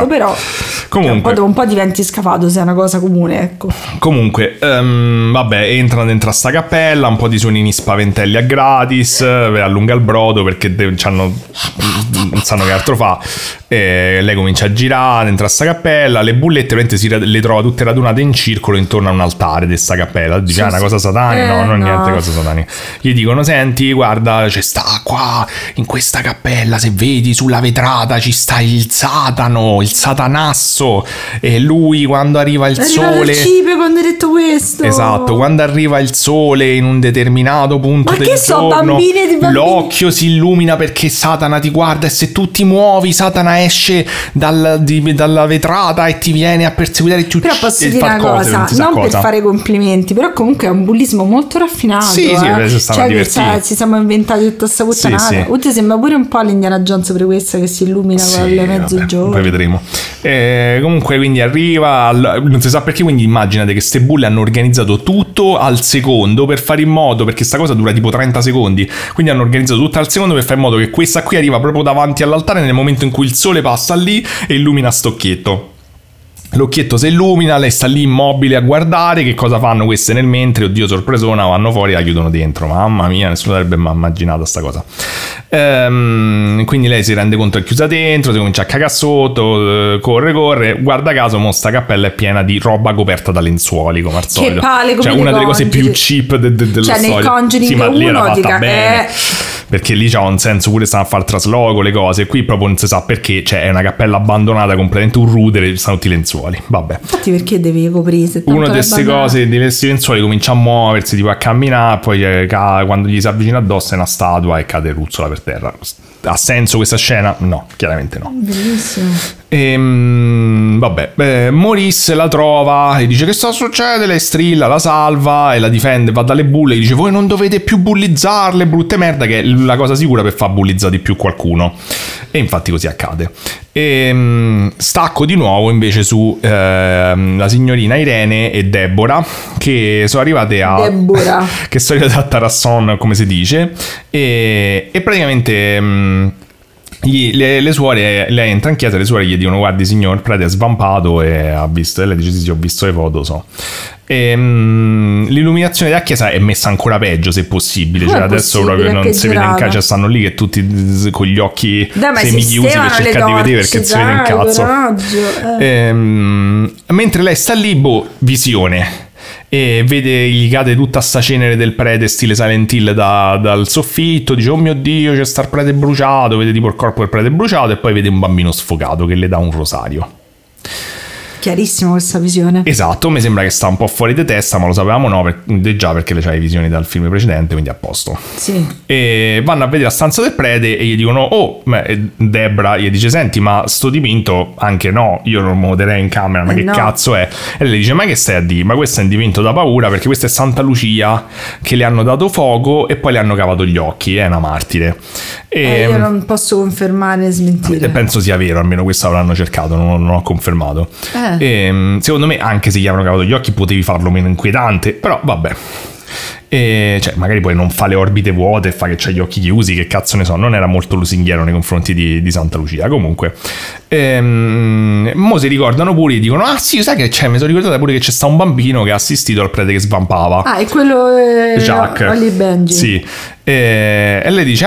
Speaker 1: però
Speaker 2: comunque
Speaker 1: dopo un po' diventi scafato se è una cosa comune, ecco.
Speaker 2: Comunque vabbè, entrano dentro a sta cappella, un po' di suonini spaventelli a gratis, allunga il brodo perché non sanno che altro fa. Lei comincia a girare dentro a sta cappella, le bullette le trova tutte radunate in circolo intorno a un altare di sta cappella. Dice, è una cosa satanica? No, non niente cosa satanica. Gli dicono, senti, guarda, c'è sta qua in questa cappella, se vedi sulla vetrata ci sta il Satano, il Satanasso, e lui quando arriva il sole,
Speaker 1: quando hai detto questo,
Speaker 2: esatto, quando arriva il sole in un determinato punto del giorno, l'occhio si illumina perché Satana ti guarda, e se tu ti muovi Satana esce dalla vetrata e ti viene a perseguitare e ti uccide.
Speaker 1: Però posso dire una cosa, non per fare complimenti, però comunque è un bullismo molto raffinato.
Speaker 2: Sì,
Speaker 1: ci siamo inventati tutta questa puttanata. Oddio, sembra pure un po' l'Indiana Jones per questa che si illumina con le mezzogiorno.
Speaker 2: Poi vedremo. Comunque quindi arriva, non si sa perché, quindi immaginate che ste bulle hanno organizzato tutto al secondo per fare in modo, perché sta cosa dura tipo 30 secondi, quindi hanno organizzato tutto al secondo per fare in modo che questa qui arriva proprio davanti all'altare nel momento in cui il sole passa lì e illumina st'occhietto. L'occhietto si illumina, lei sta lì immobile a guardare. Che cosa fanno queste nel mentre? Oddio, sorpresona, vanno fuori e la chiudono dentro. Mamma mia, nessuno avrebbe mai immaginato sta cosa. Quindi lei si rende conto che è chiusa dentro, si comincia a cagare sotto, corre. Guarda caso, mo sta cappella è piena di roba coperta da lenzuoli, come al solito.
Speaker 1: Che pale, come
Speaker 2: una delle cose più cheap della storia.
Speaker 1: Nei Conjuring,
Speaker 2: sì, ma lì era fatta bene.
Speaker 1: Perché
Speaker 2: perché lì c'ha un senso, pure stanno a fare il trasloco, le cose, qui proprio non si sa perché, cioè è una cappella abbandonata, completamente un rudere, ci stanno tutti i lenzuoli, vabbè.
Speaker 1: Infatti perché devi coprire?
Speaker 2: Una di queste cose, di questi lenzuoli, comincia a muoversi, tipo a camminare, poi quando gli si avvicina addosso è una statua e cade ruzzola per terra. Ha senso questa scena? No, chiaramente no.
Speaker 1: Bellissimo.
Speaker 2: Vabbè, Maurice la trova e dice: che sta succedendo? Lei strilla, la salva e la difende, va dalle bulle e dice: voi non dovete più bullizzarle, brutte merda, che è la cosa sicura per far bullizzare di più qualcuno. E infatti così accade. Stacco di nuovo invece su la signorina Irene e Deborah, che sono arrivate a Tarasson, come si dice, e praticamente le suore, lei entra in chiesa, le suore gli dicono: guardi signor, il prete è svampato, e ha visto, e lei dice: sì, ho visto le foto, so. L'illuminazione della chiesa è messa ancora peggio, se possibile, cioè adesso proprio non si vede in casa, cioè stanno lì che tutti con gli occhi semichiusi per cercare di vedere, perché si vede in cazzo. Mentre lei sta lì, visione, e vede, gli cade tutta sta cenere del prete stile Silent Hill dal soffitto, dice: oh mio Dio, c'è sta il prete bruciato, vede tipo il corpo del prete bruciato, e poi vede un bambino sfogato che le dà un rosario.
Speaker 1: Chiarissimo questa visione.
Speaker 2: Esatto, mi sembra che sta un po' fuori di testa, ma lo sapevamo già perché le c'ha le visioni dal film precedente, quindi a posto.
Speaker 1: Sì.
Speaker 2: E vanno a vedere la stanza del prete e gli dicono: Deborah gli dice: senti, ma sto dipinto anche no, io non lo terrei in camera, ma che cazzo è? E lei dice: ma che stai a dire? Ma questo è un dipinto da paura, perché questa è Santa Lucia che le hanno dato fuoco e poi le hanno cavato gli occhi, è una martire.
Speaker 1: Io non posso confermare né smentire.
Speaker 2: Penso sia vero, almeno questo l'hanno cercato, non ho confermato. Secondo me, anche se gli avevano cavato gli occhi, potevi farlo meno inquietante, però vabbè. Cioè, magari poi non fa le orbite vuote e fa che c'ha gli occhi chiusi, che cazzo ne so, non era molto lusinghiero nei confronti di Santa Lucia. Comunque mo si ricordano pure e dicono: ah sì, sai che c'è, mi sono ricordato pure che c'è sta un bambino che ha assistito al prete che svampava.
Speaker 1: Ah, è quello
Speaker 2: Jacques.
Speaker 1: Holly Benji.
Speaker 2: Sì. E lei dice: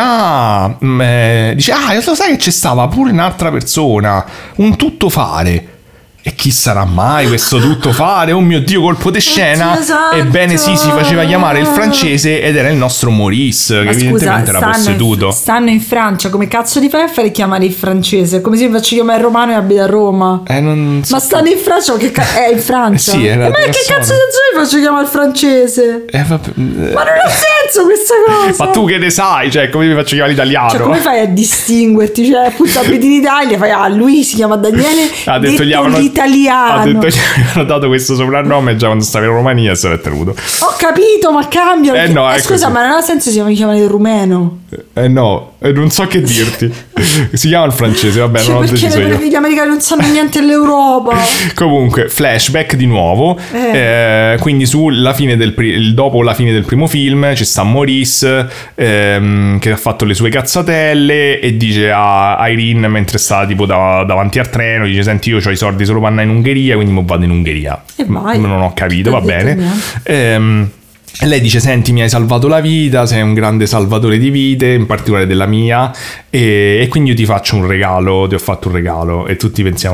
Speaker 2: io sai che c'è stava pure un'altra persona, un tuttofare. E chi sarà mai questo tuttofare? Oh mio Dio, colpo di scena. Ebbene sì, si faceva chiamare il francese ed era il nostro Maurice, che evidentemente era posseduto.
Speaker 1: Stanno in Francia, come cazzo ti fai a fare chiamare il francese? Come se mi faccio chiamare il romano e abita a Roma.
Speaker 2: Non so.
Speaker 1: Ma stanno in Francia, è in Francia.
Speaker 2: Sì,
Speaker 1: ma che cazzo di faccio chiamare il francese? Ma non ha senso questa cosa.
Speaker 2: Ma tu che ne sai? Cioè, come mi faccio chiamare l'italiano?
Speaker 1: Cioè, come fai a distinguerti? Cioè, appunto, abiti in Italia, fai: lui si chiama Daniele,
Speaker 2: ha detto
Speaker 1: l'italiano.
Speaker 2: Ha detto che gli hanno dato questo soprannome già quando stava in Romania e se l'è tenuto.
Speaker 1: Ho capito, ma cambia. Scusa, ma non ha senso si chiamano il rumeno.
Speaker 2: No, non so che dirti. Si chiama il francese, vabbè, non ho deciso io.
Speaker 1: Perché gli americani non sanno niente dell'Europa.
Speaker 2: Comunque, flashback di nuovo. Quindi dopo la fine del primo film ci sta sta Maurice che ha fatto le sue cazzatelle e dice a Irene, mentre sta tipo davanti al treno, dice: senti, io ho i soldi solo per andare in Ungheria, quindi mo vado in Ungheria.
Speaker 1: E vai.
Speaker 2: Non ho capito, va bene. E lei dice: senti, mi hai salvato la vita, sei un grande salvatore di vite, in particolare della mia, e quindi io ti faccio un regalo, ti ho fatto un regalo. E tutti pensiamo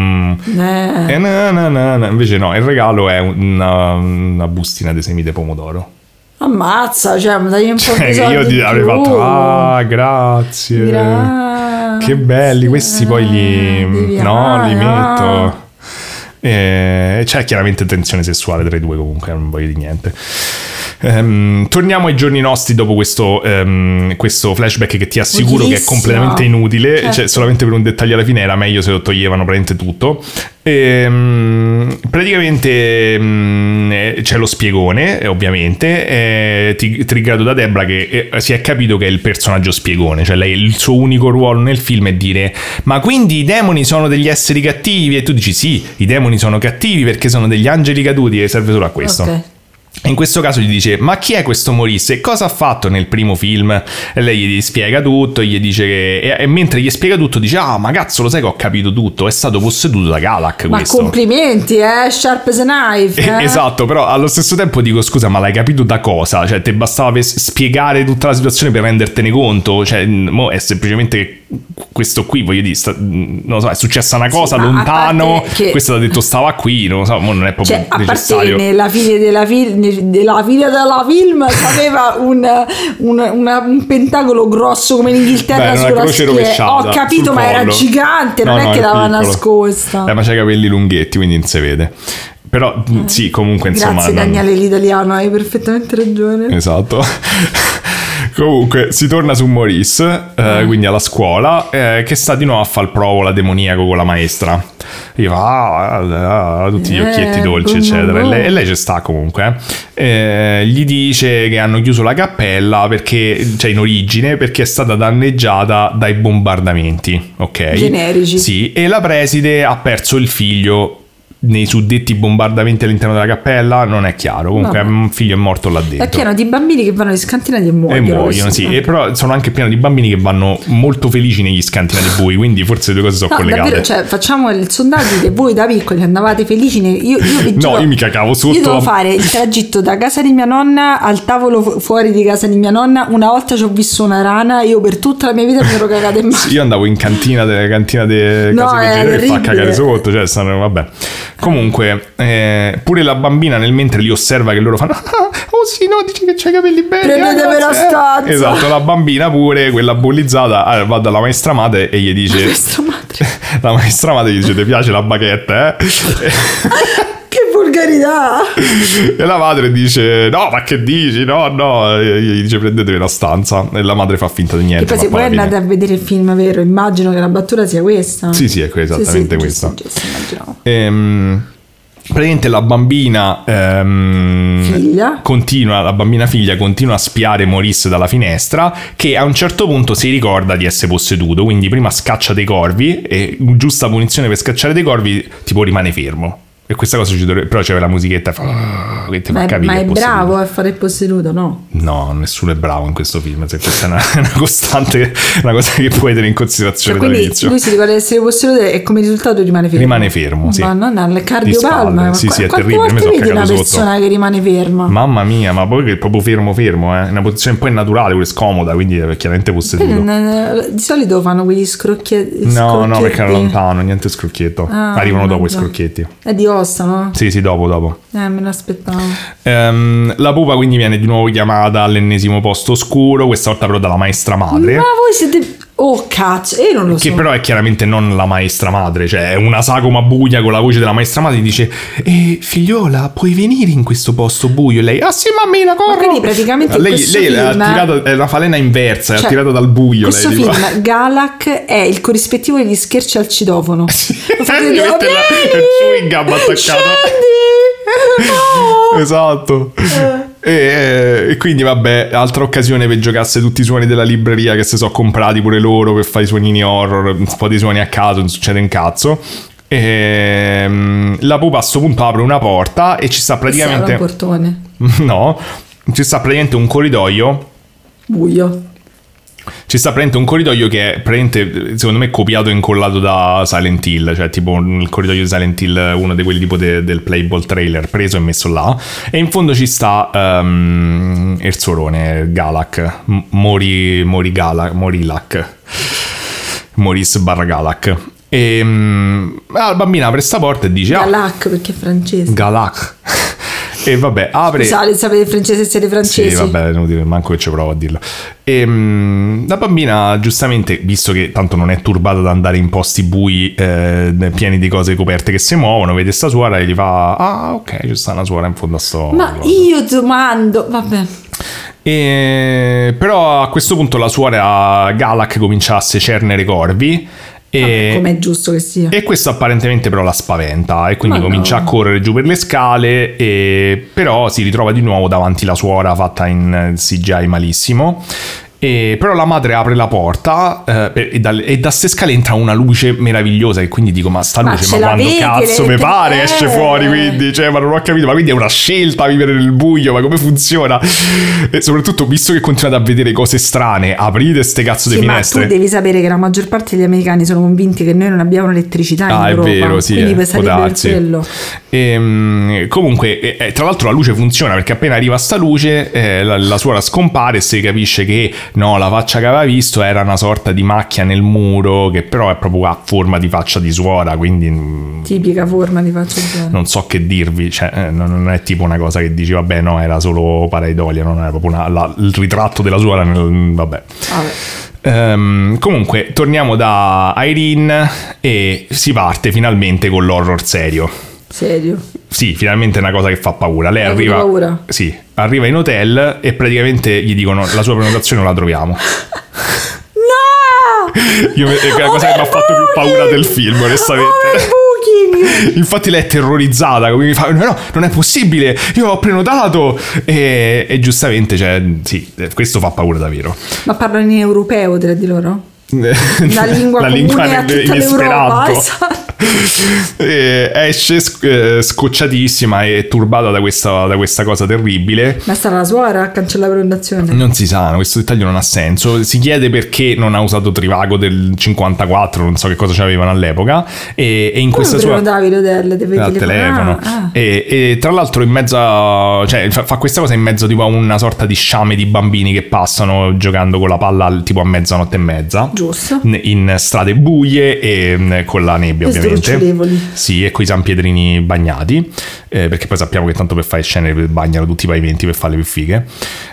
Speaker 2: invece no, il regalo è una bustina di semi di pomodoro.
Speaker 1: Ammazza, cioè mi dai un po' di soldi.
Speaker 2: Io ti avrei fatto grazie. Che belli, questi poi li metto. C'è chiaramente tensione sessuale tra i due, comunque non voglio di niente. Torniamo ai giorni nostri dopo questo flashback che ti assicuro che è completamente inutile, certo. Cioè solamente per un dettaglio alla fine era meglio se lo toglievano praticamente tutto. Praticamente c'è lo spiegone, ovviamente, triggerado da Deborah, che si è capito che è il personaggio spiegone, cioè lei, il suo unico ruolo nel film è dire: ma quindi i demoni sono degli esseri cattivi? E tu dici sì, i demoni sono cattivi perché sono degli angeli caduti e serve solo a questo. Okay. In questo caso gli dice: ma chi è questo Maurice e cosa ha fatto nel primo film? E lei gli spiega tutto, gli dice che e mentre gli spiega tutto dice: ah, ma cazzo, lo sai che ho capito tutto, è stato posseduto da Galak questo.
Speaker 1: Ma complimenti, sharp as a knife.
Speaker 2: Esatto, però allo stesso tempo dico: scusa, ma l'hai capito da cosa? Cioè, ti bastava per spiegare tutta la situazione per rendertene conto? Cioè, mo è semplicemente che questo qui, voglio dire, non lo so, è successa una cosa lontano, questo ha detto stava qui, non lo so, mo non è proprio necessario.
Speaker 1: A parte nella figlia della film aveva un pentacolo grosso come in Inghilterra sulla schiena. Ho capito, ma era gigante, non è che l'aveva nascosta.
Speaker 2: Ma c'ha i capelli lunghetti, quindi non si vede. Però sì, comunque insomma.
Speaker 1: Grazie Daniele l'italiano, hai perfettamente ragione.
Speaker 2: Esatto. Comunque si torna su Maurice, quindi alla scuola, che sta di nuovo a fare il provola demoniaco con la maestra. Gli fa tutti gli occhietti dolci eccetera, e lei ci sta comunque. Gli dice che hanno chiuso la cappella perché, cioè in origine, perché è stata danneggiata dai bombardamenti, ok?
Speaker 1: Generici.
Speaker 2: Sì, e la preside ha perso il figlio nei suddetti bombardamenti all'interno della cappella, non è chiaro, comunque un figlio è morto là dentro.
Speaker 1: È pieno di bambini che vanno agli scantinati e muoiono.
Speaker 2: Sì, e però sono anche pieno di bambini che vanno molto felici negli scantinati bui, quindi forse le due cose sono collegate.
Speaker 1: Davvero, cioè facciamo il sondaggio che voi da piccoli andavate felici io
Speaker 2: mi cagavo sotto.
Speaker 1: Io devo fare il tragitto da casa di mia nonna al tavolo fuori di casa di mia nonna. Una volta ci ho visto una rana, io per tutta la mia vita mi ero cagata in mano.
Speaker 2: Io andavo in cantina di casa di genere e fa cagare sotto, cioè vabbè. Comunque pure la bambina nel mentre li osserva che loro fanno oh sì, no, dice che c'hai i capelli belli,
Speaker 1: prendetemi la stazza.
Speaker 2: Esatto, la bambina pure, quella bullizzata, va dalla maestra madre e gli dice la maestra madre gli dice: ti piace la baguette,
Speaker 1: Che volgarità.
Speaker 2: E la madre dice: no, ma che dici, no, gli dice: prendetevi la stanza. E la madre fa finta di niente.
Speaker 1: E poi se voi andate a vedere il film vero, immagino che la battuta sia questa.
Speaker 2: Sì, è esattamente questa.
Speaker 1: Immaginavo.
Speaker 2: Praticamente la bambina la bambina figlia continua a spiare Maurice dalla finestra, che a un certo punto si ricorda di essere posseduto, quindi prima scaccia dei corvi e giusta punizione per scacciare dei corvi tipo rimane fermo. E questa cosa però c'è la musichetta che ti fa capire.
Speaker 1: Ma è bravo a fare il posseduto, no?
Speaker 2: No, nessuno è bravo in questo film. Se questa è una costante, una cosa che puoi tenere in considerazione dall'inizio.
Speaker 1: Lui si ricorda di essere posseduto e come risultato rimane fermo.
Speaker 2: Rimane fermo, sì.
Speaker 1: Ma non ha il cardiopalma.
Speaker 2: Sì, è terribile.
Speaker 1: Quante vedi una persona che rimane ferma?
Speaker 2: Mamma mia, ma poi che è proprio fermo, una posizione un po' innaturale, pure scomoda, quindi è chiaramente posseduto.
Speaker 1: Di solito fanno quegli scrocchietti.
Speaker 2: No, perché era lontano, niente scrocchietto. Arrivano dopo i scrocchietti.
Speaker 1: È di ossa, no?
Speaker 2: Sì, dopo.
Speaker 1: Me l'aspettavo.
Speaker 2: La pupa quindi viene di nuovo chiamata all'ennesimo posto oscuro, questa volta però dalla maestra madre.
Speaker 1: Ma voi siete... Oh cazzo, io non lo so.
Speaker 2: Che però è chiaramente non la maestra madre, cioè è una sagoma buia con la voce della maestra madre, dice: figliola, puoi venire in questo posto buio? E lei: ah sì, mammina, corro.
Speaker 1: Quindi praticamente
Speaker 2: lei è una falena inversa, è attirata dal buio.
Speaker 1: Questo
Speaker 2: lei,
Speaker 1: film Galak è il corrispettivo degli scherzi al citofono.
Speaker 2: Mi mette il chewing gum attaccato.
Speaker 1: No!
Speaker 2: Esatto. E quindi vabbè, altra occasione per giocarsi tutti i suoni della libreria che si sono comprati pure loro per fare i suonini horror, un po' di suoni a caso, non succede un cazzo. La pupa a sto punto apre una porta e ci sta praticamente...
Speaker 1: un portone.
Speaker 2: No, ci sta praticamente un corridoio
Speaker 1: buio.
Speaker 2: Ci sta praticamente un corridoio che è praticamente, secondo me, copiato e incollato da Silent Hill, cioè tipo il corridoio di Silent Hill, uno di quelli tipo del Playable trailer, preso e messo là, e in fondo ci sta Erzorone, Galak, Morilak, Maurice barra Galak. E la bambina apre sta porta e dice
Speaker 1: Galak, perché è francese.
Speaker 2: Galak. E vabbè, apre.
Speaker 1: Scusate, sapete francese e siete francesi?
Speaker 2: Sì, vabbè, non dire, manco che ci provo a dirlo. E la bambina, giustamente, visto che tanto non è turbata da andare in posti bui pieni di cose coperte che si muovono, vede sta suora e gli fa: ah, ok, c'è sta una suora in fondo a sto.
Speaker 1: Ma io domando, vabbè.
Speaker 2: Però a questo punto la suora Galak comincia a secernere corvi.
Speaker 1: Come è giusto che sia.
Speaker 2: E questo apparentemente però la spaventa e quindi comincia a correre giù per le scale, però si ritrova di nuovo davanti la suora fatta in CGI malissimo. Però la madre apre la porta e da ste scale entra una luce meravigliosa e quindi dico ma sta luce ma quando cazzo mi pare esce fuori, quindi cioè ma non ho capito, ma quindi è una scelta vivere nel buio, ma come funziona? E soprattutto visto che continuate a vedere cose strane, aprite ste cazzo di finestre.
Speaker 1: Ma tu devi sapere che la maggior parte degli americani sono convinti che noi non abbiamo elettricità in Europa,
Speaker 2: è vero, sì,
Speaker 1: quindi sarebbe per quello.
Speaker 2: Comunque tra l'altro la luce funziona perché appena arriva sta luce la suora scompare e si capisce che no, la faccia che aveva visto era una sorta di macchia nel muro che però è proprio a forma di faccia di suora, quindi
Speaker 1: tipica forma di faccia di suora.
Speaker 2: Non so che dirvi, cioè non è tipo una cosa che dici vabbè no, era solo pareidolia, non era proprio il ritratto della suora vabbè. Comunque torniamo da Irene e si parte finalmente con l'horror serio.
Speaker 1: Serio?
Speaker 2: Sì, finalmente è una cosa che fa paura. Lei arriva.
Speaker 1: Paura?
Speaker 2: Sì, arriva in hotel e praticamente gli dicono la sua prenotazione non la troviamo.
Speaker 1: No!
Speaker 2: È la cosa che mi ha fatto più paura del film, onestamente. Infatti lei è terrorizzata, come mi fa: no, non è possibile, io ho prenotato. E giustamente, cioè, sì, questo fa paura davvero.
Speaker 1: Ma parlano in europeo tra di loro? La lingua in
Speaker 2: esperanto.
Speaker 1: Esatto.
Speaker 2: Esce scocciatissima e turbata da questa cosa terribile.
Speaker 1: Ma sarà la suora a cancellare la prenotazione?
Speaker 2: Non si sa, questo dettaglio non ha senso. Si chiede perché non ha usato Trivago del 54, non so che cosa c'avevano all'epoca. E in questa sua
Speaker 1: al
Speaker 2: telefono. E tra l'altro in mezzo cioè fa questa cosa in mezzo tipo a una sorta di sciame di bambini che passano giocando con la palla tipo a mezzanotte e mezza.
Speaker 1: Giusto.
Speaker 2: In strade buie e con la nebbia ovviamente. Sì, e coi sanpietrini bagnati, perché poi sappiamo che tanto per fare scene bagnano tutti i pavimenti per farle più fighe.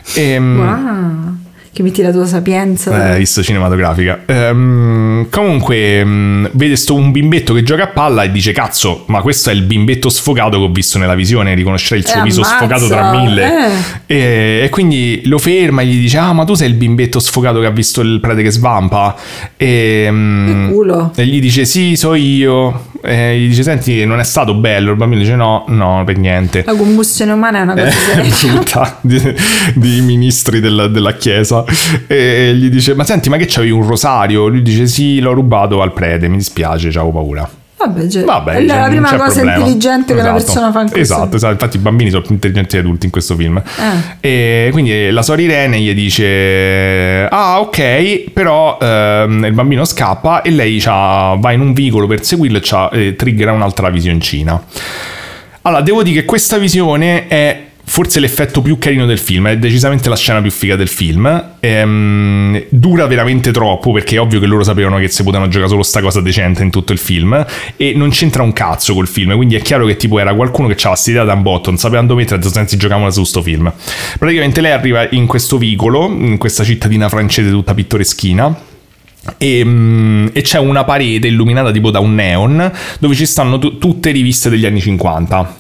Speaker 1: Wow, che metti la tua sapienza.
Speaker 2: Visto cinematografica. Comunque vede un bimbetto che gioca a palla e dice cazzo, ma questo è il bimbetto sfogato che ho visto nella visione, riconoscerei il suo viso sfogato tra mille. E quindi lo ferma e gli dice ma tu sei il bimbetto sfogato che ha visto il prete che svampa?
Speaker 1: Che culo.
Speaker 2: E gli dice sì, so io. E gli dice senti, non è stato bello? Il bambino dice no per niente.
Speaker 1: La combustione umana è una cosa
Speaker 2: brutta di ministri della chiesa. E gli dice ma senti, ma che c'avevi un rosario? Lui dice sì, l'ho rubato al prete, mi dispiace, c'avevo paura. Vabbè,
Speaker 1: è la prima cosa
Speaker 2: problema.
Speaker 1: Intelligente che una persona fa in questo.
Speaker 2: Esatto, infatti i bambini sono più intelligenti degli adulti in questo film. E quindi la sorella Irene gli dice ok, però il bambino scappa e lei va in un vicolo per seguirlo e triggera un'altra visioncina. Allora, devo dire che questa visione è forse l'effetto più carino del film, è decisamente la scena più figa del film. Dura veramente troppo perché è ovvio che loro sapevano che si potevano giocare solo sta cosa decente in tutto il film e non c'entra un cazzo col film, quindi è chiaro che tipo era qualcuno che c'aveva sta idea da un botto, non sapeva dove mettere, senza giocavano su sto film. Praticamente lei arriva in questo vicolo, in questa cittadina francese tutta pittoreschina, e c'è una parete illuminata tipo da un neon dove ci stanno tutte riviste degli anni 50.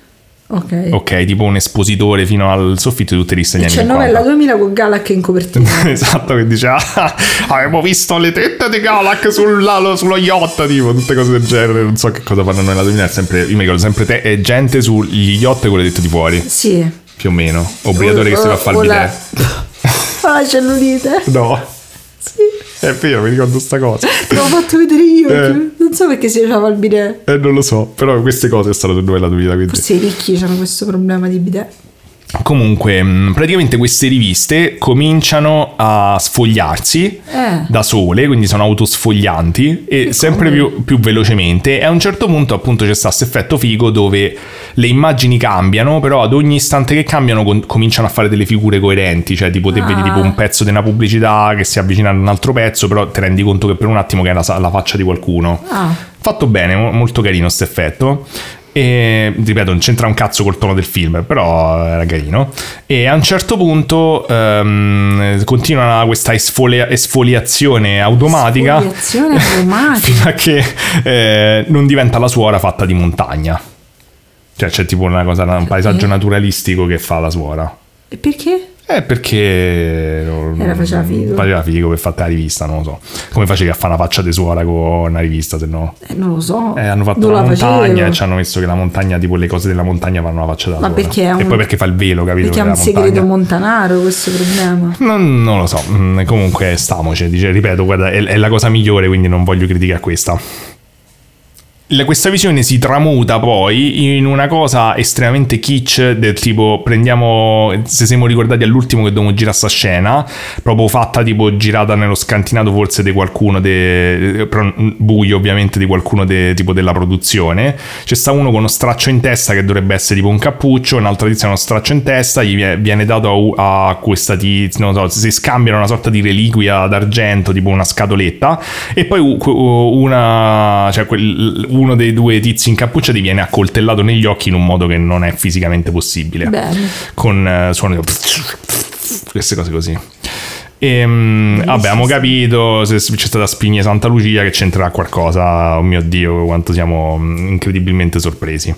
Speaker 2: Ok, tipo un espositore fino al soffitto di tutte le liste degli anni 50.
Speaker 1: C'è Novella 2000 con Galak in copertina.
Speaker 2: Esatto, che dice abbiamo visto le tette di Galak sullo yacht, tipo tutte cose del genere. Non so che cosa fanno nella 2000, io mi ricordo sempre gente sugli yacht con le tette di fuori. Sì, più o meno. Obrigatore che si va a fare il bidet.
Speaker 1: Cellulite.
Speaker 2: No. Sì. È vero, mi ricordo sta cosa.
Speaker 1: L'ho fatto vedere io. Non so perché si faceva il bidet.
Speaker 2: Non lo so, però queste cose è stato su Novella 2000. Quindi.
Speaker 1: Forse i ricchi hanno questo problema di bidet.
Speaker 2: Comunque, praticamente queste riviste cominciano a sfogliarsi da sole, quindi sono autosfoglianti e sempre più velocemente, e a un certo punto appunto c'è stato questo effetto figo dove le immagini cambiano, però ad ogni istante che cambiano cominciano a fare delle figure coerenti, cioè tipo te vedi tipo un pezzo di una pubblicità che si avvicina ad un altro pezzo, però ti rendi conto che per un attimo che è la faccia di qualcuno. Fatto bene, molto carino questo effetto. E ripeto, non c'entra un cazzo col tono del film, però era carino. E a un certo punto continua questa esfoliazione automatica fino a che non diventa la suora fatta di montagna. Cioè c'è tipo una cosa, un paesaggio naturalistico che fa la suora.
Speaker 1: E perché?
Speaker 2: Perché faceva figo per fare la rivista, non lo so. Come facevi a fare una faccia di suora con una rivista, se no?
Speaker 1: Non lo so.
Speaker 2: Hanno fatto la montagna e ci hanno messo che la montagna, tipo le cose della montagna fanno la faccia da suora.
Speaker 1: Perché
Speaker 2: e poi perché fa il velo, capito?
Speaker 1: Perché è un segreto montanaro questo problema.
Speaker 2: Non lo so. Comunque stamoci, ripeto, guarda, è la cosa migliore, quindi non voglio criticare questa. Questa visione si tramuta poi in una cosa estremamente kitsch del tipo, prendiamo, se siamo ricordati all'ultimo che dovevamo girare sta scena, proprio fatta tipo girata nello scantinato forse di qualcuno, però buio ovviamente, di qualcuno tipo della produzione. C'è sta uno con uno straccio in testa che dovrebbe essere tipo un cappuccio, un'altra tizia con uno straccio in testa, gli viene dato a questa tizia, non so, si scambiano una sorta di reliquia d'argento, tipo una scatoletta, e poi uno dei due tizi incappucciati viene accoltellato negli occhi in un modo che non è fisicamente possibile. Bene. Con suoni queste cose così. E vabbè, abbiamo capito, se c'è stata Spigna Santa Lucia, che c'entrerà qualcosa. Oh mio Dio, quanto siamo incredibilmente sorpresi.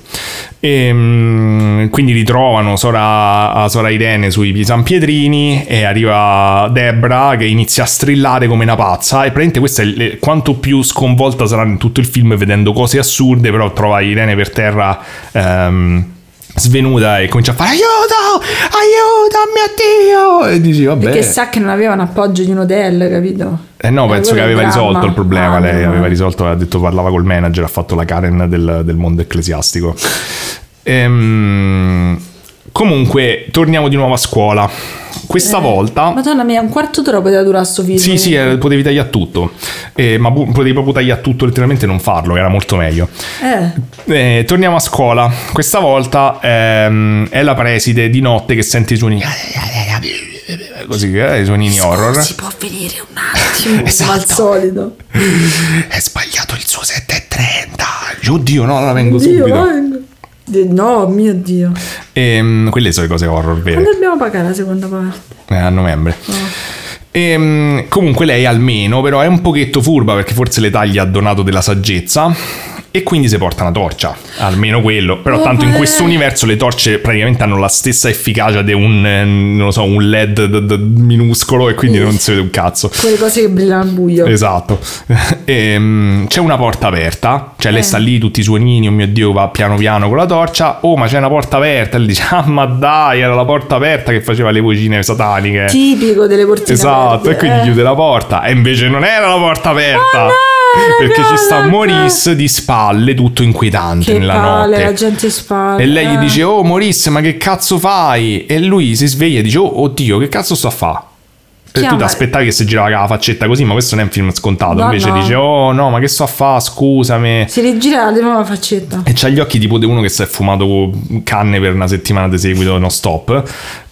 Speaker 2: E quindi ritrovano Sora Irene sui San Pietrini e arriva Debra che inizia a strillare come una pazza, e praticamente questa è quanto più sconvolta sarà in tutto il film vedendo cose assurde, però trova Irene per terra svenuta e comincia a fare aiuto mio Dio, e dici vabbè,
Speaker 1: perché sa che non aveva un appoggio di un hotel, capito?
Speaker 2: No, penso che aveva risolto il problema. Lei aveva risolto, ha detto, parlava col manager, ha fatto la Karen del mondo ecclesiastico. Comunque torniamo di nuovo a scuola. Questa volta,
Speaker 1: Madonna mia, un quarto d'ora poteva durare sto film.
Speaker 2: Sì, potevi tagliare tutto, ma potevi proprio tagliare tutto, letteralmente non farlo, era molto meglio. Torniamo a scuola. Questa volta è la preside di notte che sente i suoni così, i suonini horror.
Speaker 1: Si può venire un attimo, esatto. Al solito
Speaker 2: è sbagliato il suo 7:30. Oddio, no, ora vengo subito.
Speaker 1: No, mio Dio.
Speaker 2: Quelle sono le cose horror vere.
Speaker 1: Quando dobbiamo pagare la seconda parte?
Speaker 2: A novembre. Comunque lei almeno però è un pochetto furba, perché forse l'età gli ha donato della saggezza, e quindi si porta una torcia, almeno quello. Però tanto in questo universo le torce praticamente hanno la stessa efficacia di un LED minuscolo, e quindi non si vede un cazzo.
Speaker 1: Quelle cose che brillano al buio.
Speaker 2: Esatto. C'è una porta aperta, cioè lei sta lì, tutti i suonini, oh mio Dio, va piano piano con la torcia. Ma c'è una porta aperta, e lei dice ma dai, era la porta aperta che faceva le vocine sataniche, tipico
Speaker 1: delle portine
Speaker 2: aperte. E quindi chiude la porta, e invece non era la porta aperta. Perché ci sta Maurice di spalle, tutto inquietante, nella notte.
Speaker 1: La gente spalle.
Speaker 2: E lei gli dice Maurice, ma che cazzo fai? E lui si sveglia e dice oddio, che cazzo sto a fa'? E tu ti aspettavi che si girava con la faccetta così, ma questo non è un film scontato. Invece dice no, ma che sto a fa', scusami.
Speaker 1: Si rigira di nuovo la faccetta
Speaker 2: e c'ha gli occhi tipo di uno che si è fumato canne per una settimana di seguito non stop.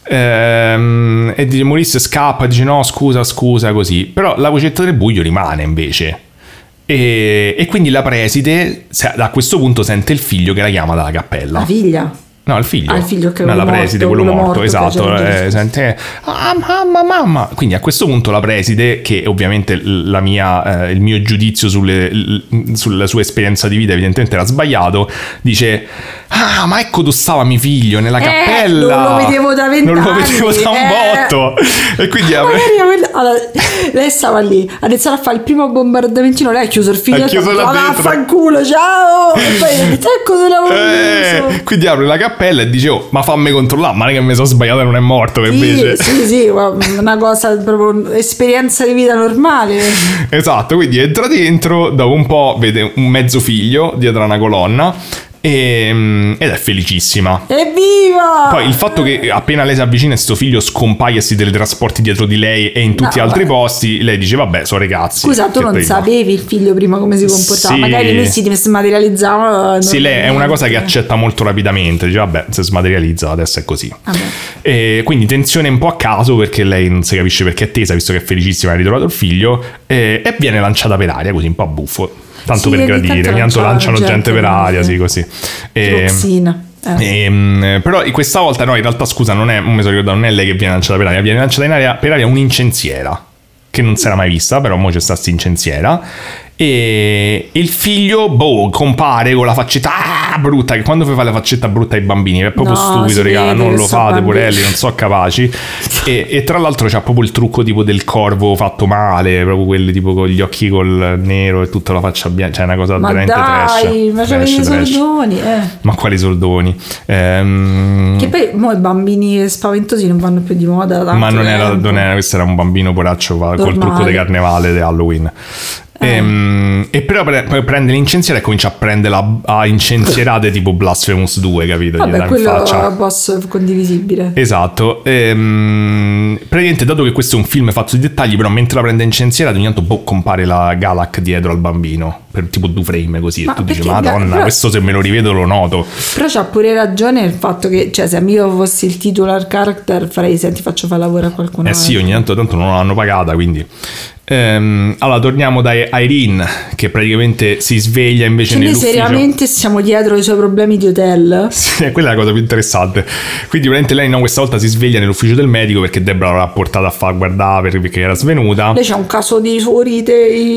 Speaker 2: E dice Maurice scappa, dice no scusa così. Però la vocetta del buio rimane invece. E quindi la preside a questo punto sente il figlio che la chiama dalla cappella.
Speaker 1: La figlia?
Speaker 2: No, il figlio.
Speaker 1: Il figlio che è
Speaker 2: la preside, quello morto, esatto. Sente mamma. Quindi a questo punto la preside, che ovviamente il mio giudizio sulla sua esperienza di vita evidentemente era sbagliato, dice ma ecco dove stava mio figlio, nella cappella.
Speaker 1: Non lo vedevo da 20 anni.
Speaker 2: Non lo vedevo da un botto. E quindi
Speaker 1: lei stava lì, ha iniziato a fare il primo bombardamentino, lei ha chiuso il figlio, vaffanculo, ciao, e poi ecco dove l'avevo chiuso.
Speaker 2: Quindi apre la cappella e dice ma fammi controllare, ma non è che mi sono sbagliato e non è morto, che invece
Speaker 1: sì, una cosa proprio esperienza di vita normale.
Speaker 2: Esatto, quindi entra dentro, dopo un po' vede un mezzo figlio dietro a una colonna ed è felicissima.
Speaker 1: Evviva!
Speaker 2: Poi il fatto che appena lei si avvicina e sto figlio scompaia e si teletrasporti dietro di lei e in tutti gli altri posti, lei dice vabbè, sono ragazzi.
Speaker 1: Scusa, tu non sapevi il figlio prima come si comportava? Sì. Magari lui si smaterializzava.
Speaker 2: Sì, lei è una cosa che accetta molto rapidamente, dice vabbè, si smaterializza, adesso è così. E quindi tensione un po' a caso, perché lei non si capisce perché è tesa, visto che è felicissima, ha ritrovato il figlio, e viene lanciata per aria così un po' a buffo, tanto per gradire. Ogni tanto lanciano gente per aria, sì, così. Però questa volta no, in realtà scusa, non mi sono ricordato, non è lei che viene lanciata per aria, viene lanciata per aria un'incensiera che non si era mai vista, però mo c'è sta sta incensiera, e il figlio compare con la faccetta brutta, che quando fa la faccetta brutta ai bambini è proprio stupido, raga, non lo fate, porelli, non so capaci. E tra l'altro c'ha proprio il trucco tipo del corvo fatto male, proprio quelli tipo con gli occhi col nero e tutta la faccia bianca, cioè è una cosa veramente trash.
Speaker 1: Ma c'aveva i soldoni,
Speaker 2: ma quali soldoni?
Speaker 1: Che poi mo i bambini spaventosi non vanno più di moda tanto.
Speaker 2: Ma non era, questo era un bambino poraccio col trucco di carnevale di Halloween. E però prende l'incensiera e comincia a prenderla a incensierate tipo Blasphemous 2, capito?
Speaker 1: Vabbè, quello è un boss condivisibile.
Speaker 2: Esatto. Praticamente, dato che questo è un film fatto di dettagli, però mentre la prende incensierata ogni tanto compare la Galak dietro al bambino per tipo 2 frame così, e tu dici madonna, però, questo se me lo rivedo lo noto.
Speaker 1: Però c'ha pure ragione il fatto che, cioè, se io fossi il titular character farei senti faccio fare lavoro a qualcun altro.
Speaker 2: Sì, ogni tanto tanto non l'hanno pagata, quindi allora torniamo da Irene che praticamente si sveglia invece nell'ufficio.
Speaker 1: Seriamente stiamo dietro ai suoi problemi di hotel?
Speaker 2: Sì, quella è la cosa più interessante. Quindi praticamente lei questa volta si sveglia nell'ufficio del medico perché Deborah l'ha portata a far guardare perché era svenuta.
Speaker 1: Lei c'ha un caso di suorite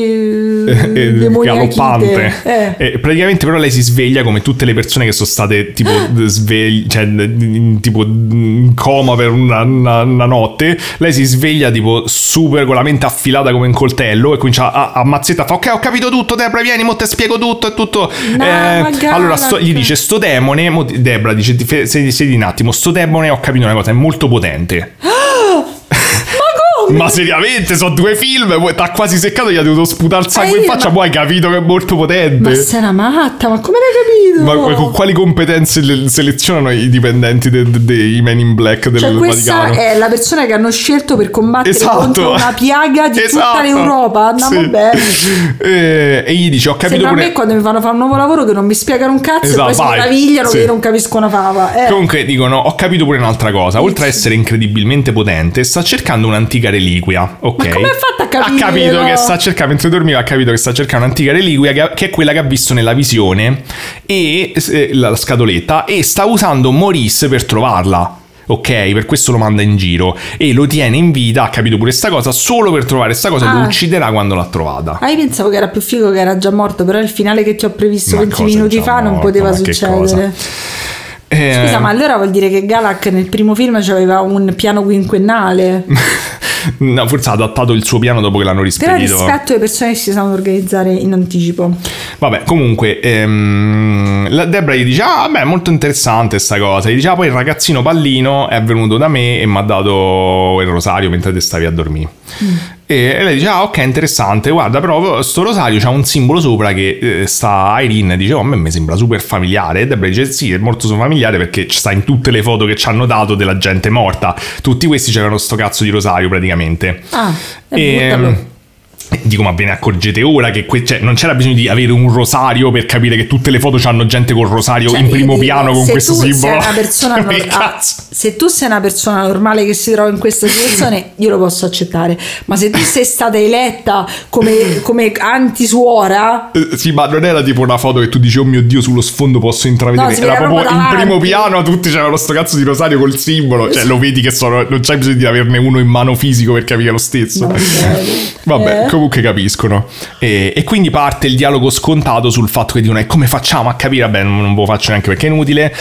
Speaker 2: galoppante. E praticamente però lei si sveglia come tutte le persone che sono state tipo cioè tipo in coma per una notte. Lei si sveglia tipo super con la mente affilata come un coltello e comincia a mazzetta, fa ok, ho capito tutto, Debra, vieni, mo te spiego tutto, è tutto. Allora gli dice sto demone, Debra dice sedi un attimo, sto demone ho capito una cosa, è molto potente. Ma seriamente, sono 2 film, t'ha quasi seccato, gli ha dovuto sputare il sangue in faccia, poi hai capito che è molto potente.
Speaker 1: Ma sei una matta, ma come l'hai capito?
Speaker 2: Ma con quali competenze selezionano i dipendenti dei Men in Black del Vaticano?
Speaker 1: Questa è la persona che hanno scelto per combattere contro una piaga di tutta l'Europa. Andiamo bene.
Speaker 2: E gli dice ho capito.
Speaker 1: Sembra a me quando mi fanno fare un nuovo lavoro che non mi spiegano un cazzo e poi si meravigliano che io non capisco una fava.
Speaker 2: Comunque dicono ho capito pure un'altra cosa, oltre a essere incredibilmente potente sta cercando un'antica reliquia, ok?
Speaker 1: Ma come ha fatto a capire?
Speaker 2: Ha capito che sta cercando, mentre dormiva ha capito che sta cercando un'antica reliquia che è quella che ha visto nella visione e la scatoletta, e sta usando Maurice per trovarla. Ok, per questo lo manda in giro e lo tiene in vita, ha capito pure sta cosa, solo per trovare sta cosa, lo ucciderà quando l'ha trovata.
Speaker 1: Io pensavo che era più figo che era già morto, però il finale che ti ho previsto 20 minuti fa non poteva succedere. Scusa, ma allora vuol dire che Galak nel primo film aveva un piano quinquennale?
Speaker 2: No, forse ha adattato il suo piano dopo che l'hanno rispedito.
Speaker 1: Però rispetto alle persone che si sanno organizzare in anticipo.
Speaker 2: Vabbè, comunque la Debra gli dice vabbè, molto interessante sta cosa. Gli dice poi il ragazzino pallino è venuto da me e mi ha dato il rosario mentre te stavi a dormire. E lei dice ok, interessante, guarda, però sto rosario c'ha un simbolo sopra che sta Irene dice a me mi sembra super familiare, e Debra dice sì, è molto familiare perché sta in tutte le foto che ci hanno dato della gente morta, tutti questi c'erano sto cazzo di rosario praticamente. Dico, ma ve ne accorgete ora che cioè, non c'era bisogno di avere un rosario per capire che tutte le foto c'hanno gente col rosario, cioè, in primo piano con questo simbolo.
Speaker 1: Se tu sei una persona normale che si trova in questa situazione, io lo posso accettare, ma se tu sei stata eletta come antisuora,
Speaker 2: sì, ma non era tipo una foto che tu dici oh mio Dio, sullo sfondo posso intravedere, era proprio in primo piano, tutti c'erano sto cazzo di rosario col simbolo, cioè lo vedi che non c'è bisogno di averne uno in mano fisico per capire lo stesso. Vabbè, comunque capiscono. E quindi parte il dialogo scontato sul fatto che dicono e come facciamo a capire, vabbè non ve lo faccio neanche perché è inutile.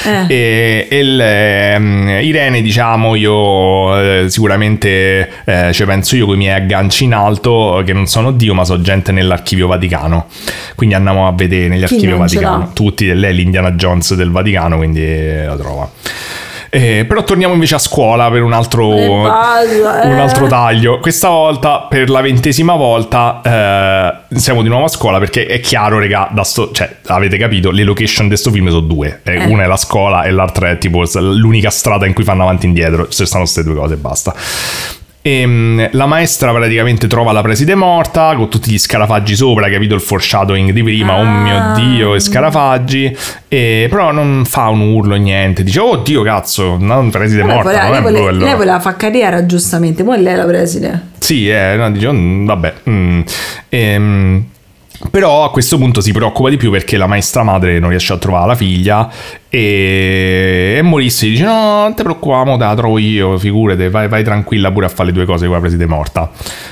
Speaker 2: Irene, diciamo, io sicuramente ci penso io con i miei agganci in alto, che non sono Dio ma sono gente nell'archivio Vaticano, quindi andiamo a vedere negli archivi Vaticano tutti, lei è l'Indiana Jones del Vaticano, quindi la trova. Però torniamo invece a scuola per un altro taglio. Questa volta, per la 20ª volta, siamo di nuovo a scuola, perché è chiaro, regà, cioè, avete capito, le location di sto film sono due. Una è la scuola e l'altra è tipo l'unica strada in cui fanno avanti e indietro. Ci stanno queste due cose e basta. E la maestra praticamente trova la preside morta con tutti gli scarafaggi sopra, capito il foreshadowing di prima, oh mio Dio, e scarafaggi, però non fa un urlo, niente, dice oh Dio cazzo, non preside morta, non è bello.
Speaker 1: Lei voleva fare carriera, giustamente, poi lei è la preside.
Speaker 2: Sì, no, dice vabbè. Però a questo punto si preoccupa di più perché la maestra madre non riesce a trovare la figlia e Maurice dice no, non ti preoccupare, te la trovo io, figurate, vai tranquilla pure a fare le due cose con la preside morta.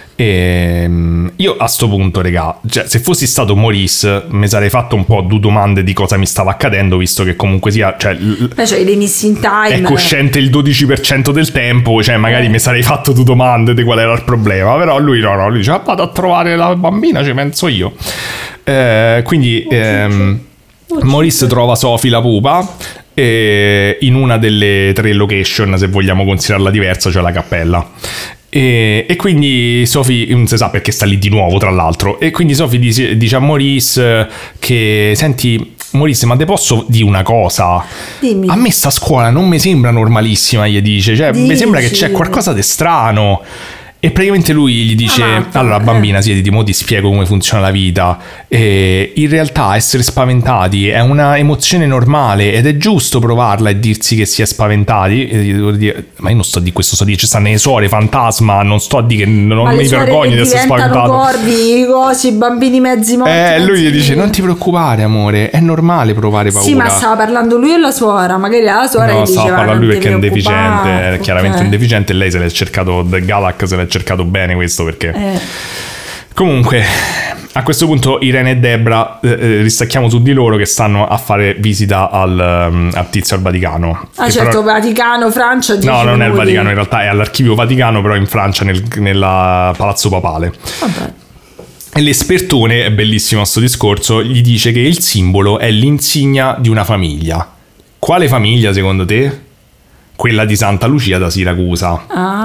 Speaker 2: E io a sto punto, regà, cioè, se fossi stato Maurice mi sarei fatto un po' due domande di cosa mi stava accadendo, visto che comunque sia, cioè
Speaker 1: dei missing time,
Speaker 2: è cosciente il 12% del tempo, cioè magari mi sarei fatto due domande di qual era il problema, però lui no, lui dice vado a trovare la bambina, ci penso io. Quindi Maurice trova Sophie la pupa in una delle 3 location, se vogliamo considerarla diversa, cioè la cappella. E quindi Sophie non si sa perché sta lì di nuovo, tra l'altro, e quindi Sophie dice a Maurice che senti Maurice, ma te posso dire una cosa?
Speaker 1: Dimmi.
Speaker 2: A me sta scuola non mi sembra normalissima, gli dice, cioè mi sembra che c'è qualcosa di strano. E praticamente lui gli dice allora bambina, siediti, mo ti spiego come funziona la vita. In realtà essere spaventati è una emozione normale ed è giusto provarla e dirsi che si è spaventati. Ma io non sto a dire questo, sto a dire ci stanno le suore fantasma, non sto a dire che non mi vergogno di essere spaventato.
Speaker 1: Corvi, cose, bambini mezzi morti.
Speaker 2: Lui gli dice non ti preoccupare amore, è normale provare paura.
Speaker 1: Sì, ma stava parlando lui o la suora? Magari la suora
Speaker 2: no,
Speaker 1: gli diceva
Speaker 2: stava parlando lui perché è un
Speaker 1: deficiente,
Speaker 2: è chiaramente un deficiente, e lei se l'è cercato, Galak se l'è cercato bene questo perché comunque a questo punto Irene e Debra ristacchiamo su di loro che stanno a fare visita al tizio al Vaticano.
Speaker 1: Certo, Vaticano, Francia, 10
Speaker 2: no, non
Speaker 1: minuti.
Speaker 2: è il Vaticano, in realtà è all'archivio Vaticano, però in Francia nella Palazzo Papale.
Speaker 1: Vabbè.
Speaker 2: E l'espertone, è bellissimo sto discorso, gli dice che il simbolo è l'insignia di una famiglia. Quale famiglia secondo te? Quella di Santa Lucia da Siracusa.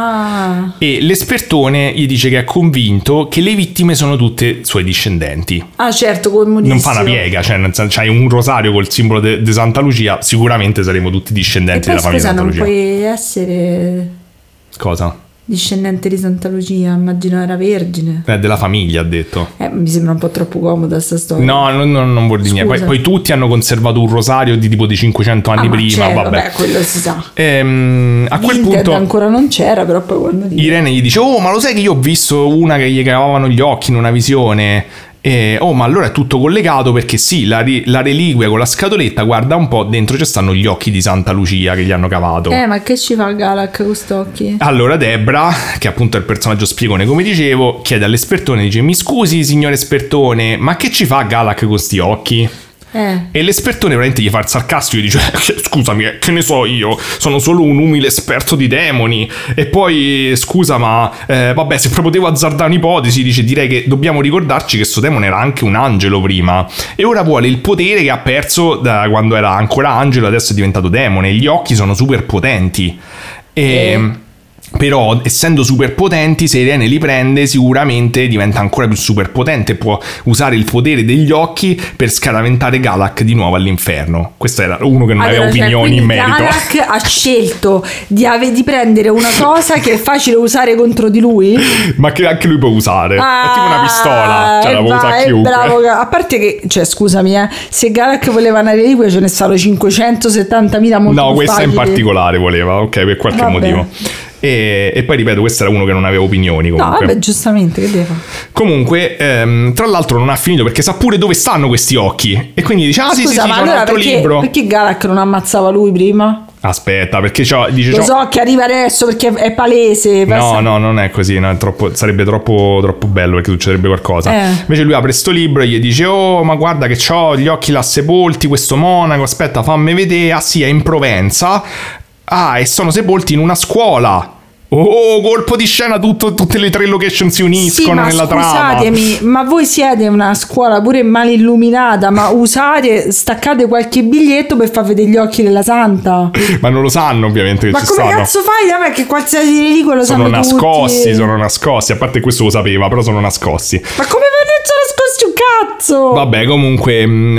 Speaker 2: E l'espertone gli dice che è convinto che le vittime sono tutte suoi discendenti.
Speaker 1: Certo, comodissimo.
Speaker 2: Non fa una piega, cioè nel senso, c'hai un rosario col simbolo di Santa Lucia, sicuramente saremo tutti discendenti della famiglia Santa Lucia.
Speaker 1: Non puoi essere
Speaker 2: cosa?
Speaker 1: Discendente di Santa Lucia, immagino era vergine.
Speaker 2: Della famiglia, ha detto.
Speaker 1: Mi sembra un po' troppo comoda sta storia.
Speaker 2: No, non vuol dire niente. Poi tutti hanno conservato un rosario di tipo di 500 anni prima. Vabbè,
Speaker 1: quello si sa.
Speaker 2: A quel punto
Speaker 1: ancora non c'era, però poi quando
Speaker 2: Irene gli dice ma lo sai che io ho visto una che gli cavavano gli occhi in una visione? Ma allora è tutto collegato, perché sì, la reliquia con la scatoletta, guarda un po', dentro ci stanno gli occhi di Santa Lucia che gli hanno cavato.
Speaker 1: Ma che ci fa Galak con quest'occhi?
Speaker 2: Allora Debra, che appunto è il personaggio spiegone come dicevo, chiede all'espertone, dice mi scusi signore espertone, ma che ci fa Galak con sti occhi? E l'espertone veramente gli fa il sarcastico e dice scusami, che ne so io, sono solo un umile esperto di demoni. E poi scusa ma vabbè, se proprio devo azzardare un'ipotesi, dice direi che dobbiamo ricordarci che sto demone era anche un angelo prima e ora vuole il potere che ha perso da quando era ancora angelo, adesso è diventato demone. Gli occhi sono super potenti però essendo super potenti, se Irene li prende sicuramente diventa ancora più super potente, può usare il potere degli occhi per scaraventare Galak di nuovo all'inferno. Questo era uno che non aveva opinioni in merito.
Speaker 1: Galak ha scelto di prendere una cosa che è facile usare contro di lui,
Speaker 2: ma che anche lui può usare, è tipo una pistola, cioè la può usare chiunque.
Speaker 1: Bravo, a parte che, cioè scusami, se Galak voleva una reliquia ce ne stanno 570.000 molto
Speaker 2: no, questa
Speaker 1: facili.
Speaker 2: in particolare voleva, ok, per qualche motivo. E poi ripeto, questo era uno che non aveva opinioni comunque.
Speaker 1: No, vabbè, giustamente, che deve fare?
Speaker 2: Comunque, tra l'altro non ha finito perché sa pure dove stanno questi occhi. E quindi dice,
Speaker 1: scusa,
Speaker 2: sì,
Speaker 1: ma
Speaker 2: c'è
Speaker 1: allora
Speaker 2: un altro libro.
Speaker 1: Perché Galak non ammazzava lui prima?
Speaker 2: Aspetta, perché dice...
Speaker 1: Lo so che arriva adesso perché è palese.
Speaker 2: No, non è così, no, sarebbe troppo bello perché succederebbe qualcosa. Invece lui apre sto libro e gli dice, ma guarda che c'ho gli occhi là sepolti, questo monaco, aspetta, fammi vedere. Ah sì, è in Provenza. E sono sepolti in una scuola. Oh, colpo di scena, tutte le 3 location si uniscono nella trama.
Speaker 1: Scusatemi, ma voi siete una scuola pure mal illuminata, ma staccate qualche biglietto per far vedere gli occhi della santa.
Speaker 2: Ma non lo sanno ovviamente che
Speaker 1: ma
Speaker 2: ci
Speaker 1: come
Speaker 2: stanno.
Speaker 1: Cazzo fai? Vabbè, che qualsiasi ridicolo
Speaker 2: sono nascosti, a parte questo lo sapeva, però sono nascosti.
Speaker 1: Ma come sono nascosti un cazzo?
Speaker 2: Vabbè, comunque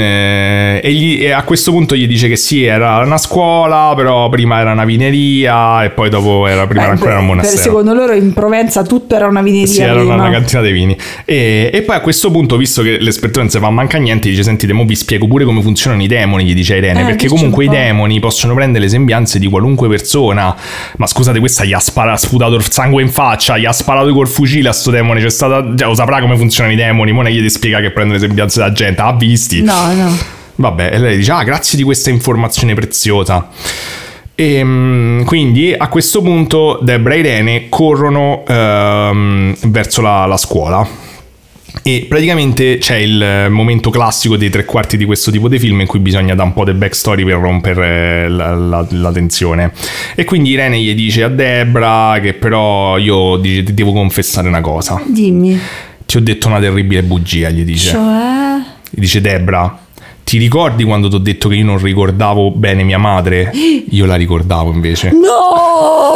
Speaker 2: e a questo punto gli dice che sì, era una scuola, però prima era una vineria e poi dopo era ancora un monastero.
Speaker 1: Secondo loro in Provenza tutto era una vineria.
Speaker 2: Sì, era una cantina dei vini. E poi a questo punto, visto che l'espertore non si fa manca niente, dice: sentite, mo vi spiego pure come funzionano i demoni, gli dice Irene, perché comunque i demoni possono prendere le sembianze di qualunque persona. Ma scusate, questa gli ha sputato il sangue in faccia, gli ha sparato col fucile a sto demone, lo saprà come funzionano i demoni, mo non gli spiega che prende le sembianze da gente, ha visti?
Speaker 1: No.
Speaker 2: Vabbè, e lei dice: grazie di questa informazione preziosa. E quindi a questo punto Debra e Irene corrono verso la scuola e praticamente c'è il momento classico dei 3/4 di questo tipo di film in cui bisogna dare un po' di backstory per rompere la tensione. E quindi Irene gli dice a Debra che però io ti devo confessare una cosa.
Speaker 1: Dimmi.
Speaker 2: Ti ho detto una terribile bugia, gli dice.
Speaker 1: Cioè?
Speaker 2: Gli dice: Debra, ti ricordi quando ti ho detto che io non ricordavo bene mia madre? Io la ricordavo invece.
Speaker 1: No!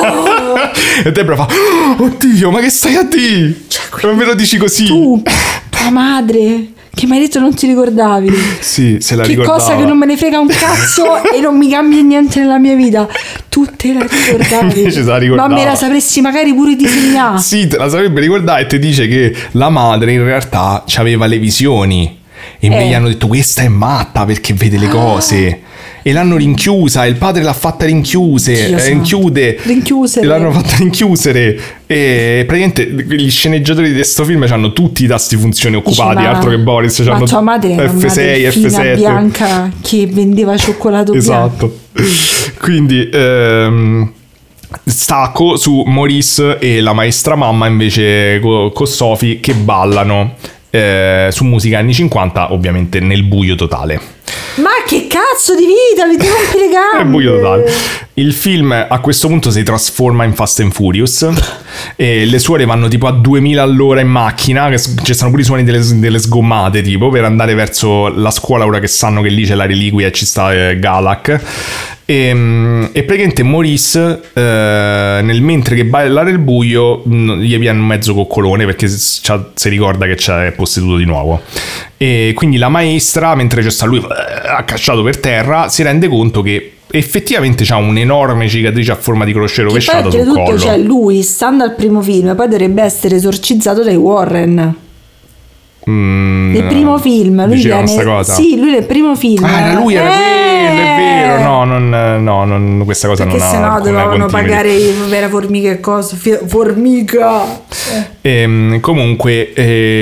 Speaker 2: E Debra fa: oddio, ma che stai a dire? Non me lo dici così?
Speaker 1: Tu, tua madre, che mi hai detto non ti ricordavi?
Speaker 2: Sì, se la
Speaker 1: che
Speaker 2: ricordava.
Speaker 1: Che cosa che non me ne frega un cazzo e non mi cambia niente nella mia vita. Tu te la ricordavi?
Speaker 2: Invece se la ricordava.
Speaker 1: Ma me la sapresti magari pure disegnare.
Speaker 2: Sì, te la saprebbe ricordare e ti dice che la madre in realtà aveva le visioni. E gli hanno detto: questa è matta perché vede le cose. E l'hanno rinchiusa, il padre l'ha fatta rinchiudere e l'hanno fatta rinchiudere. E praticamente gli sceneggiatori di questo film hanno tutti i tasti funzioni occupati, altro che Boris.
Speaker 1: Ma tua madre era
Speaker 2: F6,
Speaker 1: una
Speaker 2: F7
Speaker 1: bianca che vendeva cioccolato
Speaker 2: esatto. Quindi stacco su Maurice e la maestra mamma invece con Sophie che ballano su musica anni 50, ovviamente nel buio totale.
Speaker 1: Ma che cazzo di vita, vi devo rompere le gambe.
Speaker 2: È buio totale. Il film a questo punto si trasforma in Fast and Furious e le suore vanno tipo a 2000 all'ora in macchina, che ci stanno pure i suoni delle sgommate tipo per andare verso la scuola, ora che sanno che lì c'è la reliquia e ci sta Galak. E praticamente Maurice nel mentre che balla nel buio gli viene un mezzo coccolone perché si ricorda che c'è posseduto di nuovo. E quindi la maestra, mentre c'è sta lui accasciato per terra, si rende conto che effettivamente c'ha un'enorme cicatrice a forma di croce rovesciato sul collo.
Speaker 1: Cioè lui, stando al primo film, poi dovrebbe essere esorcizzato dai Warren. Nel primo film lui
Speaker 2: diceva questa cosa?
Speaker 1: Sì, lui nel primo film
Speaker 2: era lui, era quello, è vero. No, questa cosa
Speaker 1: perché
Speaker 2: non ha.
Speaker 1: Perché sennò dovevano pagare vera formica e cosa formica.
Speaker 2: Comunque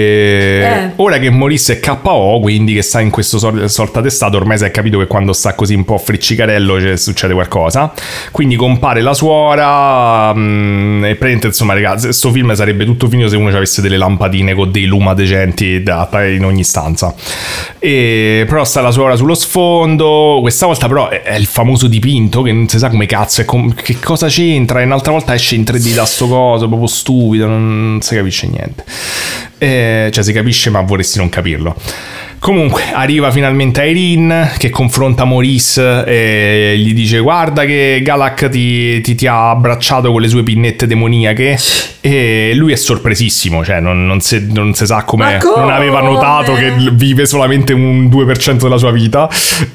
Speaker 2: ora che Maurice è KO, quindi che sta in questo sorta di stato, ormai si è capito che quando sta così un po' friccicarello succede qualcosa, quindi compare la suora e praticamente insomma ragazzi, questo film sarebbe tutto finito se uno avesse delle lampadine con dei luma decenti in ogni stanza. E però sta la suora sullo sfondo, questa volta però è il famoso dipinto che non si sa come cazzo che cosa c'entra, e un'altra volta esce in 3D da sto coso proprio stupido, non si capisce niente, cioè si capisce ma vorresti non capirlo. Comunque arriva finalmente Irene che confronta Maurice e gli dice: guarda che Galak ti ha abbracciato con le sue pinnette demoniache. E lui è sorpresissimo, cioè non si sa come, non aveva notato che vive solamente un 2% della sua vita.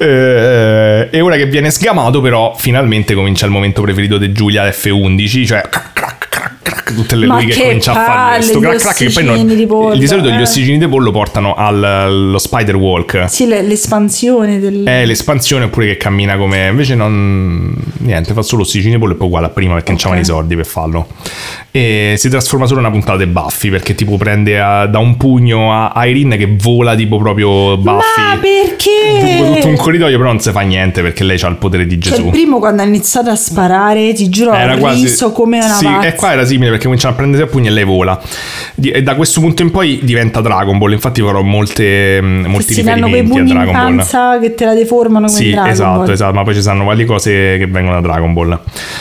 Speaker 2: E ora che viene sgamato però finalmente comincia il momento preferito di Giulia, F11, cioè tutte le lui che comincia a fare questo crack che poi di solito gli ossigeni di pollo portano allo spider walk.
Speaker 1: Sì, l'espansione
Speaker 2: l'espansione, oppure che cammina come invece niente, fa solo ossigeni di pollo e poi uguale a prima perché non c'avano i soldi per farlo. E si trasforma solo in una puntata dei baffi perché tipo prende da un pugno a Irene che vola tipo proprio baffi.
Speaker 1: Ma perché?
Speaker 2: Tutto un corridoio, però non si fa niente perché lei ha il potere di Gesù.
Speaker 1: Cioè, il primo quando ha iniziato a sparare ti giuro ho riso come una pazza.
Speaker 2: E qua era simile perché perché cominciano a prendersi a pugni e lei vola. E da questo punto in poi diventa Dragon Ball. Infatti farò molti riferimenti a Dragon Ball.
Speaker 1: Panza che te la deformano come Dragon Ball.
Speaker 2: Esatto, ma poi ci saranno varie cose che vengono da Dragon Ball.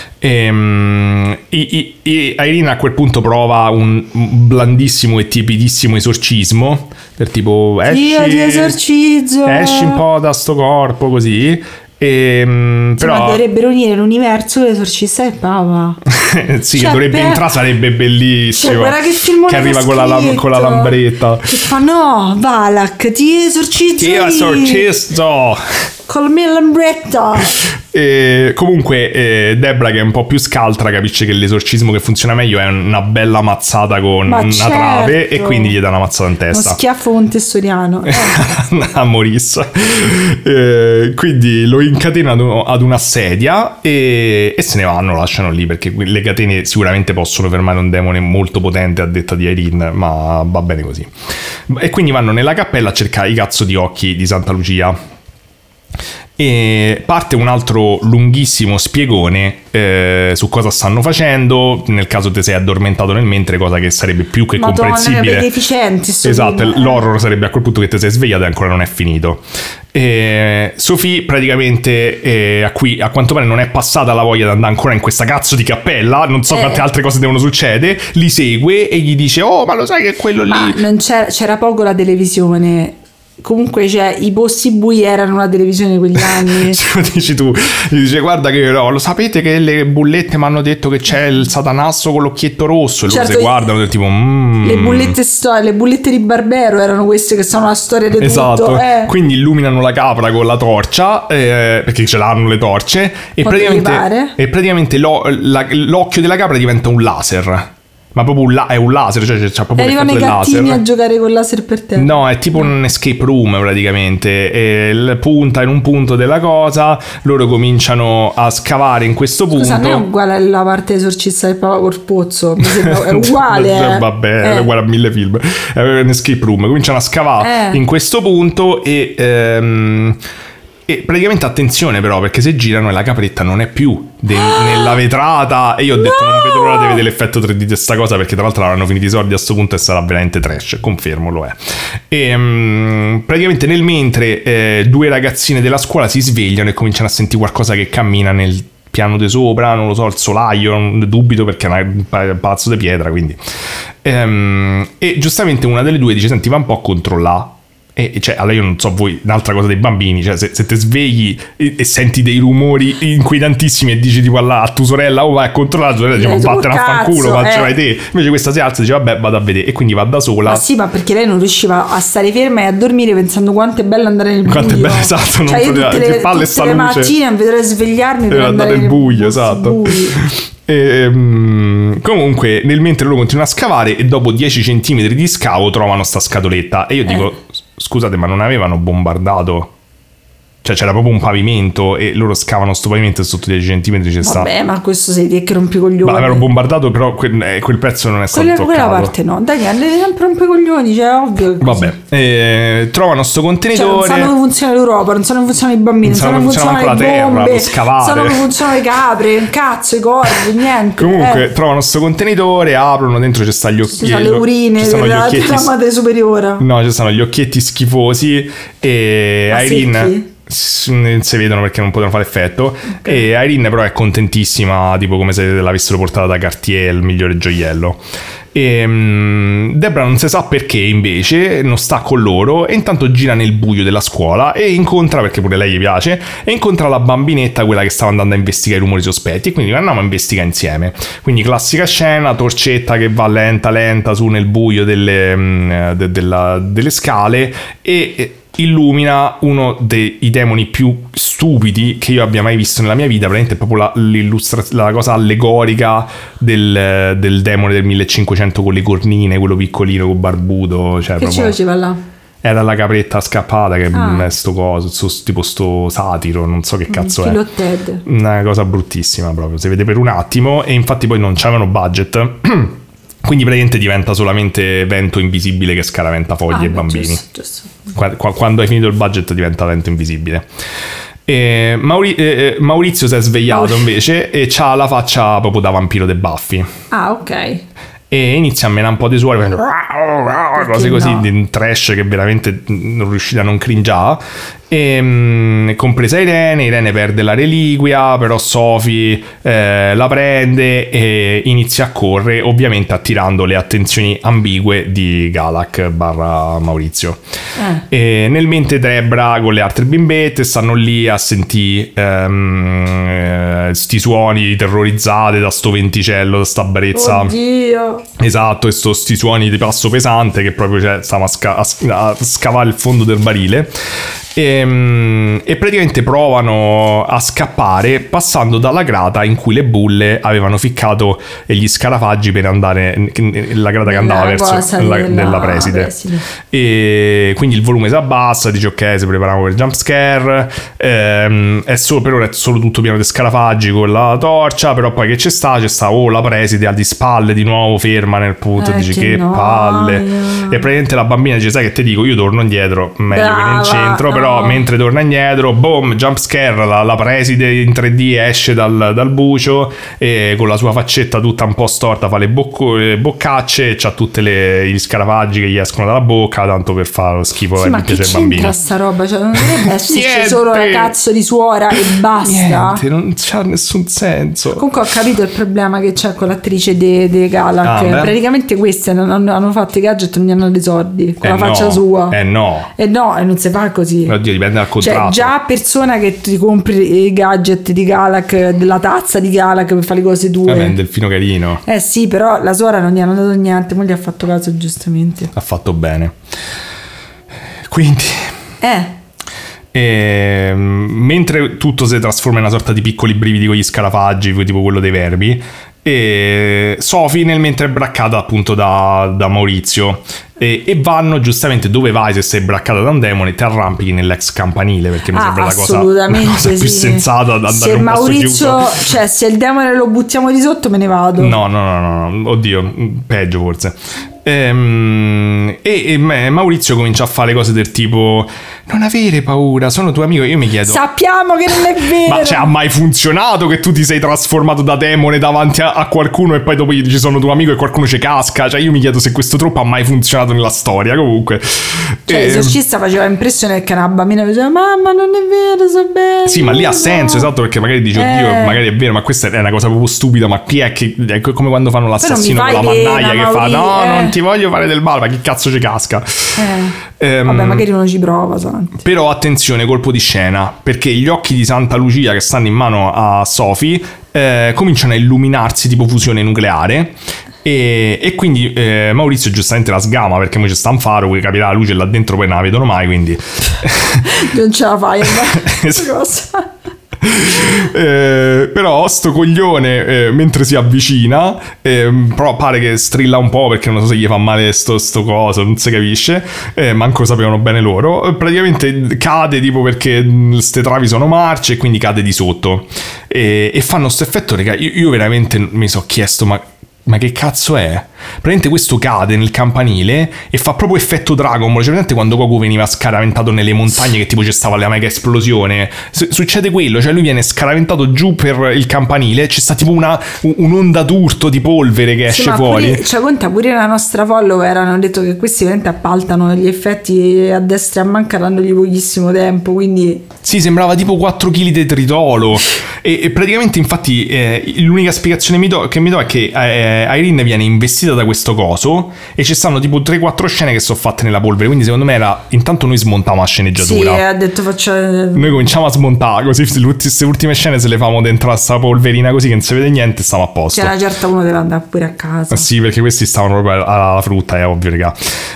Speaker 2: Irina a quel punto prova un blandissimo e tiepidissimo esorcismo, per tipo
Speaker 1: io ti esorcizzo,
Speaker 2: esci un po' da sto corpo, così. Però
Speaker 1: dovrebbero unire l'universo dell'esorcista e Papa.
Speaker 2: Sì, cioè, dovrebbe entrare, sarebbe bellissimo.
Speaker 1: Cioè, guarda che
Speaker 2: arriva con la lambretta
Speaker 1: che fa: no, Valak, ti esorcizzo con la mia lambretta.
Speaker 2: Comunque Debra, che è un po' più scaltra, capisce che l'esorcismo che funziona meglio è una bella mazzata con una trave, e quindi gli dà una mazzata in testa,
Speaker 1: uno schiaffo montessoriano
Speaker 2: a Morissa. Quindi lo incatenano ad una sedia e se ne vanno, lo lasciano lì, perché le catene sicuramente possono fermare un demone molto potente, a detta di Irene, ma va bene così. E quindi vanno nella cappella a cercare i cazzo di occhi di Santa Lucia. E parte un altro lunghissimo spiegone su cosa stanno facendo, nel caso te sei addormentato nel mentre, cosa che sarebbe più che comprensibile.
Speaker 1: Deficienti,
Speaker 2: esatto, l'horror sarebbe a quel punto che te sei svegliato e ancora non è finito. Sophie praticamente a quanto pare non è passata la voglia di andare ancora in questa cazzo di cappella, non so quante altre cose devono succedere, li segue e gli dice: oh, ma lo sai che quello lì
Speaker 1: non c'era poco la televisione. Comunque, cioè, i posti bui erano la televisione di quegli anni.
Speaker 2: Dici tu, gli dice: guarda che lo sapete che le bullette mi hanno detto che c'è il satanasso con l'occhietto rosso, e loro si guardano tipo
Speaker 1: le bullette di Barbero erano queste che sono la storia di
Speaker 2: tutto. Quindi illuminano la capra con la torcia, perché ce l'hanno le torce, e praticamente l'occhio della capra diventa un laser. Ma proprio è un laser, cioè c'ha proprio
Speaker 1: arrivano i gattini a giocare col laser per terra.
Speaker 2: No, è tipo un escape room praticamente, e punta in un punto della cosa, loro cominciano a scavare in questo punto.
Speaker 1: Scusa, non è uguale alla parte esorcista del Papa Corpozzo, mi sembra, è uguale.
Speaker 2: Vabbè, è uguale a 1000 film. È un escape room, cominciano a scavare in questo punto e praticamente attenzione però, perché se girano e la capretta non è più nella vetrata, e io ho detto non vedo l'ora di vedere l'effetto 3D di sta cosa, perché tra l'altro avranno finito i soldi a sto punto e sarà veramente trash, confermo, lo è. E praticamente nel mentre due ragazzine della scuola si svegliano e cominciano a sentire qualcosa che cammina nel piano di sopra, non lo so, il solaio, non dubito perché è un palazzo di pietra, quindi e giustamente una delle due dice: senti, va un po' a controllare. E cioè, allora io non so voi, un'altra cosa dei bambini, cioè se te svegli e senti dei rumori inquietantissimi e dici tipo a tua sorella: oh, vai a controllare, la sorella dice: ma vattene a fanculo, vai te. Invece questa si alza e dice: vabbè, vado a vedere, e quindi va da sola.
Speaker 1: Ma sì, ma perché lei non riusciva a stare ferma e a dormire pensando quanto è bello andare nel buio. Quanto è bello,
Speaker 2: esatto,
Speaker 1: cioè,
Speaker 2: non poteva, che palle sta luce.
Speaker 1: Le mattine vedrei svegliarmi per andare
Speaker 2: nel buio, esatto. Comunque nel mentre loro continuano a scavare, e dopo 10 centimetri di scavo trovano sta scatoletta, e io dico: scusate, ma non avevano bombardato? Cioè c'era proprio un pavimento e loro scavano sto pavimento e sotto 10 centimetri c'è sta.
Speaker 1: Vabbè, ma questo sei te che rompicoglioni.
Speaker 2: Ma l'avevano bombardato, però quel pezzo non è stato toccato.
Speaker 1: Quella parte no, Daniele sempre rompicoglioni, cioè ovvio.
Speaker 2: Vabbè, trovano sto contenitore.
Speaker 1: Cioè, non sanno come funziona l'Europa, non sanno come funzionano i bambini, non sanno come funzionano le bombe, non sanno come funzionano le capre, un cazzo, i corvi, niente.
Speaker 2: Comunque trovano sto contenitore, aprono, dentro c'è sta gli occhietti.
Speaker 1: Ci sono le urine della madre superiore.
Speaker 2: No, ci stanno gli occhietti schifosi e Irene si vedono perché non potevano fare effetto, e Irene però è contentissima, tipo come se l'avessero portata da Cartier, il migliore gioiello. E Debra non si sa perché invece non sta con loro, e intanto gira nel buio della scuola e incontra, perché pure lei gli piace, e incontra la bambinetta, quella che stava andando a investigare i rumori sospetti, e quindi andiamo a investigare insieme. Quindi classica scena, torcetta che va lenta su nel buio delle scale e illumina uno dei demoni più stupidi che io abbia mai visto nella mia vita. Praticamente è proprio la cosa allegorica del demone del 1500 con le cornine, quello piccolino con barbuto, cioè
Speaker 1: che
Speaker 2: proprio...
Speaker 1: ci faceva là?
Speaker 2: Era la capretta scappata, che è sto coso, tipo sto satiro, non so che cazzo è.
Speaker 1: Ted.
Speaker 2: Una cosa bruttissima proprio, si vede per un attimo, e infatti poi non c'avevano budget. Quindi praticamente diventa solamente vento invisibile che scaraventa foglie e bambini.
Speaker 1: Giusto.
Speaker 2: Quando hai finito il budget diventa vento invisibile. Maurizio si è svegliato invece e c'ha la faccia proprio da vampiro dei Buffy.
Speaker 1: Ah, ok.
Speaker 2: E inizia a menare un po' di suore facendo cose così di un trash che veramente non riuscite a non cringiare. Compresa Irene perde la reliquia, però Sophie la prende e inizia a correre, ovviamente attirando le attenzioni ambigue di Galak / Maurizio. E nel mentre Debra con le altre bimbette stanno lì a sentire sti suoni terrorizzate da sto venticello, da sta brezza.
Speaker 1: Oddio.
Speaker 2: Esatto, e sti suoni di passo pesante che proprio stiamo a scavare il fondo del barile. E praticamente provano a scappare passando dalla grata in cui le bulle avevano ficcato gli scarafaggi per andare, la grata che andava verso della preside. E quindi il volume si abbassa, dice ok, si preparano per il jump scare, è solo, per ora è solo tutto pieno di scarafaggi con la torcia, però poi che c'è sta la preside al di spalle di nuovo ferma nel punto, dice che palle, e praticamente la bambina dice sai che ti dico, io torno indietro, meglio che nel centro, però mentre torna indietro, boom, jump scare, la preside in 3D esce dal bucio e con la sua faccetta tutta un po' storta fa le boccacce e c'ha tutti gli scarafaggi che gli escono dalla bocca, tanto per fare lo schifo
Speaker 1: sì, ma che c'entra sta roba? Cioè, non dovrebbe esserci solo la cazzo di suora e basta.
Speaker 2: Niente, non c'ha nessun senso.
Speaker 1: Comunque ho capito il problema che c'è con l'attrice di Galak. Praticamente queste non hanno fatto i gadget, non gli hanno dei soldi con la faccia sua.
Speaker 2: E non si fa così.
Speaker 1: Oddio,
Speaker 2: dipende dal contratto.
Speaker 1: Cioè, già persona che ti compri i gadget di Galak, della tazza di Galak per fare le cose tue.
Speaker 2: È un delfino carino.
Speaker 1: Sì, però la suora non gli hanno dato niente, ma gli ha fatto caso giustamente.
Speaker 2: Ha fatto bene. Quindi mentre tutto si trasforma in una sorta di piccoli brividi con gli scarafaggi, tipo quello dei verbi, e Sophie nel mentre è braccata appunto da Maurizio e vanno giustamente, dove vai se sei braccata da un demone, ti arrampichi nell'ex campanile, perché mi sembra la cosa più sensata da andare in un posto chiuso.
Speaker 1: Cioè se il demone lo buttiamo di sotto me ne vado.
Speaker 2: No, oddio, peggio forse. E Maurizio comincia a fare cose del tipo non avere paura, sono tuo amico. Io mi chiedo,
Speaker 1: sappiamo che non è vero,
Speaker 2: ma cioè, ha mai funzionato che tu ti sei trasformato da demone davanti a qualcuno e poi dopo gli dici sono tuo amico e qualcuno ci casca? Cioè io mi chiedo se questo troppo ha mai funzionato nella storia. Comunque
Speaker 1: cioè l'esorcista faceva impressione che una bambina diceva mamma non è vero, so bene.
Speaker 2: Sì, ma lì ha senso, esatto, perché magari dice oddio, magari è vero, ma questa è una cosa proprio stupida. Ma chi è che è come quando fanno l'assassino con la mannaia che fa no, non ti voglio fare del male, ma chi cazzo ci casca?
Speaker 1: Vabbè, magari uno ci prova, santi.
Speaker 2: Però attenzione, colpo di scena, perché gli occhi di Santa Lucia che stanno in mano a Sophie cominciano a illuminarsi tipo fusione nucleare. E quindi Maurizio giustamente la sgama, perché poi c'è sta un faro che capirà la luce là dentro, poi non la vedono mai, quindi
Speaker 1: non ce la fai questa cosa.
Speaker 2: Però sto coglione mentre si avvicina però pare che strilla un po', perché non so se gli fa male sto coso, non si capisce, manco sapevano bene loro. Praticamente cade tipo perché ste travi sono marce e quindi cade di sotto e fanno sto effetto, raga. Io veramente mi sono chiesto ma che cazzo è? Praticamente questo cade nel campanile e fa proprio effetto Dragon Ball. Cioè, praticamente quando Goku veniva scaraventato nelle montagne, che tipo c'è stava la mega esplosione, succede quello, cioè lui viene scaraventato giù per il campanile, c'è sta tipo un'onda d'urto di polvere che esce fuori.
Speaker 1: Cioè conta pure la nostra follower hanno detto che questi veramente appaltano gli effetti a destra e a manca dandogli pochissimo tempo, quindi
Speaker 2: sì, sembrava tipo 4 kg di tritolo e praticamente infatti l'unica spiegazione che mi do è che Irene viene investita da questo coso e ci stanno tipo 3-4 scene che sono fatte nella polvere, quindi secondo me era intanto noi smontiamo la sceneggiatura.
Speaker 1: Sì, ha detto
Speaker 2: noi cominciamo a smontare così queste ultime scene se le famo dentro a sta polverina così che non si vede niente, stiamo a posto.
Speaker 1: C'è una certa, uno deve andare pure a casa.
Speaker 2: Sì, perché questi stavano proprio alla frutta, è ovvio, raga.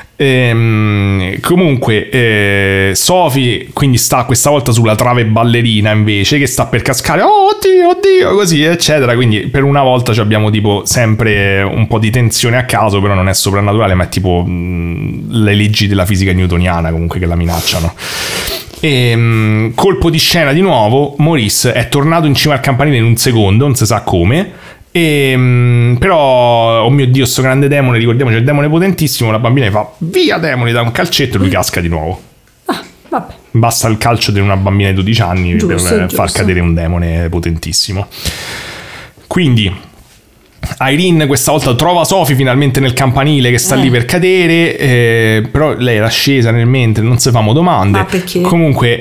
Speaker 2: Comunque Sophie quindi sta questa volta sulla trave ballerina invece, che sta per cascare, oddio così eccetera, quindi per una volta abbiamo tipo sempre un po' di tensione a caso, però non è soprannaturale, ma è tipo le leggi della fisica newtoniana comunque che la minacciano. Colpo di scena di nuovo, Maurice è tornato in cima al campanile in un secondo, non si sa come. Però oh mio Dio, sto grande demone, ricordiamoci, il demone potentissimo, la bambina gli fa via demone, da un calcetto e lui casca di nuovo.
Speaker 1: Vabbè.
Speaker 2: basta il calcio di una bambina di 12 anni per far cadere un demone potentissimo. Quindi Irene questa volta trova Sophie finalmente nel campanile che sta lì per cadere, però lei era scesa nel mentre, non si famo domande.
Speaker 1: Ma perché?
Speaker 2: Comunque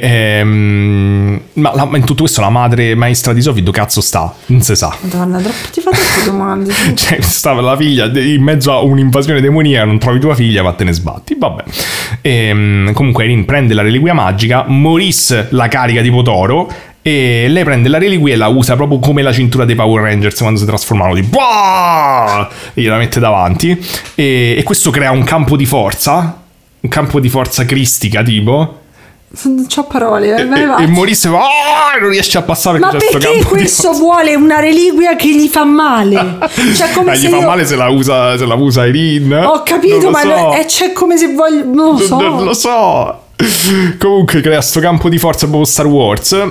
Speaker 2: ma in tutto questo la madre maestra di Sophie dove cazzo sta? Non si sa.
Speaker 1: Madonna, ti fa troppe domande.
Speaker 2: Cioè stava la figlia in mezzo a un'invasione demoniaca, non trovi tua figlia, ma te ne sbatti, vabbè. Comunque Irene prende la reliquia magica, Maurice la carica tipo toro e lei prende la reliquia e la usa proprio come la cintura dei Power Rangers quando si trasformano, di e gliela mette davanti e questo crea un campo di forza cristica tipo.
Speaker 1: Non c'ho parole,
Speaker 2: e Maurice non riesce a passare
Speaker 1: perché. Ma perché questo vuole una reliquia che gli fa male? Cioè, come se
Speaker 2: gli fa male se la usa Irene.
Speaker 1: Ho capito, ma c'è come se voglio. Non
Speaker 2: lo so. Comunque crea sto campo di forza proprio Star Wars.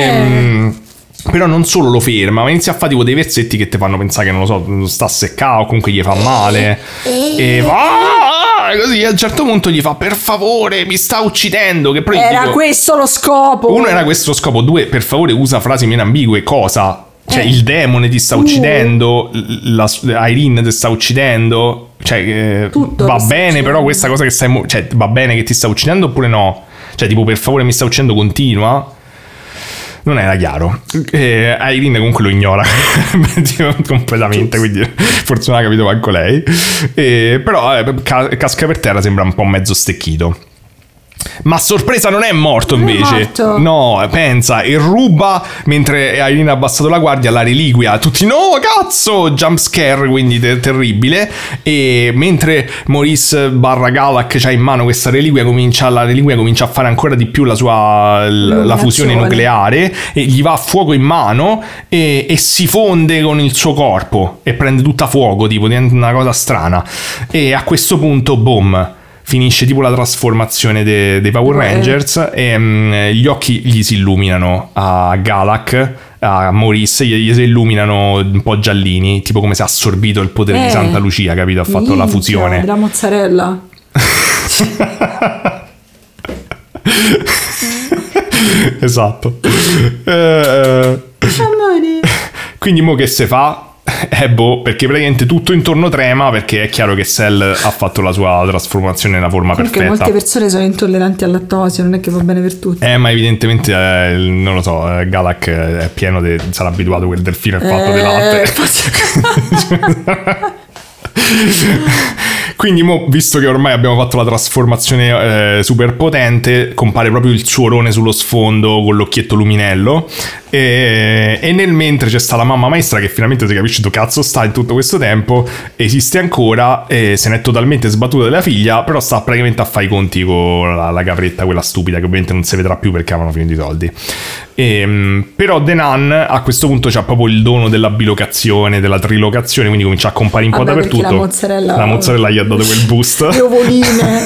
Speaker 2: Però non solo lo ferma, ma inizia a fare tipo dei versetti che ti fanno pensare che non lo so, sta seccato o comunque gli fa male. E così a un certo punto gli fa: per favore, mi sta uccidendo. Che poi
Speaker 1: era questo lo scopo.
Speaker 2: Uno, era questo lo scopo. Due, per favore, usa frasi meno ambigue. Cosa? Cioè il demone ti sta uccidendo, Irene ti sta uccidendo. Cioè va bene, però questa cosa che stai cioè va bene che ti sta uccidendo oppure no? Cioè tipo per favore mi sta uccidendo, continua. Non era chiaro. Irene comunque lo ignora completamente, quindi forse non ha capito manco lei. Però casca per terra, sembra un po' mezzo stecchito. Ma a sorpresa non è morto invece. No, pensa, e ruba mentre Irene ha abbassato la guardia la reliquia. Tutti no, cazzo, jump scare, quindi terribile. E mentre Maurice barra Galak c'ha in mano questa reliquia, la reliquia comincia a fare ancora di più la fusione nucleare e gli va a fuoco in mano e si fonde con il suo corpo e prende tutta fuoco, tipo diventa una cosa strana. E a questo punto boom, finisce tipo la trasformazione dei Power Rangers e gli occhi gli si illuminano a Galak, a Maurice gli si illuminano un po' giallini, tipo come se ha assorbito il potere di Santa Lucia, capito? Ha fatto la fusione
Speaker 1: della mozzarella.
Speaker 2: Esatto.
Speaker 1: Amore.
Speaker 2: Quindi mo che se fa? Perché praticamente tutto intorno trema, perché è chiaro che Cell ha fatto la sua trasformazione nella forma perfetta.
Speaker 1: Molte persone sono intolleranti al lattosio, non è che va bene per tutti.
Speaker 2: Ma evidentemente non lo so, Galak è pieno sarà abituato, quel delfino è fatto di latte. Quindi mo, visto che ormai abbiamo fatto la trasformazione super potente, compare proprio il suo orone sullo sfondo con l'occhietto luminello e nel mentre c'è sta la mamma maestra che finalmente si capisce dove cazzo sta in tutto questo tempo, esiste ancora e se n'è totalmente sbattuta della figlia, però sta praticamente a fare i conti con la capretta quella stupida che ovviamente non si vedrà più perché avevano finito i soldi. Però The Nun a questo punto c'ha proprio il dono della bilocazione, della trilocazione, quindi comincia a comparire un po' dappertutto. La mozzarella gli ha dato quel boost.
Speaker 1: Le ovoline.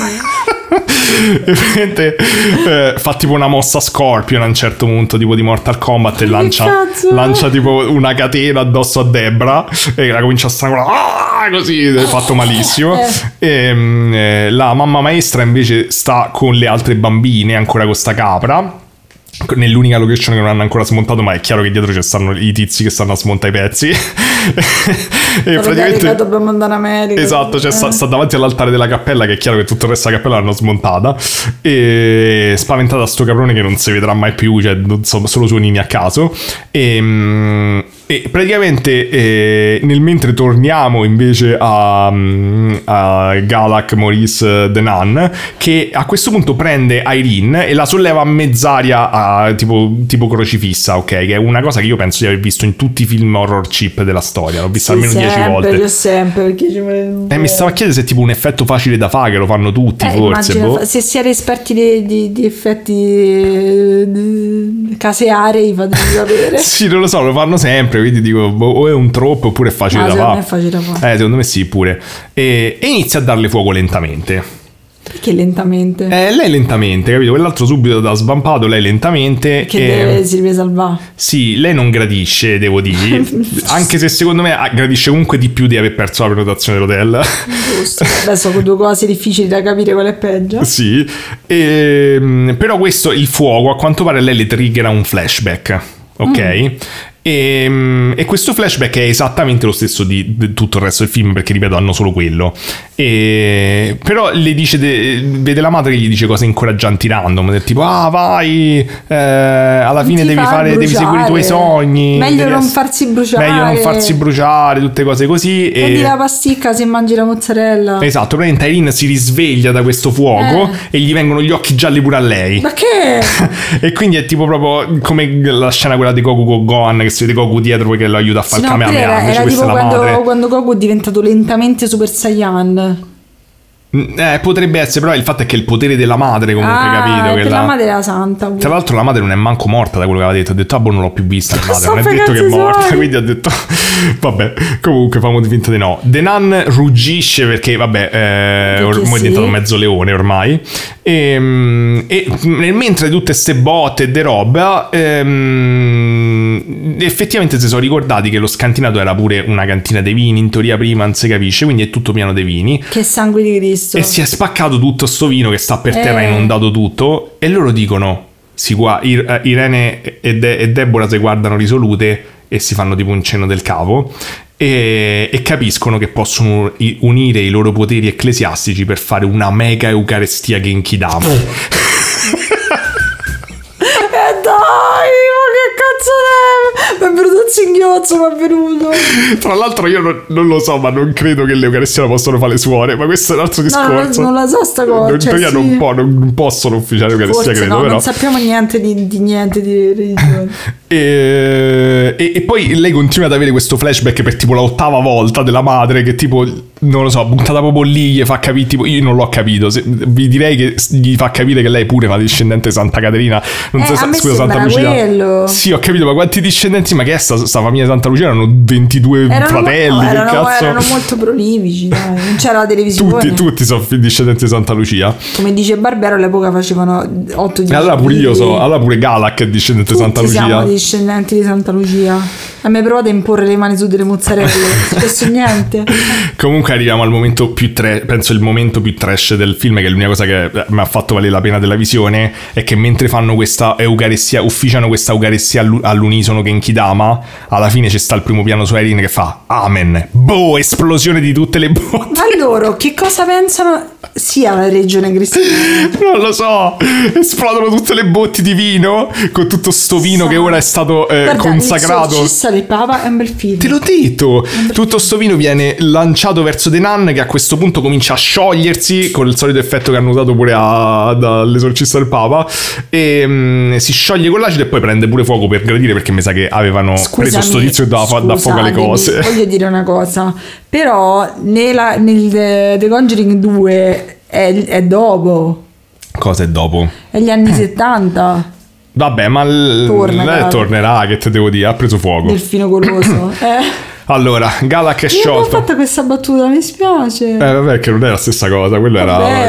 Speaker 2: E fa tipo una mossa Scorpion a un certo punto, tipo di Mortal Kombat, e lancia tipo una catena addosso a Debra e la comincia a strangolare così, è fatto malissimo. La mamma maestra invece sta con le altre bambine ancora con sta capra nell'unica location che non hanno ancora smontato, ma è chiaro che dietro ci stanno i tizi che stanno a smontare i pezzi. E praticamente
Speaker 1: dobbiamo andare in America.
Speaker 2: Esatto, cioè sta davanti all'altare della cappella, che è chiaro che tutto il resto della cappella l'hanno smontata, e spaventata a sto caprone che non si vedrà mai più, cioè solo suonini a caso. E praticamente nel mentre torniamo invece a Galak, Maurice, The Nun, che a questo punto prende Irene e la solleva a mezz'aria tipo crocifissa, ok? Che è una cosa che io penso di aver visto in tutti i film horror cheap della storia. L'ho vista almeno 10 volte.
Speaker 1: Io sempre, perché
Speaker 2: mi stavo a chiedere se è tipo un effetto facile da fare, che lo fanno tutti forse.
Speaker 1: Se siete esperti di effetti caseari, fatemi sapere.
Speaker 2: Sì, non lo so, lo fanno sempre, quindi dico o è un troppo oppure è facile da fare.
Speaker 1: Secondo me è facile da fare.
Speaker 2: Secondo me sì, pure. E inizia a darle fuoco lentamente.
Speaker 1: Perché lentamente?
Speaker 2: Lei lentamente, capito? Quell'altro subito da svampato, lei lentamente.
Speaker 1: Che si deve salvare.
Speaker 2: Sì, lei non gradisce, devo dire. Anche se secondo me gradisce comunque di più di aver perso la prenotazione dell'hotel.
Speaker 1: Giusto. Adesso con due cose difficili da capire qual è peggio.
Speaker 2: Sì. Però il fuoco, a quanto pare lei le triggera un flashback. Ok? E questo flashback è esattamente lo stesso di tutto il resto del film, perché ripeto hanno solo quello, però le dice vede la madre che gli dice cose incoraggianti random, del tipo vai, alla fine devi seguire i tuoi sogni,
Speaker 1: meglio non farsi bruciare,
Speaker 2: tutte cose così,
Speaker 1: prendi la pasticca se mangi la mozzarella.
Speaker 2: Esatto, praticamente Irene si risveglia da questo fuoco e gli vengono gli occhi gialli pure a lei.
Speaker 1: Ma che?
Speaker 2: E quindi è tipo proprio come la scena quella di Goku con Gohan, che si vede Goku dietro che lo aiuta a fare il Kamehameha.
Speaker 1: Era tipo quando Goku è diventato lentamente Super Saiyan.
Speaker 2: Potrebbe essere, però il fatto è che il potere della madre comunque, capito? Che
Speaker 1: la madre era santa.
Speaker 2: Tra l'altro la madre non è manco morta, da quello che aveva detto. Ha detto non l'ho più vista la madre, non è detto che è morta. Quindi ha detto vabbè, comunque famo di finta di no. The Nun ruggisce perché ormai è diventato mezzo leone ormai. E mentre tutte ste botte e de roba, effettivamente si sono ricordati che lo scantinato era pure una cantina dei vini, in teoria prima non si capisce, quindi è tutto pieno dei vini.
Speaker 1: Che sangue di Cristo.
Speaker 2: E si è spaccato tutto sto vino che sta per terra, inondato tutto, e loro dicono, Irene e Deborah si guardano risolute e si fanno tipo un cenno del capo e capiscono che possono unire i loro poteri ecclesiastici per fare una mega eucaristia Genkidama.
Speaker 1: Dai, ma che cazzo è? Mi è venuto un singhiozzo, mi è venuto.
Speaker 2: Tra l'altro io non lo so, ma non credo che l'eucaristia la possano fare le suore, ma questo è un altro discorso.
Speaker 1: Non la so sta cosa.
Speaker 2: Non possono ufficiare l'eucaristia,
Speaker 1: forse
Speaker 2: credo.
Speaker 1: No,
Speaker 2: però
Speaker 1: non sappiamo niente di niente di religione.
Speaker 2: E poi lei continua ad avere questo flashback per tipo l'ottava volta della madre, che tipo, non lo so, buttata proprio lì, gli fa capire, tipo, io non l'ho capito, vi direi che gli fa capire che lei pure è una discendente di Santa Caterina, non so, scusa, Santa Lucia.
Speaker 1: Quello.
Speaker 2: Sì, ho capito, ma quanti discendenti, ma che è sta famiglia Santa Lucia? Erano 22 fratelli, che cazzo?
Speaker 1: Erano molto prolifici, dai. Non c'era la televisione.
Speaker 2: Tutti sono discendenti di Santa Lucia.
Speaker 1: Come dice Barbero, all'epoca facevano 8-10.
Speaker 2: Allora pure io allora pure Galak è discendente di Santa Lucia.
Speaker 1: Siamo discendenti di Santa Lucia. A me provate a imporre le mani su delle mozzarelle, spesso niente.
Speaker 2: Comunque arriviamo al momento più penso il momento più trash del film, che è l'unica cosa che mi ha fatto valere la pena della visione, è che mentre fanno questa eucaristia, ufficiano questa eucaristia all'unisono Genkidama, alla fine c'è sta il primo piano su Irene che fa Amen, boh, esplosione di tutte le botte.
Speaker 1: Ma loro che cosa pensano sia la religione cristiana?
Speaker 2: Non lo so, esplodono tutte le botti di vino, con tutto sto vino che ora è stato consacrato.
Speaker 1: Del Papa è un bel film.
Speaker 2: Te l'ho detto, tutto sto vino viene lanciato verso The Nun, che a questo punto comincia a sciogliersi con il solito effetto che hanno usato pure dall'esorcista del Papa, e si scioglie con l'acido e poi prende pure fuoco per gradire, perché mi sa che avevano preso sto tizio e da fuoco alle cose.
Speaker 1: Voglio dire una cosa, però nel The Conjuring 2 è dopo.
Speaker 2: Cosa è dopo?
Speaker 1: È gli anni 70.
Speaker 2: Vabbè, ma tornerà, che te devo dire, ha preso fuoco.
Speaker 1: Delfino goloso.
Speaker 2: Allora, Galak è sciolto.
Speaker 1: Io ho fatto questa battuta, mi spiace.
Speaker 2: Vabbè, che non è la stessa cosa, quello era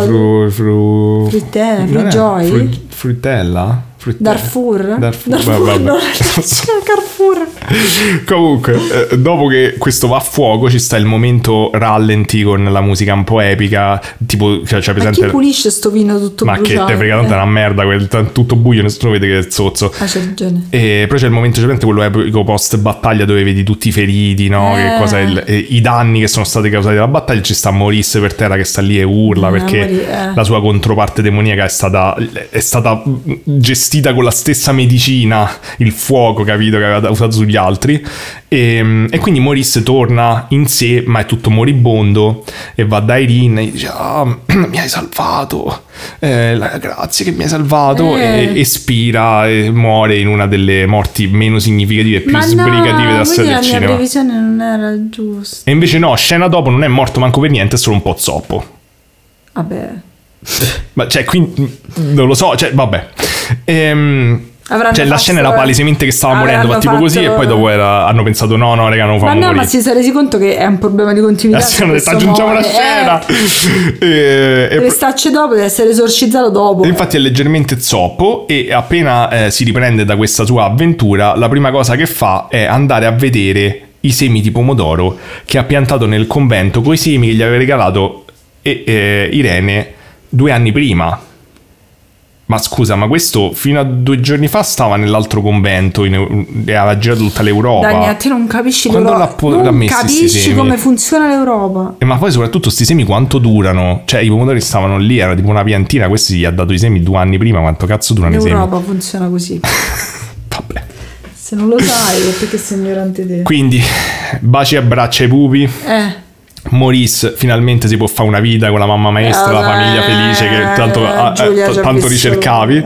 Speaker 1: Fruttella, Frujoy?
Speaker 2: Fruttella?
Speaker 1: Darfur.
Speaker 2: Vabbè.
Speaker 1: Carrefour.
Speaker 2: Comunque, dopo che questo va a fuoco, ci sta il momento rallenti con la musica un po' epica, tipo, cioè presente.
Speaker 1: Ma chi pulisce sto vino tutto bruciato?
Speaker 2: Ma che te frega, tanto è una merda, tutto buio, nessuno vede che è zozzo.
Speaker 1: C'è ragione.
Speaker 2: E poi c'è il momento, quello epico post battaglia, dove vedi tutti i feriti, no? Che cosa i danni che sono stati causati dalla battaglia. Ci sta Maurice per terra che sta lì e urla perché la sua controparte demoniaca è stata gestita con la stessa medicina, il fuoco, capito, che aveva usato sugli altri, e quindi Maurice torna in sé, ma è tutto moribondo, e va da Irene e dice mi hai salvato, grazie che mi hai salvato, e espira e muore in una delle morti meno significative e più sbrigative della storia del cinema.
Speaker 1: La previsione non era giusta.
Speaker 2: E invece no, scena dopo non è morto manco per niente, è solo un po' zoppo.
Speaker 1: Vabbè.
Speaker 2: Ma cioè, quindi non lo so, cioè vabbè. Cioè la scena era palesemente che stava morendo, fa tipo così, e poi dopo hanno pensato no raga, non lo fanno morire.
Speaker 1: Ma si è resi conto che è un problema di continuità.
Speaker 2: Hanno detto aggiungiamo la scena.
Speaker 1: Deve starci dopo, deve essere esorcizzato dopo.
Speaker 2: Infatti è leggermente zoppo, e appena si riprende da questa sua avventura, la prima cosa che fa è andare a vedere i semi di pomodoro che ha piantato nel convento, coi semi che gli aveva regalato Irene 2 anni prima. Ma scusa, ma questo fino a 2 giorni fa stava nell'altro convento e aveva girato tutta l'Europa.
Speaker 1: Dani, a te non capisci l'Europa.
Speaker 2: Non
Speaker 1: capisci come funziona l'Europa.
Speaker 2: Ma poi soprattutto sti semi quanto durano? Cioè i pomodori stavano lì, era tipo una piantina, questi gli ha dato i semi 2 anni prima, quanto cazzo durano i semi?
Speaker 1: L'Europa funziona così.
Speaker 2: Vabbè.
Speaker 1: Se non lo sai è perché sei ignorante te.
Speaker 2: Quindi, baci e abbracci ai pupi. Maurice finalmente si può fare una vita con la mamma maestra, la famiglia felice che tanto ricercavi,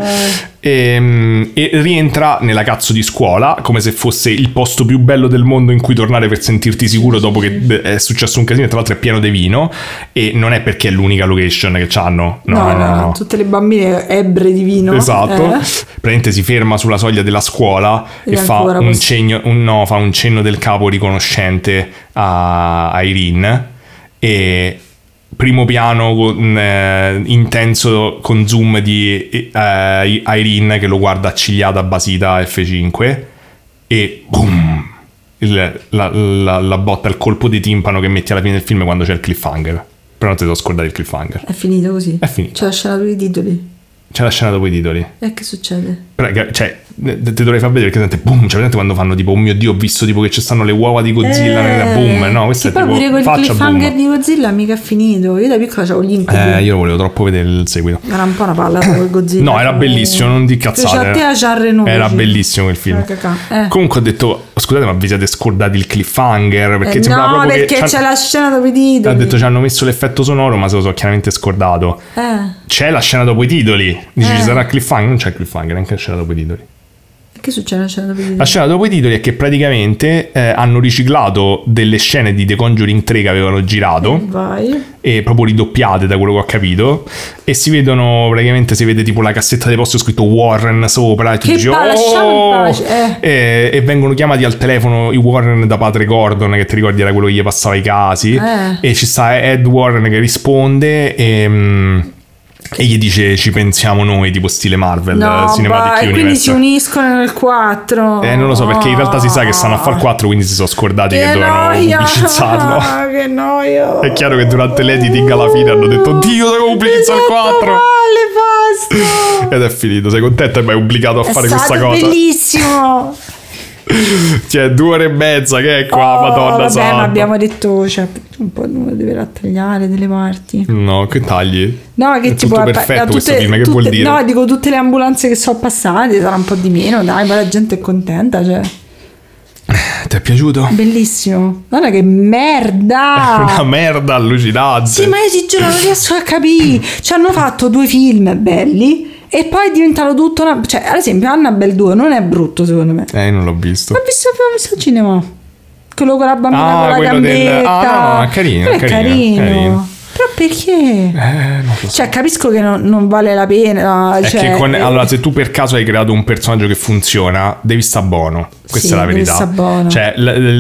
Speaker 2: e rientra nella cazzo di scuola come se fosse il posto più bello del mondo in cui tornare per sentirti sicuro dopo che è successo un casino, e tra l'altro è pieno di vino, e non è perché è l'unica location che c'hanno, no.
Speaker 1: Tutte le bambine ebbre di vino,
Speaker 2: esatto. Praticamente si ferma sulla soglia della scuola e fa un cenno del capo riconoscente a Irene, e primo piano intenso con zoom di Irene che lo guarda accigliata, basita F5, e boom, la botta, il colpo di timpano che metti alla fine del film quando c'è il cliffhanger. Però non ti devo scordare il cliffhanger.
Speaker 1: È finito così?
Speaker 2: È finito.
Speaker 1: C'è la scena dopo i titoli?
Speaker 2: C'è la scena dopo i titoli.
Speaker 1: E che succede?
Speaker 2: Cioè, te dovrei far vedere, perché boom, cioè quando fanno tipo, oh mio Dio, ho visto tipo che ci stanno le uova di Godzilla, boom, no, questo è tipo
Speaker 1: pure quel cliffhanger di Godzilla mica è finito. Io da piccola c'avevo gli incubi.
Speaker 2: Io lo volevo troppo vedere il seguito.
Speaker 1: Era un po' una palla quel Godzilla.
Speaker 2: No, era bellissimo, non di cazzate. Era bellissimo quel film. Comunque ho detto, scusate, ma vi siete scordati il cliffhanger? Perché sembrava proprio
Speaker 1: perché c'è la scena dopo i titoli.
Speaker 2: Ha detto ci hanno messo l'effetto sonoro, ma se lo so chiaramente scordato. C'è la scena dopo i titoli. Dici ci sarà il cliffhanger? Non c'è il cliffhanger, neanche la scena dopo i titoli.
Speaker 1: Che succede la scena dopo i titoli?
Speaker 2: La scena dopo i titoli è che praticamente hanno riciclato delle scene di The Conjuring 3 che avevano girato, e proprio ridoppiate da quello che ho capito, e si vedono, praticamente si vede tipo la cassetta dei posti scritto Warren sopra, e tu dici e vengono chiamati al telefono i Warren da padre Gordon, che ti ricordi era quello che gli passava i casi, e ci sta Ed Warren che risponde e gli dice ci pensiamo noi, tipo stile Marvel, Cinematic Universe.
Speaker 1: Quindi si uniscono nel 4.
Speaker 2: Non lo so, perché in realtà si sa che stanno a far 4, quindi si sono scordati che dovevano pubblicizzarlo.
Speaker 1: Che noia.
Speaker 2: È chiaro che durante l'editing alla fine hanno detto Dio, devo pubblicizzare il 4.
Speaker 1: Basta.
Speaker 2: Ed è finito. Sei contento? Ma hai obbligato a fare questa cosa?
Speaker 1: È bellissimo.
Speaker 2: Cioè 2 ore e mezza che è qua, Madonna santa.
Speaker 1: Ma abbiamo detto, cioè, un po' uno deve tagliare delle parti.
Speaker 2: No, che tagli?
Speaker 1: No, che
Speaker 2: è
Speaker 1: tipo
Speaker 2: tutto perfetto questo film, che vuol dire?
Speaker 1: No, dico tutte le ambulanze che sono passate, sarà un po' di meno, dai, ma la gente è contenta, cioè.
Speaker 2: Ti è piaciuto?
Speaker 1: Bellissimo. Guarda che merda.
Speaker 2: Una merda allucinante.
Speaker 1: Sì, ma io ti giuro non riesco a capire. Ci hanno fatto 2 film belli e poi è diventato tutto cioè, ad esempio Annabelle 2 non è brutto secondo me.
Speaker 2: Non l'ho visto.
Speaker 1: L'ho visto al cinema. Quello con la bambina con la gambetta.
Speaker 2: No, carino.
Speaker 1: Però perché?
Speaker 2: Non lo so.
Speaker 1: Cioè, capisco che non vale la pena.
Speaker 2: È che allora, se tu per caso hai creato un personaggio che funziona, devi sta buono. Questa è la verità. Devi sta buono. Cioè,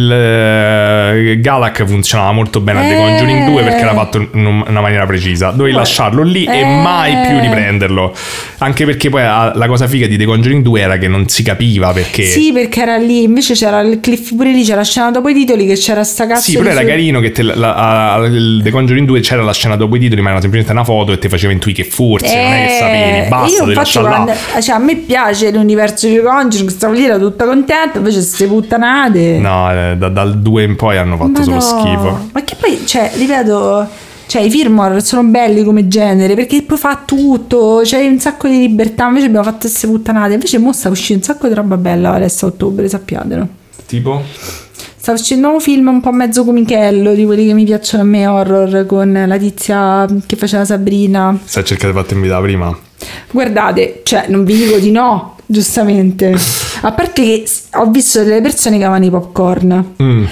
Speaker 2: Galak funzionava molto bene a The Conjuring 2 perché era fatto in una maniera precisa. Dovevi lasciarlo lì e mai più riprenderlo. Anche perché poi la cosa figa di The Conjuring 2 era che non si capiva perché. Sì,
Speaker 1: perché era lì. Invece c'era il cliff pure lì. C'era la scena dopo i titoli che c'era sta cazzo.
Speaker 2: Sì, però era carino che The Conjuring 2 c'era la scena dopo i titoli, ma era semplicemente una foto e ti faceva intuire che forse non è che sapevi, basta, devi lasciarla là.
Speaker 1: Cioè, a me piace l'universo di Conjuring, stavo lì, ero tutta contenta, invece queste puttanate.
Speaker 2: No, dal 2 in poi hanno fatto solo schifo.
Speaker 1: Ma che poi, cioè, ripeto, cioè i film horror sono belli come genere perché poi fa tutto, c'è un sacco di libertà, invece abbiamo fatto queste puttanate, invece mo sta uscendo un sacco di roba bella adesso a ottobre, sappiatelo.
Speaker 2: Tipo?
Speaker 1: Sta uscendo un nuovo film un po' mezzo comichello, di quelli che mi piacciono a me, horror, con la tizia che faceva Sabrina.
Speaker 2: Se cercate di farti invitare prima.
Speaker 1: Guardate, cioè non vi dico di no, giustamente. A parte che ho visto delle persone che avevano i popcorn.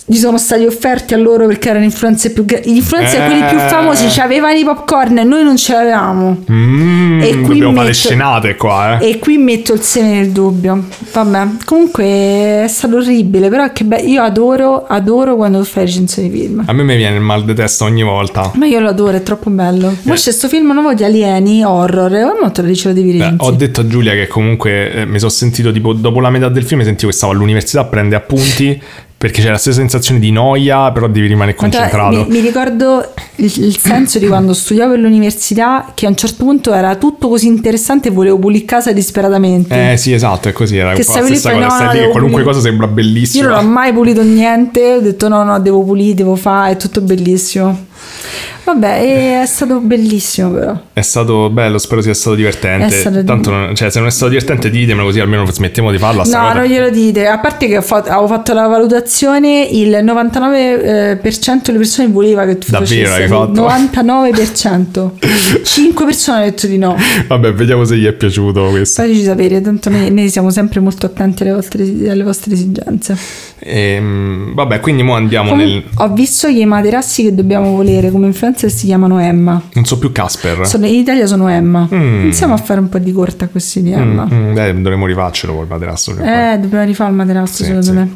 Speaker 1: gli sono stati offerti a loro perché erano influencer quelli più famosi avevano i popcorn e noi non ce l'avevamo.
Speaker 2: E qui dobbiamo fare scenate qua,
Speaker 1: E qui metto il seme nel dubbio. Vabbè, comunque è stato orribile, però che io adoro quando fai recensioni di film.
Speaker 2: A me mi viene il mal di testa ogni volta.
Speaker 1: Ma io lo adoro, è troppo bello. Poi c'è sto film nuovo di alieni horror, e mo te lo dicevo devi recensire.
Speaker 2: Ho detto a Giulia che comunque mi sono sentito tipo dopo la metà del film sentivo che stavo all'università a prendere appunti perché c'è la stessa sensazione di noia, però devi rimanere concentrato.
Speaker 1: Mi ricordo il senso di quando studiavo all'università, che a un certo punto era tutto così interessante e volevo pulire casa disperatamente.
Speaker 2: Sì, esatto, è così, era
Speaker 1: che
Speaker 2: la stessa cosa, stai lì che qualunque cosa sembra bellissima.
Speaker 1: Io non ho mai pulito niente, ho detto no, devo pulire, devo fare, è tutto bellissimo. Vabbè, è stato bellissimo però.
Speaker 2: È stato bello, spero sia stato divertente. Tanto se non è stato divertente ditemelo, così almeno smettiamo di farla.
Speaker 1: No, non glielo dite. A parte che avevo fatto la valutazione, il 99% delle persone voleva che tu
Speaker 2: facessi. Davvero hai fatto?
Speaker 1: 99%. 5 persone hanno detto di no.
Speaker 2: Vabbè, vediamo se gli è piaciuto questo.
Speaker 1: Fateci sapere, tanto noi siamo sempre molto attenti alle vostre esigenze.
Speaker 2: Vabbè, quindi mo andiamo
Speaker 1: Ho visto che i materassi che dobbiamo volere come influencer si chiamano Emma.
Speaker 2: Non so più Casper.
Speaker 1: In Italia sono Emma. Iniziamo a fare un po' di corte a questi di Emma.
Speaker 2: Dovremmo rifarcelo col materasso.
Speaker 1: Dobbiamo rifare il materasso, secondo me.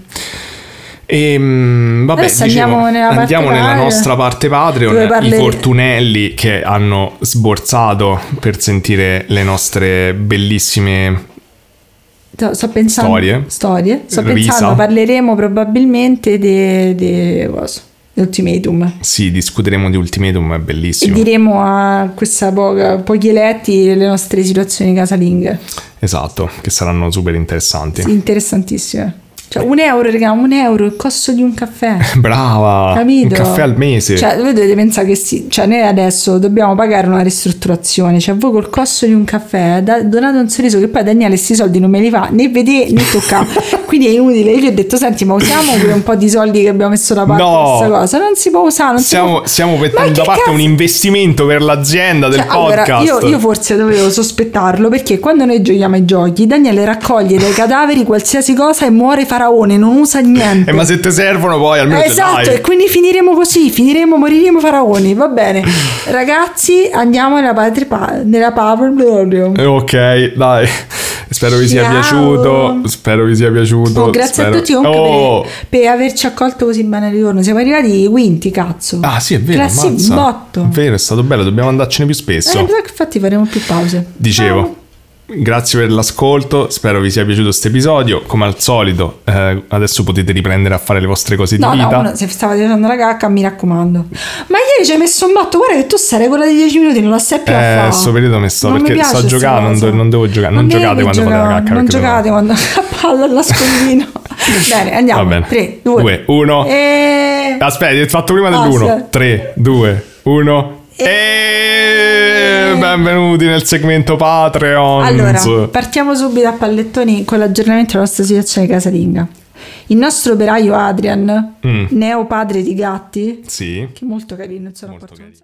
Speaker 2: Vabbè,
Speaker 1: andiamo
Speaker 2: nella nostra parte Patreon. I fortunelli che hanno sborsato per sentire le nostre bellissime
Speaker 1: sto pensando storie. Parleremo probabilmente di Ultimatum.
Speaker 2: Sì, discuteremo di Ultimatum, è bellissimo.
Speaker 1: E diremo a questa pochi eletti le nostre situazioni casalinghe.
Speaker 2: Esatto, che saranno super interessanti.
Speaker 1: Sì, interessantissime. Cioè, €1, raga, €1 il costo di un caffè.
Speaker 2: Brava,
Speaker 1: capito?
Speaker 2: Un caffè al mese.
Speaker 1: Cioè, voi dovete pensare che noi adesso dobbiamo pagare una ristrutturazione. Cioè, voi col costo di un caffè donate un sorriso, che poi Daniele questi soldi non me li fa né vedere né toccare. Quindi è inutile. Io gli ho detto: senti, ma usiamo pure un po' di soldi che abbiamo messo da parte questa cosa. Non si può usare.
Speaker 2: Stiamo mettendo da parte un investimento per l'azienda del podcast.
Speaker 1: Allora, io forse dovevo sospettarlo, perché quando noi giochiamo ai giochi, Daniele raccoglie dai cadaveri qualsiasi cosa e muore faraone, non usa niente.
Speaker 2: Ma se ti servono poi almeno
Speaker 1: esatto, e quindi finiremo così, moriremo faraoni. Va bene, ragazzi, andiamo nella Power Glorium.
Speaker 2: Ok, dai. Spero vi sia piaciuto.
Speaker 1: Grazie a tutti comunque per averci accolto così bene al ritorno. Siamo arrivati quinti, cazzo.
Speaker 2: Ah sì, è vero,
Speaker 1: botto.
Speaker 2: È vero, è stato bello, dobbiamo andarcene più spesso.
Speaker 1: Infatti faremo più pause.
Speaker 2: Dicevo.
Speaker 1: Ciao.
Speaker 2: Grazie per l'ascolto, spero vi sia piaciuto questo episodio. Come al solito, adesso potete riprendere a fare le vostre cose di vita.
Speaker 1: No, se state facendo la cacca, mi raccomando. Ma ieri ci hai messo un botto, guarda che tu sei regola di 10 minuti, non la sai più a fare.
Speaker 2: Questo periodo mi sto, perché sto giocando, non devo giocare. Non giocate quando fate la cacca.
Speaker 1: Non giocate quando a palla al nascondino. Bene, andiamo. Va bene. 3, 2,
Speaker 2: 1. Aspetta, hai fatto prima dell'1. 3, 2, 1. Benvenuti nel segmento Patreon.
Speaker 1: Allora, partiamo subito a pallettoni con l'aggiornamento della nostra situazione casalinga. Il nostro operaio Adrian, neo padre di gatti,
Speaker 2: sì,
Speaker 1: che è molto carino, insomma,